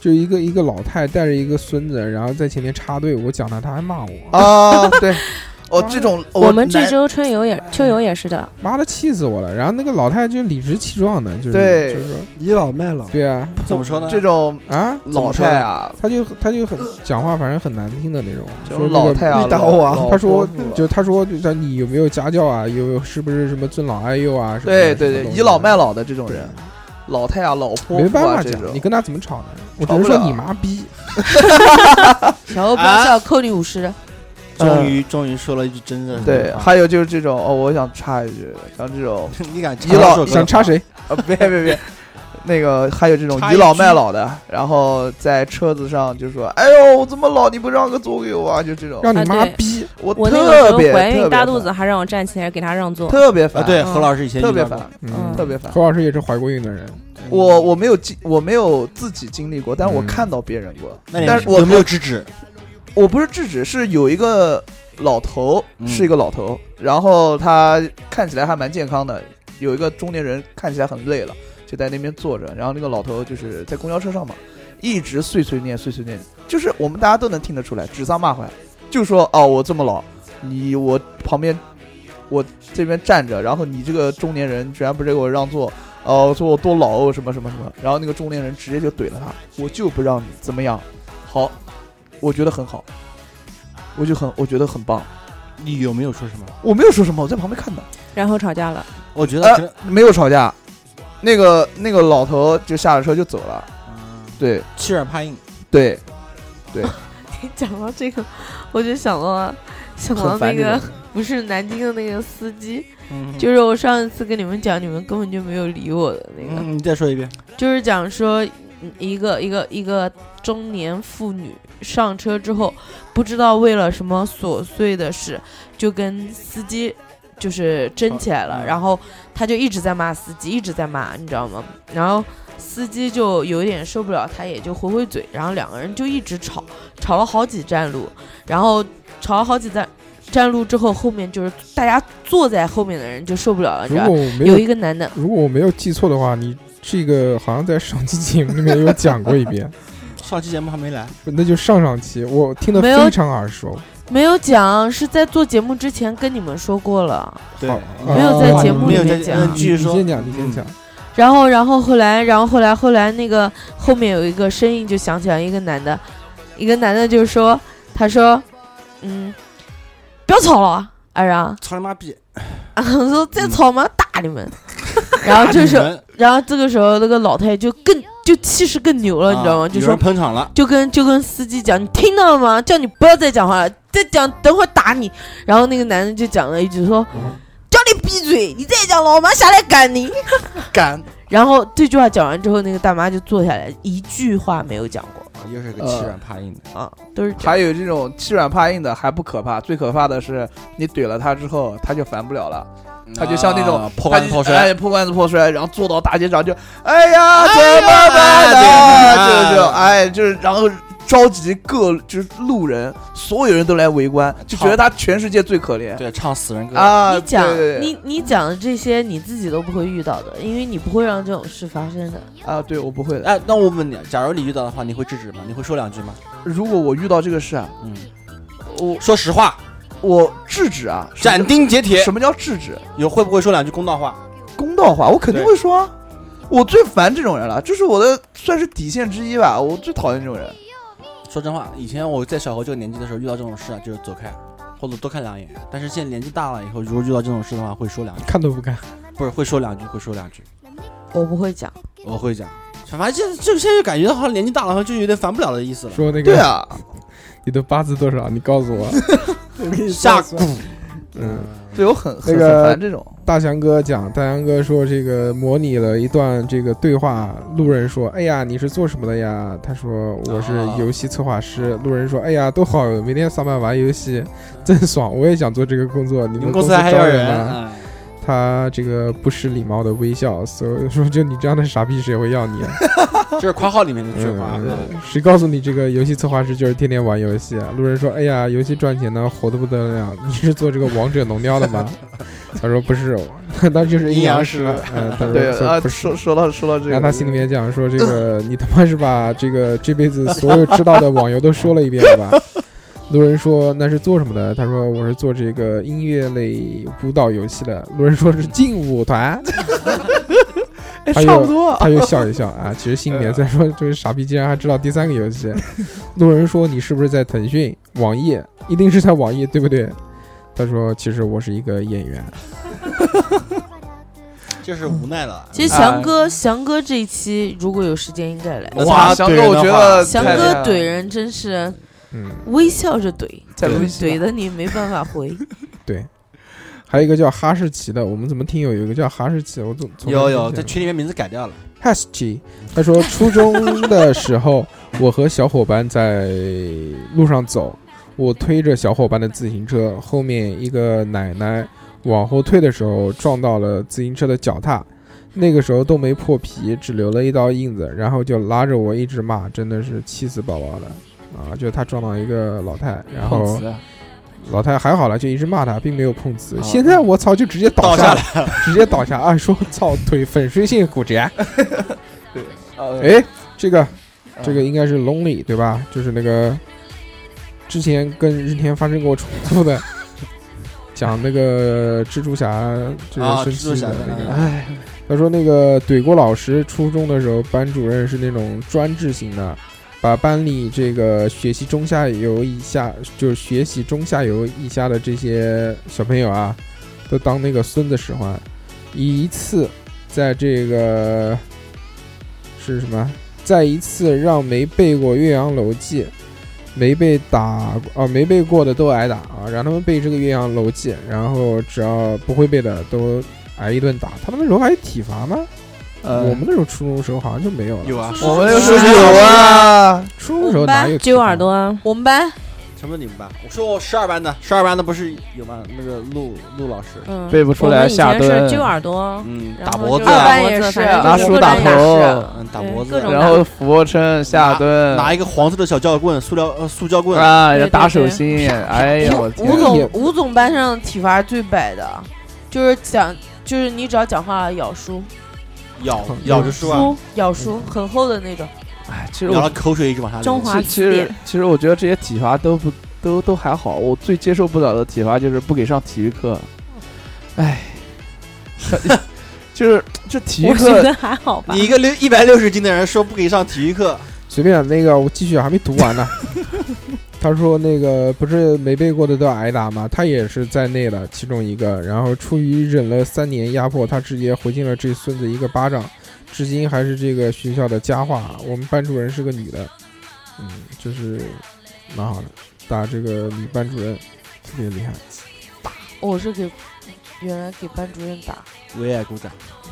就一个一个老太带着一个孙子，然后在前面插队，我讲他，他还骂我， 啊，对，哦，这种我们这男周春游也秋游也是的， 妈的气死我了。然后那个老太就理直气壮的，就是对就是说， 倚老卖老， 对啊怎么说呢？ 这种啊， 老太啊， 他就他就很讲话，反正很难听的那种， 这说这个种老太啊， 你打我啊老他说老婆妇就他说就他你有没有家教啊？有是不是什么尊老爱幼啊？什么对对对， 什么东西倚老卖老的这种人，老太啊，老泼没妇办法讲， 啊这种你，跟他怎么吵呢？我只吵不了能说你妈逼。 小欧不要笑，扣你五十。 终于终于说了一句真的对，还有就是这种哦，我想插一句，像这种你敢倚老想插谁？ 啊，别别别，那个还有这种插一倚老句卖老的，然后在车子上就说：“哎呦，我这么老，你不让个座给我啊？”就这种， 让你啊对妈逼！ 我我那个时特别候怀孕特别烦大肚子，还让我站起来给他让座。 啊， 特别烦， 对， 嗯何老师以前特别遇到过烦， 嗯， 特别烦。 何老师也是怀过孕的人， 我我没有经我没有自己经历过，但是我嗯看到别人过。 那你但是我有没有制止？ 我不是制止，是有一个老头， 嗯是一个老头，然后他看起来还蛮健康的，有一个中年人看起来很累了，就在那边坐着，然后那个老头就是在公交车上嘛，一直碎碎念碎碎念，就是我们大家都能听得出来，指桑骂槐，就说哦我这么老，你我旁边我这边站着，然后你这个中年人居然不给我让座，哦说我多老哦什么什么什么，然后那个中年人直接就怼了他，我就不让你怎么样，好，我觉得很好。我就很，我觉得很棒。 你有没有说什么？ 我没有说什么，我在旁边看的。 然后吵架了， 我觉得可能呃，没有吵架。那个那个老头就下了车就走了。 嗯对欺软怕硬， 对， 你讲到这个，我就想到了，想到很那个烦这种。 不是南京的那个司机， 嗯， 就是我上一次跟你们讲，你们根本就没有理我的那个， 嗯，你再说一遍。 就是讲说嗯一个一个一个中年妇女上车之后，不知道为了什么琐碎的事，就跟司机就是争起来了， 嗯然后他就一直在骂司机，一直在骂，你知道吗？然后司机就有一点受不了，他也就回回嘴，然后两个人就一直吵，吵了好几站路，然后吵了好几站站路之后，后面就是大家坐在后面的人就受不了了，你知道吧？ 如果我没有有一个男的， 如果我没有记错的话，你这个好像在上期节目里面有讲过一遍， 上期节目还没来， 不那就上上期，我听得没有非常耳熟。 没有讲，是在做节目之前跟你们说过了。 对好， 没有在节目没有在里面讲嗯继续说你先讲，你先讲。 然后，然后后来，然后后来，后来那个后面有一个声音就响起来，一个男的，一个男的就说，他说，嗯，不要吵了，哎呀， 操你妈逼！ 说再吵嘛打你们。然后这时候，然后这个时候那个老太就更就气势更牛了，你知道吗？就说啊有人捧场了， 就跟就跟司机讲，你听到了吗？叫你不要再讲话了，再讲等会儿打你。然后那个男的就讲了一句说，叫你闭嘴，你再讲老妈下来赶你。 敢， 然后这句话讲完之后，那个大妈就坐下来，一句话没有讲过又是个欺软怕硬的。 啊，都是这样还有这种欺软怕硬的还不可怕，最可怕的是你怼了他之后，他就烦不了了。他就像那种啊破罐子破摔， 哎，破罐子破摔，然后坐到大街上就，哎呀，怎么办呢？就就哎，就是然后召集各就是路人，所有人都来围观，就觉得他全世界最可怜对，唱死人歌。 啊！ 你讲对对对你你讲的这些你自己都不会遇到的，因为你不会让这种事发生的。 啊，对我不会的。 哎，那我问你，假如你遇到的话，你会制止吗？你会说两句吗？ 如果我遇到这个事啊， 嗯， 我说实话， 我制止啊， 斩钉截铁。 什么叫制止？ 有会不会说两句公道话？ 公道话，我肯定会说啊。我最烦这种人了，这是我的算是底线之一吧。我最讨厌这种人。 说真话，以前我在小何这个年纪的时候，遇到这种事啊，就是走开，或者多看两眼。但是现在年纪大了以后，如果遇到这种事的话，会说两句， 看都不看。 不是会说两句，会说两句。 我不会讲， 我会讲，反正现就现在就感觉好像年纪大了，就有点烦不了的意思了。 说那个， 对啊， 你的八字多少？你告诉我。 下蛊， 嗯， 对我很很那个很烦这种。 大强哥讲，大强哥说这个模拟了一段这个对话。路人说：“哎呀，你是做什么的呀？”他说：“我是游戏策划师。”路人说：“哎呀，多好，每天上班玩游戏，真爽！我也想做这个工作。你们你们公司司招还要人吗？” 啊？ 他这个不失礼貌的微笑，所以说就你这样的傻逼谁会要你啊？ 这是括号里面的句话。 嗯谁告诉你这个游戏策划师就是天天玩游戏啊？路人说：“哎呀，游戏赚钱呢，火得不得了。你是做这个王者农药的吗？”他说：“不是， 他就是阴阳师阴阳师。 嗯，他说对啊， 说不是说说到说到这个， 然后他心里面讲说：“这个你他妈是把这个这辈子所有知道的网游都说了一遍了吧？”路人说：“那是做什么的？”他说：“我是做这个音乐类舞蹈游戏的。”路人说是劲舞团， 哎， 他又差不多。 他又笑一笑啊，其实心里面在说：“这个傻逼竟然还知道第三个游戏。”路人说：“你是不是在腾讯、网易？一定是在网易，对不对？”他说：“其实我是一个演员。” 就是无奈了。 其实翔哥，翔哥这一期如果有时间应该来。 哇，翔哥，我觉得翔哥怼人真是， 嗯， 微笑着怼， 在微怼的你没办法回。 对，还有一个叫哈士奇的，我们怎么听友有一个叫哈士奇，我总有有在群里面名字改掉了。 哈士奇，他说初中的时候，我和小伙伴在路上走，我推着小伙伴的自行车，后面一个奶奶往后退的时候撞到了自行车的脚踏，那个时候都没破皮，只留了一道印子，然后就拉着我一直骂，真的是气死宝宝了啊！就他撞到一个老太，然后老太还好了，就一直骂他，并没有碰瓷。现在我操，就直接倒下了，直接倒下啊！说操，腿粉碎性骨折。 对， 哎，这个这个应该是 Lonely 对吧？就是那个之前跟日天发生过冲突的。讲那个蜘蛛侠这个生气的那个， 哎， 他说那个怼过老师，初中的时候班主任是那种专制型的，把班里这个学习中下游以下，就是学习中下游以下的这些小朋友啊，都当那个孙子使唤。一次在这个是什么？在一次让没背过《岳阳楼记》。没被打啊，没背过的都挨打啊，让他们背这个《岳阳楼记》，然后只要不会背的都挨一顿打。他们那时候还有体罚吗？呃，我们那时候初中的时候好像就没有了。 有啊， 我们那时候有啊。 初中的时候哪有揪耳朵啊？ 我们班。 什么你们班？我说我十二班的，十二班的不是有吗？那个陆陆老师， 嗯， 背不出来下蹲， 揪耳朵， 嗯，打脖子， 二班也是拿书打头， 嗯，打脖子， 然后俯卧撑下蹲， 拿一个黄色的小教棍，塑料呃塑胶棍啊，要打手心，哎呀我天！ 吴总吴总班上体罚最摆的，就是讲就是你只要讲话咬书， 咬咬着书啊， 咬书很厚的那种。 哎，其实咬了口水一直往下流。 中华其实其实我觉得这些体罚都不都都还好，我最接受不了的体罚就是不给上体育课。哎，就是这体育课我觉得还好吧。 你一个六一百六十斤的人说不给上体育课， 随便那个我继续还没读完呢。他说那个不是没背过的都要挨打吗？他也是在内的其中一个，然后出于忍了三年压迫，他直接回敬了这孙子一个巴掌。至今还是这个学校的佳话。我们班主任是个女的，嗯，就是蛮好的，打这个女班主任特别厉害。 打，我是给原来给班主任打， 我也鼓掌。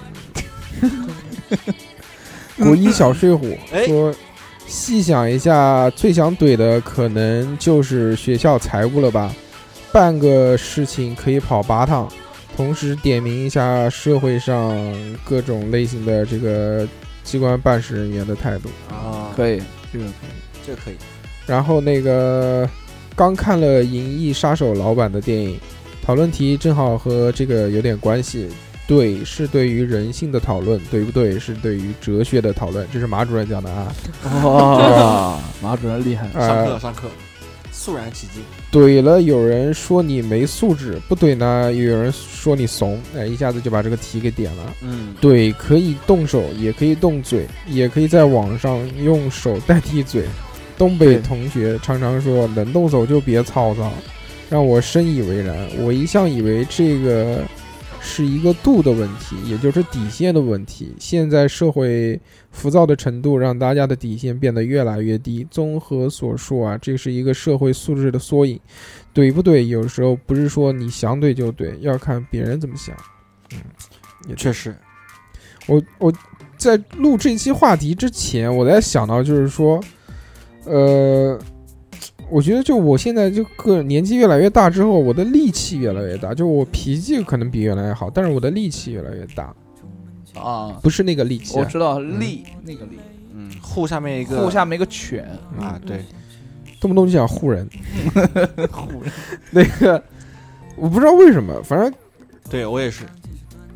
国一小睡虎说，细想一下，最想怼的可能就是学校财务了吧？办个事情可以跑八趟。同时点名一下社会上各种类型的这个机关办事人员的态度啊， 可以，这个可以，这个可以。 然后那个刚看了《银翼杀手》老版的电影，讨论题正好和这个有点关系。对，是对于人性的讨论，对不对？是对于哲学的讨论。这是马主任讲的啊。 哦，马主任厉害。 上课上课，肃然起敬。 怼了有人说你没素质，不怼呢有人说你怂，哎，一下子就把这个题给点了。 嗯， 怼可以动手，也可以动嘴，也可以在网上用手代替嘴。东北同学常常说能动手就别操操，让我深以为然。我一向以为这个是一个度的问题，也就是底线的问题。现在社会浮躁的程度让大家的底线变得越来越低。综合所述啊，这是一个社会素质的缩影。怼不怼有时候不是说你想怼就怼，要看别人怎么想。嗯， 也确实。 我我在录这期话题之前，我在想到就是说，呃，我觉得就我现在这个年纪越来越大之后，我的戾气越来越大，就我脾气可能比原来好，但是我的戾气越来越大。 啊， 不是那个戾气、啊， 我知道戾、嗯、那个戾， 嗯，户下面一个户下面一个犬、 嗯、 啊，对， 动不动就想护人， 护人， 那个我不知道为什么，反正对我也是，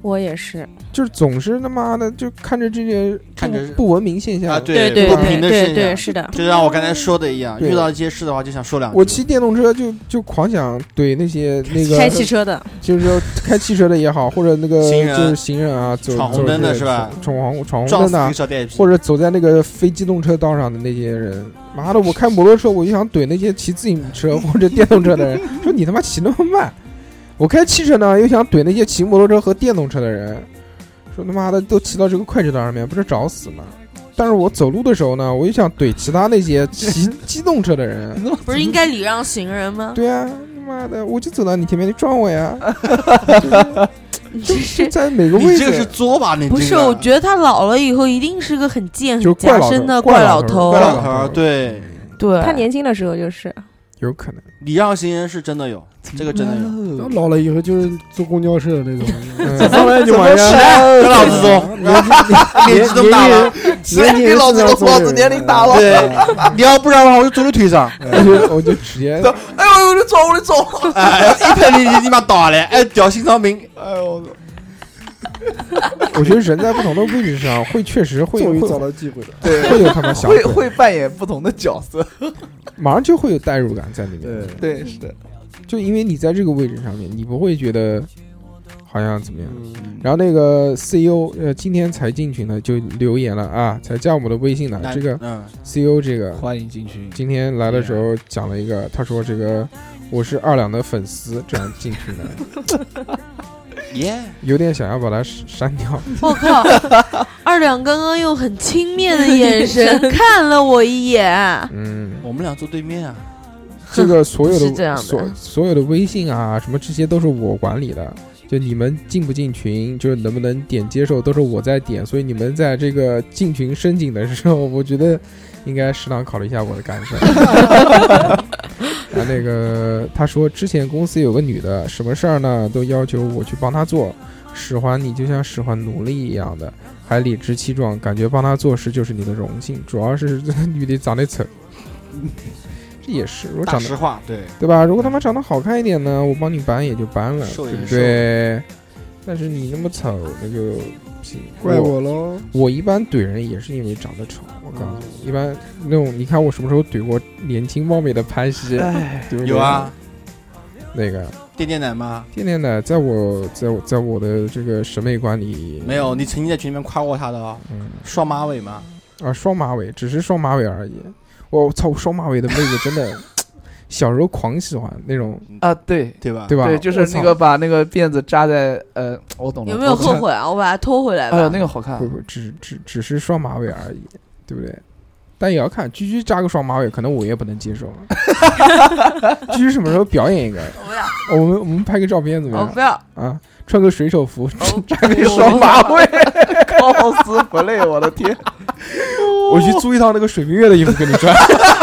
我也是， 就是总是他妈的就看着这些看着不文明现象啊， 对对不对对平的现象， 对是的， 就像我刚才说的一样， 对遇到一些事的话就想说两句。 我骑电动车就就狂想怼那些那个开汽车的， 就是说开汽车的也好，或者那个行人就是行人啊，走闯红灯的走是吧闯闯闯红撞死灯的啊， 一个小电或者走在那个非机动车道上的那些人，妈的，我开摩托车我就想怼那些骑自行车或者电动车的人，说你他妈骑那么慢。我开汽车呢，又想怼那些骑摩托车和电动车的人，说他妈的都骑到这个快车道上面，不是找死吗？但是我走路的时候呢，我又想怼其他那些骑机动车的人。 不是应该礼让行人吗？ 对啊，他妈的，我就走到你前面，你撞我呀！就就在每个位置。 你这个是作吧？你不是，我觉得他老了以后一定是个很贱、很就是怪老头夹生的怪老头老头。 怪老头儿，对， 对， 他年轻的时候就是， 有可能。 礼让行人是真的有，这个真的有。 然后老了以后就是坐公交车的那种， 嗯上来就往下， 跟老子走， 年纪年纪都大了， 年纪给老子都说老子年龄大了， 对，你要不然的话我就坐你腿上， 我就我就直接， 哎呦，我的走，我的走， 哎，一拍你你妈倒了，哎，掉心脏病， 哎呦， 我觉得人在不同的位置上会确实会会终于找到机会了。 对， 会有他妈想怼会会扮演不同的角色， 马上就会有代入感在里面。 对， 对，是的， 就因为你在这个位置上面，你不会觉得好像怎么样。 嗯然后那个 C E O 呃，今天才进群的就留言了啊，才加我们的微信的。这个嗯， C E O 这个欢迎进群。 今天来的时候讲了一个，他说这个我是二两的粉丝，这样进群的， 耶， 有点想要把他删掉。 我靠！二两刚刚用很轻蔑的眼神看了我一眼。 嗯， 我们俩坐对面啊， 这个所有是这样的的所所有的微信啊什么这些都是我管理的。就你们进不进群，就是能不能点接受，都是我在点，所以你们在这个进群申请的时候，我觉得应该适当考虑一下我的感受。然后那个他说，之前公司有个女的，什么事儿呢都要求我去帮她做，使唤你就像使唤奴隶一样的，还理直气壮，感觉帮她做事就是你的荣幸。主要是这个女的长得丑。这也是，如果大长得实话，对， 对吧？如果他妈长得好看一点呢，我帮你搬也就搬了，对不瘦也是对？但是你那么丑，那就不行。 怪我喽。 我一般怼人也是因为长得丑，我告诉你，一般那种你看我什么时候怼过年轻貌美的潘西， 哎， 对不对？ 有啊， 那个电电奶吗？ 天天的，在我在我在我的这个审美观里， 没有，你曾经在群里面夸过他的哦， 嗯双马尾吗？ 啊，双马尾，只是双马尾而已。我操，双马尾的妹子真的，小时候狂喜欢那种， 啊，对对吧？ 对吧？ 对，就是我操那个把那个辫子扎在呃，我懂了， 有没有后悔啊？我把它拖回来吧。 哎呀，那个好看不，不，只只只是双马尾而已，对不对？但也要看，居居扎个双马尾，可能我也不能接受。居居什么时候表演一个？ 我不要， 我们我们拍个照片怎么样？ 我不要。 啊，穿个水手服，扎个双双马马尾，高斯不累，我的天！ 我去租一套那个水冰月的衣服给你穿。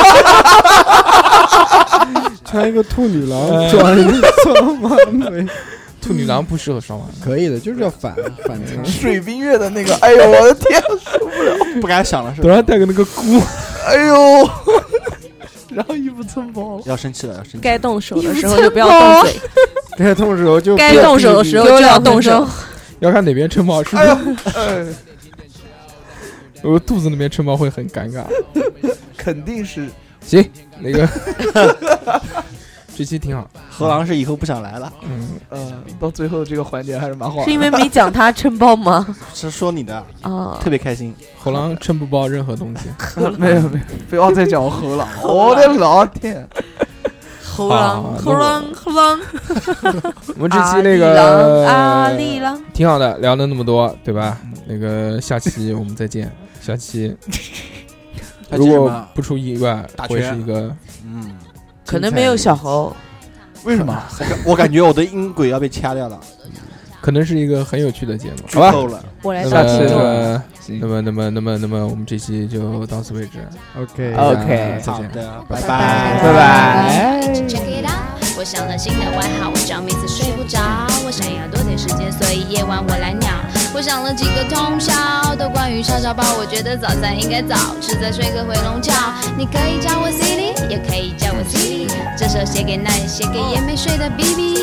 穿一个兔女郎， 哎转一个双马尾， 兔女郎不适合双马尾。 可以的，就是要反反差。 水冰月的那个，哎呦，我的天， 不敢想了，是头吧？ 上戴个那个箍， 哎呦，然后衣服蹭爆了， 要生气了，要生气了。 该动手的时候就不要动嘴， 该动手就该动手的时候就要动手。 要看哪边撑爆，是不哎呦是？， 哎， 我肚子那边撑爆会很尴尬。 肯定是行，那个这期挺好。 何狼是以后不想来了， 嗯， 呃，到最后这个环节还是蛮好玩的， 是因为没讲他撑包吗？ 是说你的， 啊， 特别开心。 猴狼撑不爆任何东西。 没有没有，不要再讲我猴了，我的老天！ 猴狼， 好猴狼，猴狼， 我们这期那个阿里郎， 挺好的，聊了那么多，对吧？那个下期我们再见。下期如果不出意外， 打会是拳一个嗯， 可能没有小猴， 为什么？ 我感我感觉我的音轨要被掐掉了， 可能是一个很有趣的节目， 剧好吧？ 透了。 我来那当听众。 么，那么，那么，那么，那么，我们这期就到此为止。 OK OK 再见。 好的， 拜拜拜拜。 拜。 Check it out，我想了新的外号，我叫每次睡不着。我想要多点时间，所以夜晚我来鸟。我想了几个通宵的关于叉烧包，我觉得早餐应该早吃再睡个回笼觉。你可以叫我 Silly， 也可以叫我 Silly。这首写给那也写给也没睡的 B B。